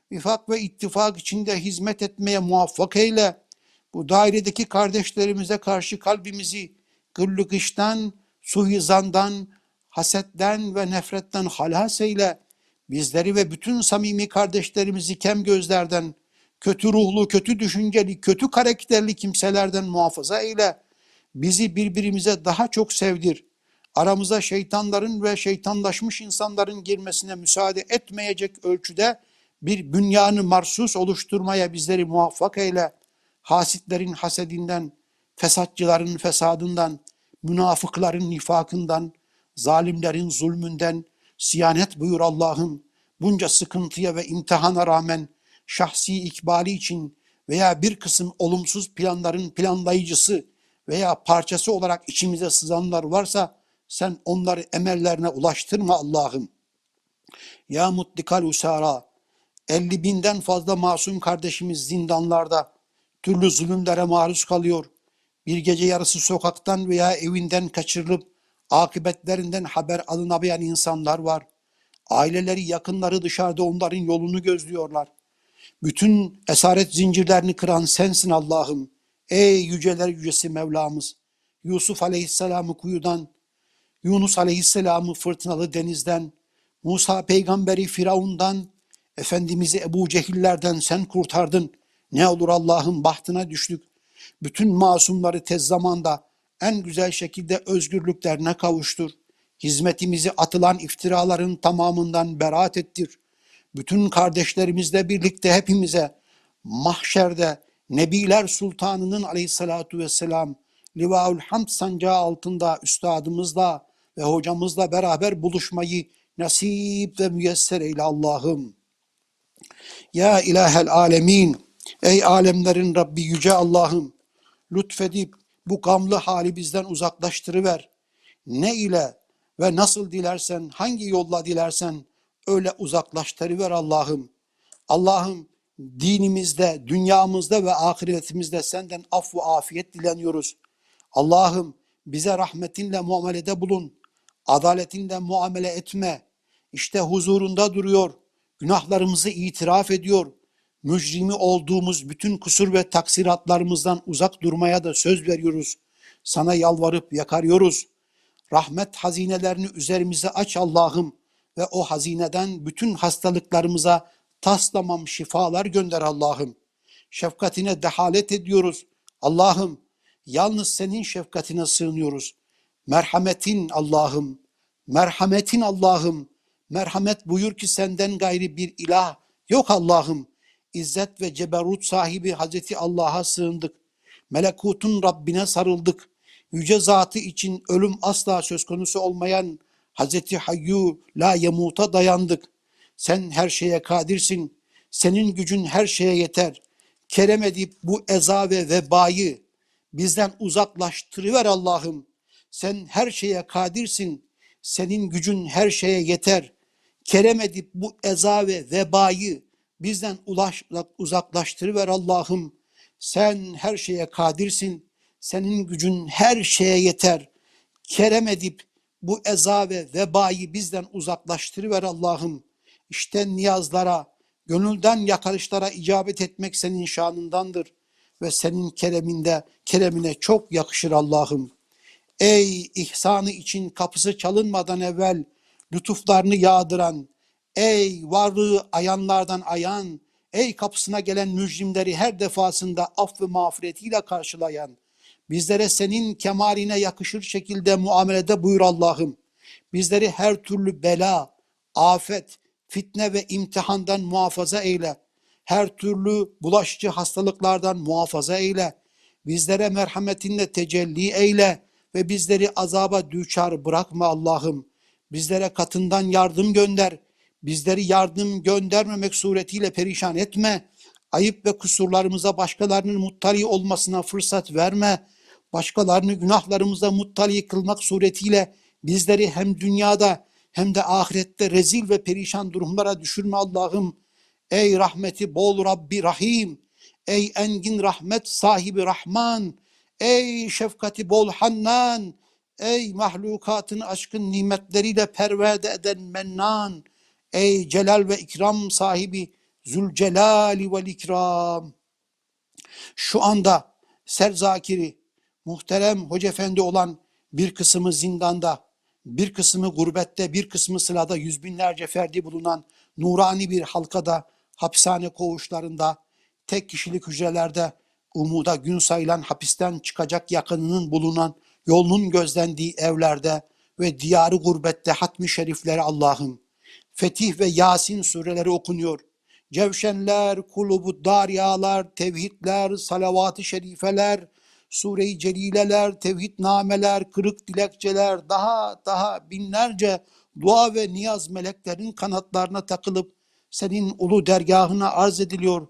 vifak ve ittifak içinde hizmet etmeye muvaffak eyle. Bu dairedeki kardeşlerimize karşı kalbimizi gıllük işten, suizandan, hasetten ve nefretten halas eyle. Bizleri ve bütün samimi kardeşlerimizi kem gözlerden, kötü ruhlu, kötü düşünceli, kötü karakterli kimselerden muhafaza eyle. Bizi birbirimize daha çok sevdir. Aramıza şeytanların ve şeytanlaşmış insanların girmesine müsaade etmeyecek ölçüde bir bünyanı marsus oluşturmaya bizleri muvaffak eyle. Hasitlerin hasedinden, fesatçıların fesadından, münafıkların nifakından, zalimlerin zulmünden siyanet buyur Allah'ım. Bunca sıkıntıya ve imtihana rağmen şahsi ikbali için veya bir kısım olumsuz planların planlayıcısı veya parçası olarak içimize sızanlar varsa sen onları emellerine ulaştırma Allah'ım. Ya mutlikal usara, 50.000'den fazla masum kardeşimiz zindanlarda, türlü zulümlere maruz kalıyor. Bir gece yarısı sokaktan veya evinden kaçırılıp akıbetlerinden haber alınamayan insanlar var. Aileleri, yakınları dışarıda onların yolunu gözlüyorlar. Bütün esaret zincirlerini kıran sensin Allah'ım. Ey yüceler yücesi Mevlamız. Yusuf Aleyhisselam'ı kuyudan, Yunus Aleyhisselam'ı fırtınalı denizden, Musa peygamberi Firavun'dan, Efendimiz'i Ebu Cehillerden sen kurtardın. Ne olur Allah'ın bahtına düştük. Bütün masumları tez zamanda en güzel şekilde özgürlüklerine kavuştur. Hizmetimizi atılan iftiraların tamamından beraat ettir. Bütün kardeşlerimizle birlikte hepimize mahşerde Nebiler Sultanı'nın aleyhissalatu vesselam Livaül Hamd sancağı altında üstadımızla ve hocamızla beraber buluşmayı nasip ve müyesser eyle Allah'ım. Ya ilahel alemin, ey alemlerin Rabbi yüce Allah'ım, lütfedip bu gamlı hali bizden uzaklaştırıver. Ne ile ve nasıl dilersen, hangi yolla dilersen öyle uzaklaştırıver Allah'ım. Allah'ım dinimizde, dünyamızda ve ahiretimizde senden af ve afiyet dileniyoruz. Allah'ım bize rahmetinle muamelede bulun. Adaletinle muamele etme. İşte huzurunda duruyor. Günahlarımızı itiraf ediyor. Mücrimi olduğumuz bütün kusur ve taksiratlarımızdan uzak durmaya da söz veriyoruz. Sana yalvarıp yakarıyoruz. Rahmet hazinelerini üzerimize aç Allah'ım ve o hazineden bütün hastalıklarımıza taslamam şifalar gönder Allah'ım. Şefkatine dehalet ediyoruz. Allah'ım yalnız senin şefkatine sığınıyoruz. Merhametin Allah'ım, merhametin Allah'ım, merhamet buyur ki senden gayri bir ilah yok Allah'ım. İzzet ve ceberut sahibi Hazreti Allah'a sığındık. Melekutun Rabbine sarıldık. Yüce zatı için ölüm asla söz konusu olmayan Hazreti Hayyu la yemuta dayandık. Sen her şeye kadirsin. Senin gücün her şeye yeter. Kerem edip bu eza ve vebayı bizden uzaklaştırıver Allah'ım. Sen her şeye kadirsin. Senin gücün her şeye yeter. Kerem edip bu eza ve vebayı bizden uzaklaştırıver Allah'ım. Sen her şeye kadirsin. Senin gücün her şeye yeter. Kerem edip bu eza ve vebayı bizden uzaklaştırıver Allah'ım. İşte niyazlara, gönülden yakarışlara icabet etmek senin şanındandır. Ve senin keremine çok yakışır Allah'ım. Ey ihsanı için kapısı çalınmadan evvel lütuflarını yağdıran, ey varlığı ayanlardan ayan, ey kapısına gelen mücrimleri her defasında af ve mağfiretiyle karşılayan, bizlere senin kemaline yakışır şekilde muamelede buyur Allah'ım. Bizleri her türlü bela, afet, fitne ve imtihandan muhafaza eyle. Her türlü bulaşıcı hastalıklardan muhafaza eyle. Bizlere merhametinle tecelli eyle ve bizleri azaba düçar bırakma Allah'ım. Bizlere katından yardım gönder. Bizleri yardım göndermemek suretiyle perişan etme. Ayıp ve kusurlarımıza başkalarının muttali olmasına fırsat verme. Başkalarını günahlarımıza muttali kılmak suretiyle bizleri hem dünyada hem de ahirette rezil ve perişan durumlara düşürme Allah'ım. Ey rahmeti bol Rabbi Rahim, ey engin rahmet sahibi Rahman, ey şefkati bol Hannan, ey mahlukatın aşkın nimetleriyle perverde eden Mennan, ey celal ve ikram sahibi Zülcelali vel ikram. Şu anda serzakiri, muhterem Hoca Efendi olan bir kısmı zindanda, bir kısmı gurbette, bir kısmı sılada, yüz binlerce ferdi bulunan nurani bir halkada, hapishane koğuşlarında, tek kişilik hücrelerde, umuda gün sayılan hapisten çıkacak yakınının bulunan, yolunun gözlendiği evlerde ve diyarı gurbette hatmi şerifleri Allah'ım, Fetih ve Yasin sureleri okunuyor. Cevşenler, kulubu daryalar, tevhidler, salavat-ı şerifeler, sure-i celileler, tevhidnameler, kırık dilekçeler, daha binlerce dua ve niyaz meleklerin kanatlarına takılıp senin ulu dergahına arz ediliyor.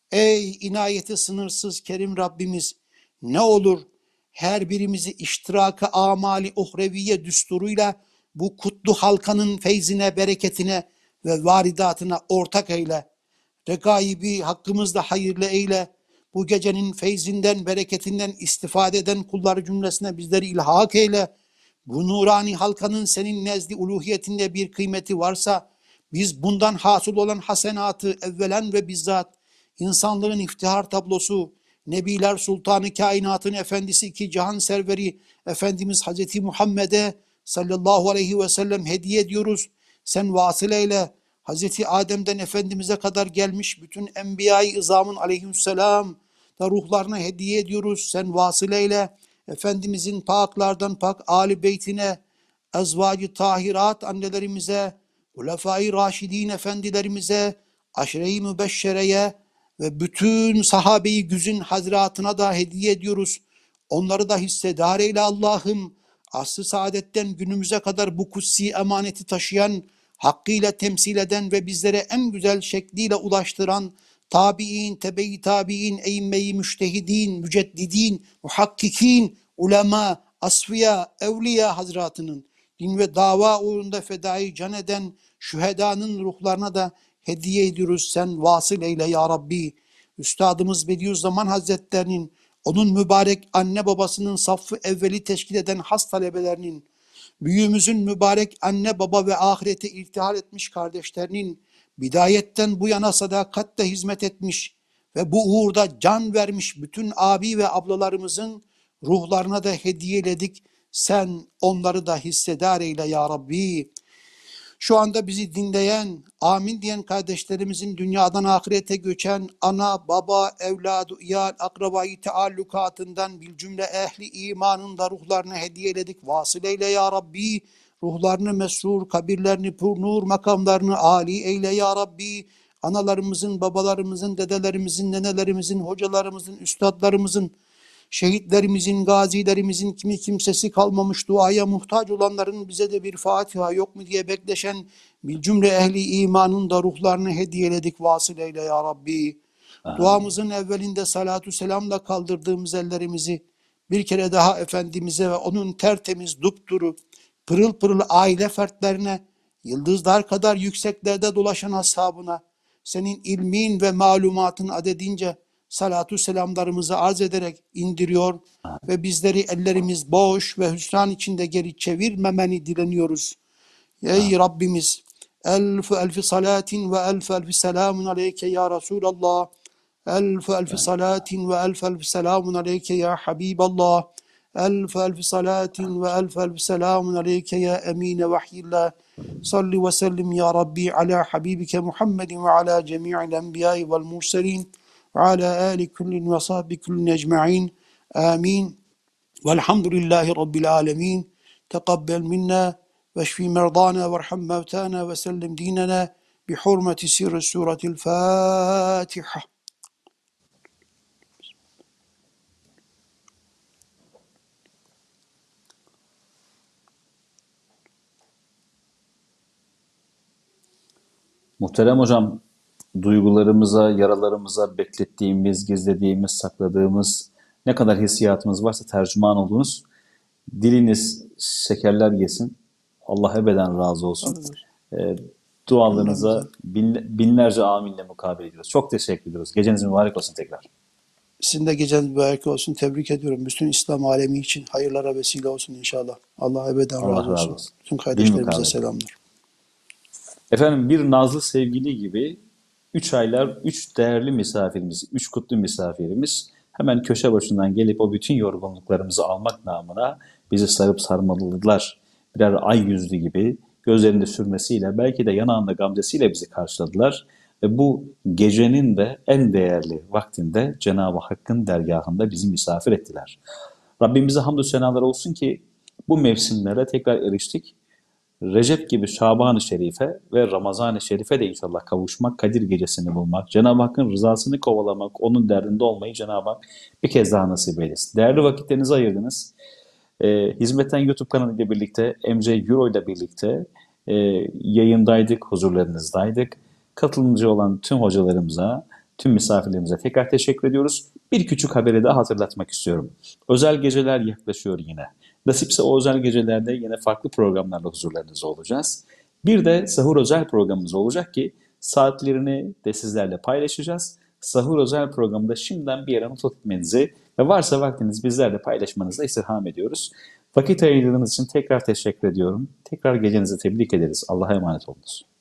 Ey inayeti sınırsız Kerim Rabbimiz, ne olur her birimizi iştirak-ı amali uhreviye düsturuyla bu kutlu halkanın feyzine, bereketine ve varidatına ortak eyle. Rekaibi hakkımızda hayırlı eyle. Bu gecenin feyzinden, bereketinden istifade eden kulları cümlesine bizleri ilhak eyle. Bu nurani halkanın senin nezdi uluhiyetinde bir kıymeti varsa, biz bundan hasıl olan hasenatı evvelen ve bizzat insanlığın iftihar tablosu, Nebiler Sultanı Kainatın Efendisi iki cihan serveri Efendimiz Hazreti Muhammed'e sallallahu aleyhi ve sellem hediye ediyoruz. Sen vasıl eyle. Hazreti Adem'den Efendimiz'e kadar gelmiş bütün Enbiya-i İzam'ın aleyhisselam da ruhlarına hediye ediyoruz. Sen vasıl eyle. Efendimizin paklardan pak Ali beytine, ezvacı tahirat annelerimize, Hulefai Raşidin efendilerimize, aşire-i mübeşşereye ve bütün sahabe-i güzin hazretine da hediye ediyoruz. Onları da hissedar eyle Allah'ım. Asr-ı saadetten günümüze kadar bu kutsi emaneti taşıyan, hakkıyla temsil eden ve bizlere en güzel şekliyle ulaştıran tabi'in, tebe-i tabi'in, eyyime-i müştehidin, müceddidin, muhakkikin, ulema, asfiya, evliya hazretinin din ve dava uğrunda fedai can eden şühedanın ruhlarına da hediye ediyoruz. Sen vasıl eyle ya Rabbi. Üstadımız Bediüzzaman Hazretlerinin, onun mübarek anne babasının saffı evveli teşkil eden has talebelerinin, büyüğümüzün mübarek anne baba ve ahirete irtihal etmiş kardeşlerinin, bidayetten bu yana sadakatle hizmet etmiş ve bu uğurda can vermiş bütün abi ve ablalarımızın ruhlarına da hediyeledik. Sen onları da hissedar eyle ya Rabbi. Şu anda bizi dinleyen, amin diyen kardeşlerimizin dünyadan ahirete göçen ana, baba, evladı, iyal, akrabayı teallukatından bil cümle ehli imanın da ruhlarına hediyeledik. Vasıl eyle ya Rabbi. Ruhlarını mesrur, kabirlerini purnur, makamlarını âli eyle ya Rabbi. Analarımızın, babalarımızın, dedelerimizin, nenelerimizin, hocalarımızın, üstadlarımızın, şehitlerimizin, gazilerimizin kimi kimsesi kalmamış duaya muhtaç olanların bize de bir Fatiha yok mu diye bekleşen bir cümle ehli imanın da ruhlarını hediyeledik. Vasıl eyle ya Rabbi. Duamızın evvelinde salatu selamla kaldırdığımız ellerimizi bir kere daha Efendimiz'e ve onun tertemiz, dupduru, pırıl pırıl aile fertlerine, yıldızlar kadar yükseklerde dolaşan ashabına, senin ilmin ve malumatın adedince salatu selamlarımızı arz ederek indiriyor ve bizleri ellerimiz boş ve hüsran içinde geri çevirmemeni dileniyoruz. Ey Rabbimiz, elf elfi salatin ve elfi selamun aleyke ya Resulallah, elfi salatin ve elfi selamun aleyke ya Habiballah, elfi salatin ve elfi selamun aleyke ya emine vahyillah. Salli ve sellim ya Rabbi ala habibike Muhammedin ve ala cemi'il enbiyai vel murselin ve ala ali kullin ve sahbi kullin ecma'in. Amin. Velhamdülillahi Rabbil alemin. Tekabbel minna ve şfi merdana ve erham mevtana ve sellim dinena bi hurmeti sirri suretil Fatiha. Muhterem hocam, duygularımıza, yaralarımıza beklettiğimiz, gizlediğimiz, sakladığımız ne kadar hissiyatımız varsa tercüman oldunuz. Diliniz şekerler yesin. Allah ebeden razı olsun. Dualarınıza binlerce aminle mukabele ediyoruz. Çok teşekkür ediyoruz. Geceniz mübarek olsun tekrar. Sizin de geceniz mübarek olsun. Tebrik ediyorum. Bütün İslam alemi için hayırlara vesile olsun inşallah. Allah ebeden Allah razı razı olsun. olsun. Bütün kardeşlerimize Bilmukabele. selamlar. Efendim bir nazlı sevgili gibi 3 aylar 3 değerli misafirimiz, 3 kutlu misafirimiz hemen köşe başından gelip o bütün yorgunluklarımızı almak namına bizi sarıp sarmaladılar. Birer ay yüzlü gibi gözlerinde sürmesiyle belki de yanağında gamzesiyle bizi karşıladılar. Ve bu gecenin de en değerli vaktinde Cenab-ı Hakk'ın dergahında bizi misafir ettiler. Rabbimize hamdü senalar olsun ki bu mevsimlere tekrar eriştik. Recep gibi Şaban-ı Şerife ve Ramazan-ı Şerife de inşallah kavuşmak, Kadir Gecesi'ni bulmak, Cenab-ı Hakk'ın rızasını kovalamak, onun derdinde olmayı Cenab-ı Hak bir kez daha nasip eylesin. Değerli vakitlerinizi ayırdınız. Hizmetten YouTube kanalıyla birlikte, MC Euro ile birlikte yayındaydık, huzurlarınızdaydık. Katılımcı olan tüm hocalarımıza, tüm misafirlerimize tekrar teşekkür ediyoruz. Bir küçük haberi daha hatırlatmak istiyorum. Özel geceler yaklaşıyor yine. Nasipse o özel gecelerde yine farklı programlarla huzurlarınızda olacağız. Bir de sahur özel programımız olacak ki saatlerini de sizlerle paylaşacağız. Sahur özel programında şimdiden bir yere not etmenizi ve varsa vaktiniz bizlerle paylaşmanızı istirham ediyoruz. Vakit ayırdığınız için tekrar teşekkür ediyorum. Tekrar gecenizi tebrik ederiz. Allah'a emanet olunuz.